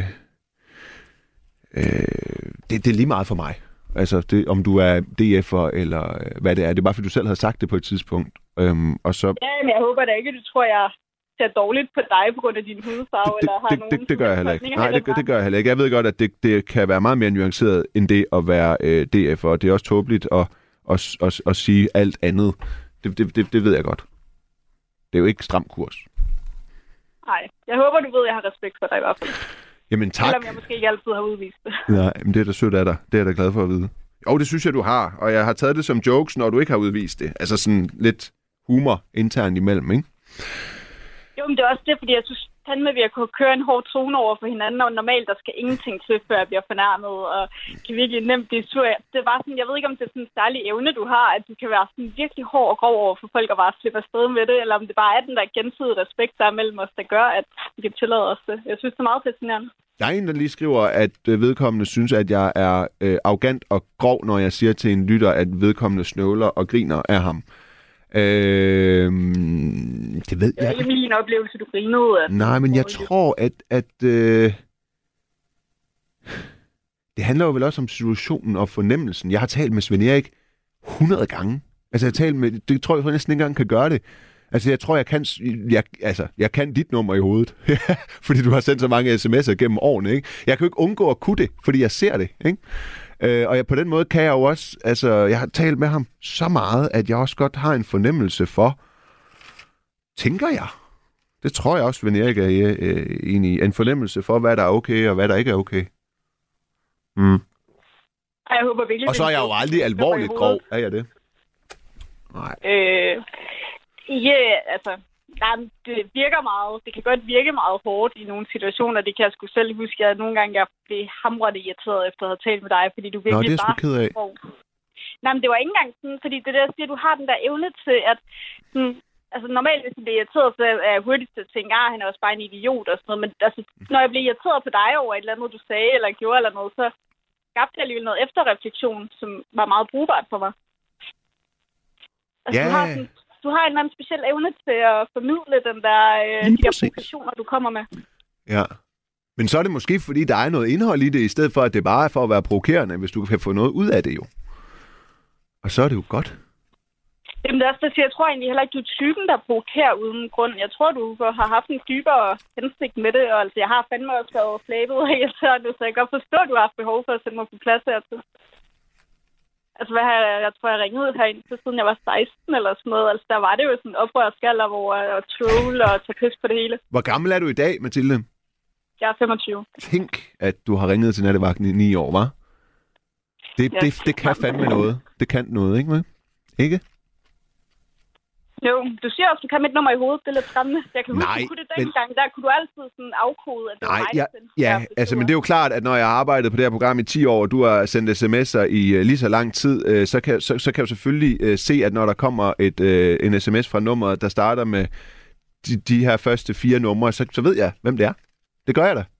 Øh, det, det er lige meget for mig. Altså, det, om du er D F'er eller øh, hvad det er. Det er bare, fordi du selv havde sagt det på et tidspunkt. Øhm, og så... Ja, men jeg håber da ikke, du tror, jeg ser dårligt på dig på grund af din hudfarve. Det, eller har det, nogen det, det gør jeg heller ikke. Nej, det, det gør jeg heller ikke. Jeg ved godt, at det, det kan være meget mere nuanceret, end det at være øh, D F'er. Og det er også tåbeligt at, at, at, at sige alt andet. Det, det, det, det ved jeg godt. Det er jo ikke stram kurs. Nej, jeg håber, du ved, at jeg har respekt for dig i hvert fald. Jamen tak. Selvom jeg måske ikke altid har udvist det. Nej, men det er da sødt af dig. Det er jeg da glad for at vide. Jo, det synes jeg, du har. Og jeg har taget det som jokes, når du ikke har udvist det. Altså sådan lidt humor internt imellem, ikke? Jo, men det er også det, fordi jeg synes, fandme, vi har kunnet køre en hård tone over for hinanden, og normalt, der skal ingenting til, før jeg bliver fornærmet, og kan virkelig nemt blive sur. Det er bare sådan, jeg ved ikke, om det er sådan en særlig evne, du har, at du kan være sådan virkelig hård og grov over for folk, og bare slippe afsted med det, eller om det bare er den der gensidige respekt, der er mellem os, der gør, at vi kan tillade os det. Jeg synes, det er meget fascinerende. Der er en, der lige skriver, at vedkommende synes, at jeg er øh, arrogant og grov, når jeg siger til en lytter, at vedkommende snøvler og griner af ham. Øh, det ved jeg. Det er ikke min oplevelse, du grinede af. Nej, men jeg tror, at, at øh, det handler jo vel også om situationen og fornemmelsen. Jeg har talt med Svend Erik hundrede gange. Altså, jeg har talt med, det tror jeg, jeg næsten ikke engang kan gøre det. Altså, jeg tror, jeg kan, jeg, altså, jeg kan dit nummer i hovedet. Fordi du har sendt så mange sms'er gennem årene, ikke? Jeg kan jo ikke undgå at kunne det, fordi jeg ser det, ikke? Øh, og jeg, på den måde kan jeg jo også, altså, jeg har talt med ham så meget, at jeg også godt har en fornemmelse for, tænker jeg, det tror jeg også, Svend Erik er øh, enig i, en fornemmelse for, hvad der er okay, og hvad der ikke er okay. Mm. Jeg håber virkelig, og så er jeg jo aldrig alvorligt grov, er jeg det? Nej. Øh, ja, altså, nej, det virker meget, det kan godt virke meget hårdt i nogle situationer, det kan jeg sgu selv huske, at nogle gange jeg blev hamrende irriteret efter at have talt med dig, fordi du virkelig Nå, det er bare... sgu ked af. Nej, men det var ikke engang sådan, fordi det der siger, du har den der evne til, at sådan, altså normalt, hvis jeg bliver irriteret, så er jeg hurtigt til at tænke, ah, han er også bare en idiot og sådan noget, men altså, når jeg bliver irriteret på dig over et eller andet, du sagde eller gjorde eller noget, så skabte jeg alligevel noget efterreflektion, som var meget brugbart for mig. Altså, ja. du har sådan, du har en eller anden speciel evne til at formidle den der, øh, de der provokationer, du kommer med. Ja. Men så er det måske, fordi der er noget indhold i det, i stedet for, at det bare er for at være provokerende, hvis du kan få noget ud af det jo. Og så er det jo godt. Jamen, det er også det, jeg tror egentlig heller ikke, du er typen, der provokerer uden grund. Jeg tror, du har haft en dybere hensigt med det, og altså, jeg har fandme også været flabet af irriterende, så jeg kan godt forstå, at du har haft behov for at sætte mig på plads hertil. Altså, hvad har jeg, jeg tror, jeg ringede herind til siden jeg var seksten eller sådan noget. Altså, der var det jo sådan oprørskaller, hvor jeg troll og tage pis på det hele. Hvor gammel er du i dag, Mathilde? Jeg er femogtyve. Tænk, at du har ringet til nattevagten i ni år, hva'? Det, ja, det, det kan fandme noget. Det kan noget, ikke? Ikke? Jo, du siger også, du kan mit nummer i hovedet. Det er lidt skræmmende. Jeg kan huske, Nej, du kunne det dengang. Men... Der kunne du altid sådan afkode, at det Nej, var mig, ja, der ja, altså, men det er jo klart, at når jeg har arbejdet på det her program i ti år, og du har sendt sms'er i uh, lige så lang tid, uh, så, kan, så, så kan jeg jo selvfølgelig uh, se, at når der kommer et, uh, en sms fra nummeret, der starter med de, de her første fire numre, så, så ved jeg, hvem det er. Det gør jeg da.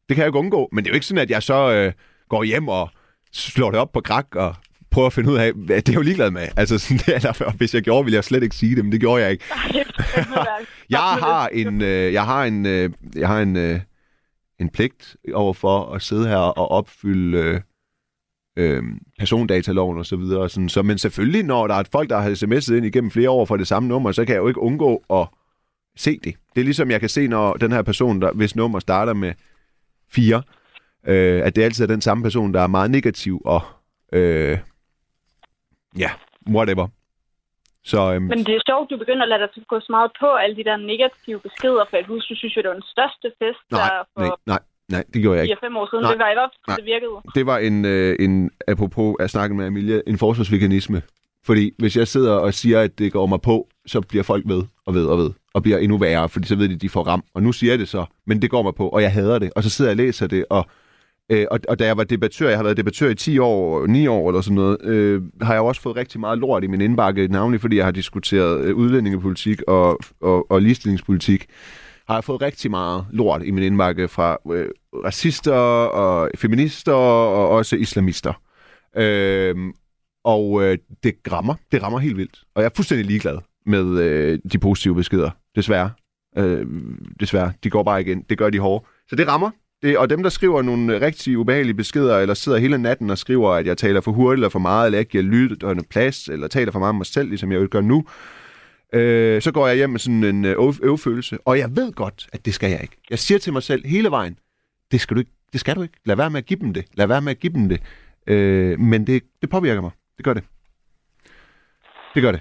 Det kan jeg ikke undgå, men det er jo ikke sådan, at jeg så øh, går hjem og slår det op på grak og prøver at finde ud af, hvad det er jo ligeglad med. Altså, sådan, det er der, hvis jeg gjorde, ville jeg slet ikke sige det, men det gjorde jeg ikke. jeg har en, øh, jeg har en, øh, jeg har en, øh, en pligt overfor at sidde her og opfylde øh, øh, persondataloven og så videre. Og sådan. Så, men selvfølgelig, når der er et folk, der har sms'et ind igennem flere år for det samme nummer, så kan jeg jo ikke undgå at se det. Det er ligesom, jeg kan se, når den her person, der, hvis nummer starter med fire, øh, at det altid er den samme person, der er meget negativ og øh, ja, whatever. Så, øhm, Men det er sjovt, du begynder at lade dig gå så meget på alle de der negative beskeder, for jeg husker, du synes jo, det var den største fest, nej, der for nej, nej, nej, det gjorde jeg ikke. fire fem år siden. Nej, det var i hvert fald, nej. det virkede. Det var en, øh, en, apropos at snakke med Emilie, en forsvarsmekanisme. Fordi hvis jeg sidder og siger, at det går mig på, så bliver folk ved og ved og ved, og bliver endnu værre, fordi så ved de, at de får ram. Og nu siger jeg det så, men det går mig på, og jeg hader det. Og så sidder jeg og læser det, og Øh, og, og da jeg var debattør, jeg har været debattør i ti år, ni år eller sådan noget, øh, har jeg også fået rigtig meget lort i min indbakke, navnlig fordi jeg har diskuteret øh, udlændingepolitik og, og, og ligestillingspolitik. Har jeg fået rigtig meget lort i min indbakke fra øh, racister og feminister og også islamister. Øh, og øh, det rammer, det rammer helt vildt. Og jeg er fuldstændig ligeglad med øh, de positive beskeder, desværre. Øh, desværre, de går bare igen. Det gør de hårde. Så det rammer. Det, og dem, der skriver nogle rigtig ubehagelige beskeder, eller sidder hele natten og skriver, at jeg taler for hurtigt eller for meget, eller ikke giver lytterne plads, eller taler for meget om mig selv, ligesom jeg jo gør nu, øh, så går jeg hjem med sådan en øvefølelse. Og jeg ved godt, at det skal jeg ikke. Jeg siger til mig selv hele vejen, det skal du ikke. Det skal du ikke. Lad være med at give dem det. Lad være med at give dem det. Øh, men det, det påvirker mig. Det gør det. Det gør det.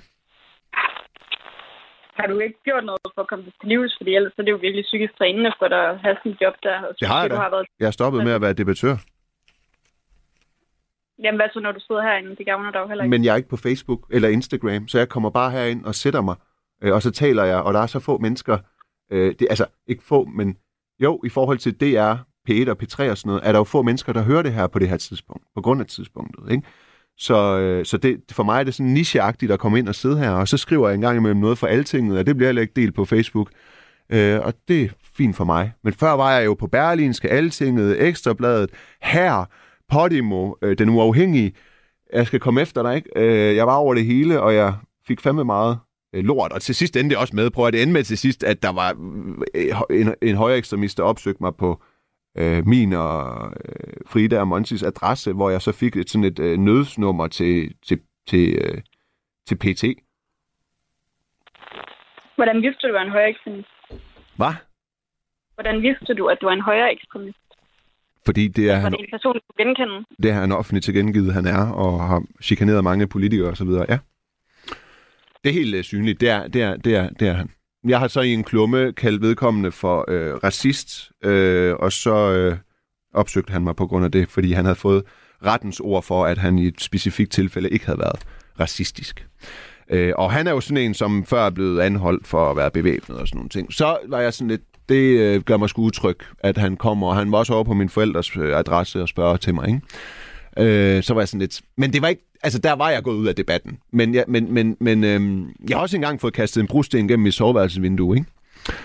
Har du ikke gjort noget for at komme til livs? Fordi ellers er det jo virkelig psykisk trænende for dig at have sådan et job der. Det har jeg da. Har været... Jeg har stoppet med at være debattør. Jamen hvad så, når du sidder herinde? Det gavner dig jo heller ikke. Men jeg er ikke på Facebook eller Instagram, så jeg kommer bare herind og sætter mig, øh, og så taler jeg, og der er så få mennesker, øh, det, altså ikke få, men jo, i forhold til D R, P et og P tre og sådan noget, er der jo få mennesker, der hører det her på det her tidspunkt, på grund af tidspunktet, ikke? Så, øh, så det, for mig er det sådan nicheagtigt at komme ind og sidde her, og så skriver jeg en gang imellem noget for Altinget, og det bliver heller ikke delt på Facebook. Øh, og det er fint for mig. Men før var jeg jo på Berlinske, Altinget, Ekstrabladet, her, Podimo, øh, Den Uafhængige. Jeg skal komme efter dig, ikke? Øh, jeg var over det hele, og jeg fik fandme meget øh, lort. Og til sidst endte det også med, prøv at det endte med til sidst, at der var øh, en, en højere ekstremist, der opsøgte mig på Øh, min og øh, Frida og Montis adresse, hvor jeg så fik et, sådan et øh, nødsnummer til, til, til, øh, til P T. Hvordan vidste du, du var en højere ekstremist? Hvad? Hvordan vidste du, at du var en højere ekstremist? Fordi det er, var han, det en person, du kunne genkende? det er han offentligt tilkendegivet, han er, og har chikaneret mange politikere osv. Ja. Det er helt øh, synligt. Det er, det, er, det, er, det er han. Jeg har så i en klumme kaldt vedkommende for øh, racist, øh, og så øh, opsøgte han mig på grund af det, fordi han havde fået rettens ord for, at han i et specifikt tilfælde ikke havde været racistisk. Øh, og han er jo sådan en, som før er blevet anholdt for at være bevæbnet og sådan nogle ting. Så var jeg sådan lidt, det øh, gør mig sgu utryg, at han kommer, og han var også over på min forældres øh, adresse og spørger til mig, ikke? Øh, så var jeg sådan lidt... Men det var ikke... Altså, der var jeg gået ud af debatten. Men, ja, men, men, men øhm, jeg har også engang fået kastet en brosten gennem mit soveværelsesvindue, ikke?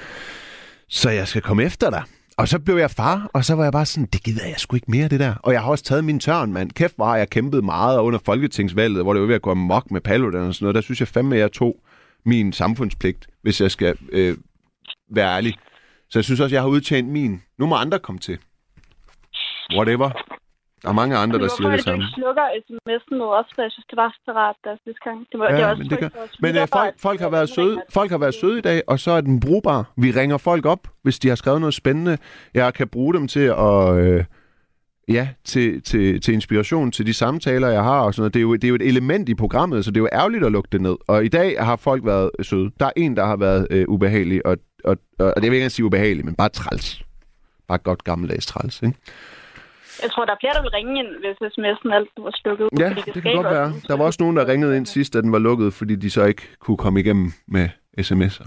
Så jeg skal komme efter dig. Og så blev jeg far, og så var jeg bare sådan, det gider jeg sgu ikke mere, det der. Og jeg har også taget min tørn, mand. Kæft var, jeg kæmpede meget under folketingsvalget, hvor det var ved at gå amok med Paludan og sådan noget. Der synes jeg fandme, jeg tog min samfundspligt, hvis jeg skal øh, være ærlig. Så jeg synes også, jeg har udtjent min. Nu må andre komme til. Whatever. Der er mange andre, der siger det samme. Hvorfor er det, du ikke slukker sms'en med også, så jeg synes, det var så rart, der sidste gang. Det var, ja, det var også men det kan... Men øh, folk, folk, har været søde, folk har været søde i dag, og så er den brugbar. Vi ringer folk op, hvis de har skrevet noget spændende. Jeg kan bruge dem til at... Øh, ja, til, til, til inspiration til de samtaler, jeg har og sådan noget. Det er, jo, det er jo et element i programmet, så det er jo ærgerligt at lukke det ned. Og i dag har folk været søde. Der er en, der har været øh, ubehagelig, og, og, og, og det vil jeg ikke sige ubehagelig, men bare træls. Bare godt gammeldags træls, ikke? Jeg tror, der er flere, der vil ringe ind, hvis sms'en alt var slukket. Ja, det, det kan godt være. Der var også nogen, der ringede ind sidst, da den var lukket, fordi de så ikke kunne komme igennem med sms'er.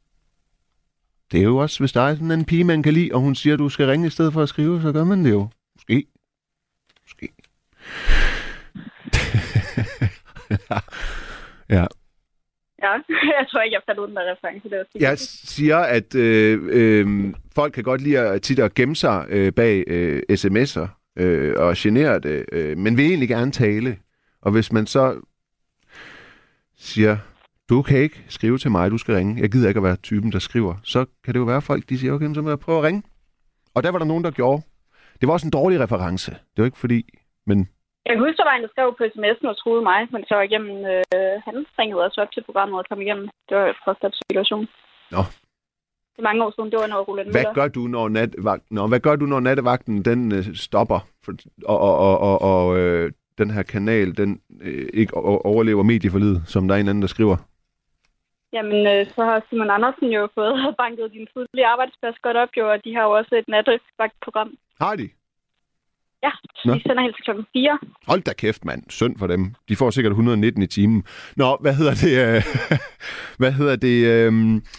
Det er jo også, hvis der er sådan en pige, man kan lide, og hun siger, at du skal ringe i stedet for at skrive, så gør man det jo. Måske. Måske. ja. Ja, jeg tror ikke, jeg fandt ud af den der reference. Det var Jeg siger, at øh, øh, folk kan godt lide at tit at gemme sig øh, bag øh, sms'er øh, og genere det, øh, men vil egentlig gerne tale. Og hvis man så siger, du kan ikke skrive til mig, du skal ringe. Jeg gider ikke at være typen, der skriver. Så kan det jo være, at folk de siger, okay, så må jeg prøve at ringe. Og der var der nogen, der gjorde. Det var også en dårlig reference. Det var ikke fordi, men... Jeg kan huske, der var en, der skrev på sms'en og troede mig, men så var igennem, øh, han ringede også op til programmet og kom igennem. Det var en frygtelig situation. Nå. Det er mange år siden, det var noget Roland Hvad gør du, når nattevagten, Nå, hvad gør du, når nattevagten den øh, stopper, for, og, og, og, og, og øh, den her kanal, den øh, ikke overlever medieforlidet, som der er en anden, der skriver? Jamen, øh, så har Simon Andersen jo fået banket din tidlige arbejdsplads godt op, jo, og de har jo også et nattevagtprogram. Har de? Ja, Nå. de sender helt til klokken fire. Hold da kæft, mand. Synd for dem. De får sikkert et hundrede og nitten i timen. Nå, hvad hedder det? Øh, hvad hedder det? Øh,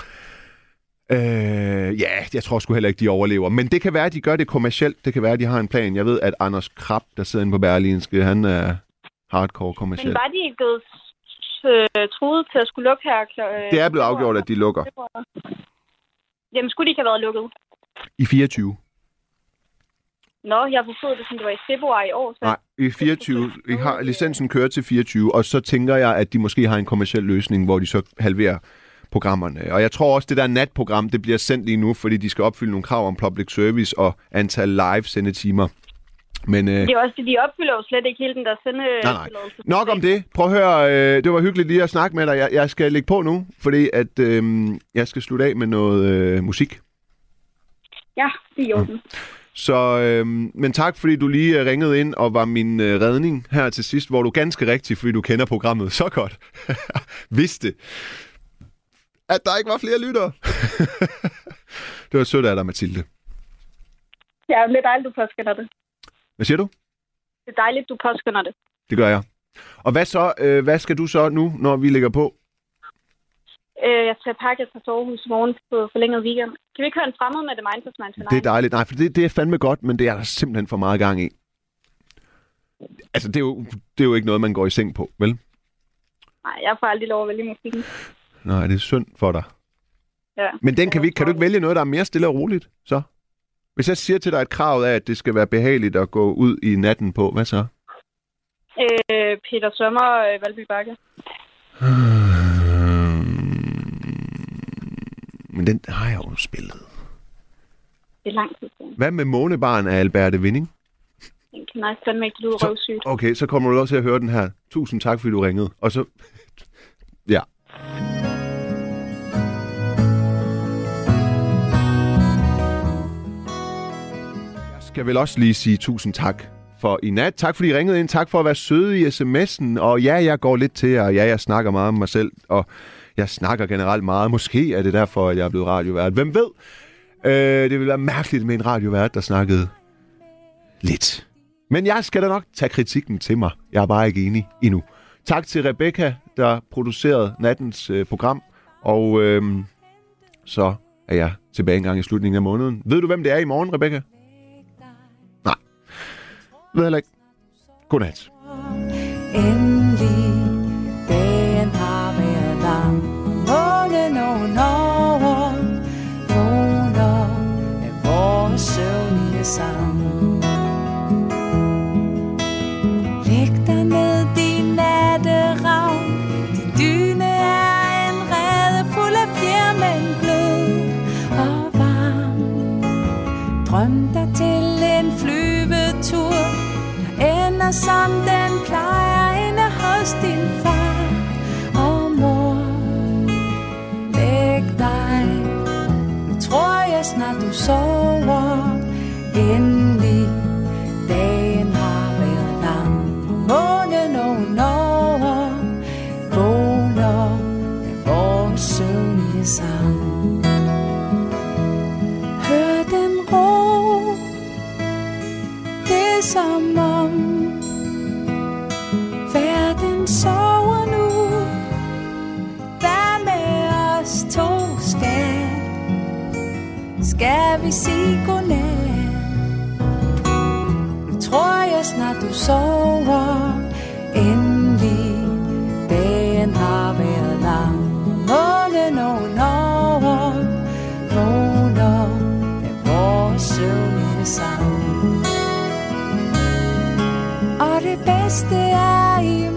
øh, ja, jeg tror sgu heller ikke, de overlever. Men det kan være, at de gør det kommercielt. Det kan være, at de har en plan. Jeg ved, at Anders Krab, der sidder inde på Berlinske, han er hardcore kommercielt. Men var de ikke blevet øh, truet til at skulle lukke her? Øh, det er blevet afgjort, at de lukker. Jamen, skulle de ikke have været lukket? I fireogtyve. Nå, jeg forstod det, som det var i februar i år. Så... Nej, i fireogtyve. I har, licensen kører til fireogtyve, og så tænker jeg, at de måske har en kommerciel løsning, hvor de så halverer programmerne. Og jeg tror også, det der natprogram, det bliver sendt lige nu, fordi de skal opfylde nogle krav om public service og antal live-sendetimer. Men, øh... det er også det, de opfylder jo slet ikke hele den der sende... Nej, nej. Nok om det. Prøv at høre, øh, det var hyggeligt lige at snakke med dig. Jeg, jeg skal lægge på nu, fordi at, øh, jeg skal slutte af med noget øh, musik. Ja, det er jo den. Så, øh, men tak, fordi du lige ringede ind og var min øh, redning her til sidst, hvor du ganske rigtigt, fordi du kender programmet så godt, vidste, at der ikke var flere lyttere. Det var sødt af dig, Mathilde. Ja, det er dejligt, du påskynder det. Hvad siger du? Det er dejligt, du påskynder det. Det gør jeg. Og hvad så? Øh, hvad skal du så nu, når vi lægger på? Øh, jeg skal pakke til Aarhus i morgen på forlænget weekend. Kan vi ikke høre en fremmed med det Mindful Minds Tonight? Det er dejligt. Nej, for det, det er fandme godt, men det er der simpelthen for meget gang i. Altså, det er, jo, det er jo ikke noget, man går i seng på, vel? Nej, jeg får aldrig lov at vælge musikken. Nej, det er synd for dig. Ja. Men den kan, vi, kan du ikke vælge noget, der er mere stille og roligt, så? Hvis jeg siger til dig, at kravet er, at det skal være behageligt at gå ud i natten på, hvad så? Øh, Peter Sommer, øh, Valby Bakke. Men den har jeg jo spillet. Det er lang tid siden. Hvad med Månebarn af Alberte Winding? Den kan jeg fandme ikke lyde røvsygt. Okay, så kommer du også til at høre den her. Tusind tak, fordi du ringede. Og så... ja. Jeg skal vel også lige sige tusind tak for i nat. Tak fordi I ringede ind. Tak for at være søde i sms'en. Og ja, jeg går lidt til jer. Ja, jeg snakker meget om mig selv. Og jeg snakker generelt meget. Måske er det derfor, at jeg er blevet radiovært. Hvem ved? Øh, det ville være mærkeligt med en radiovært, der snakkede lidt. Men jeg skal da nok tage kritikken til mig. Jeg er bare ikke enig endnu. Tak til Rebecca, der producerede nattens øh, program. Og øh, så er jeg tilbage en gang i slutningen af måneden. Ved du, hvem det er i morgen, Rebecca? Nej. Ved heller ikke. Godnat. Endelig, dagen har været lang. Månen ovenover vågner af vores søvnige sang. Læg dig ned, din natteravn. Din dyne er en rede fuld af fjer, men blød og varm. Drøm dig til en flyvetur, der ender som den plejer inde hos din far og mor. Læg dig, nu tror jeg snart du sover. Endelig, dagen har været lang. Månen ovenover vågner af vores søvnige sang. Hør den ro, det er som om verden sover nu. Hvad med os to, skat? Skal vi sige godnat? Nu tror jeg snart du sover. Endelig, dagen har været lang. alle sammen. Og det bedste er i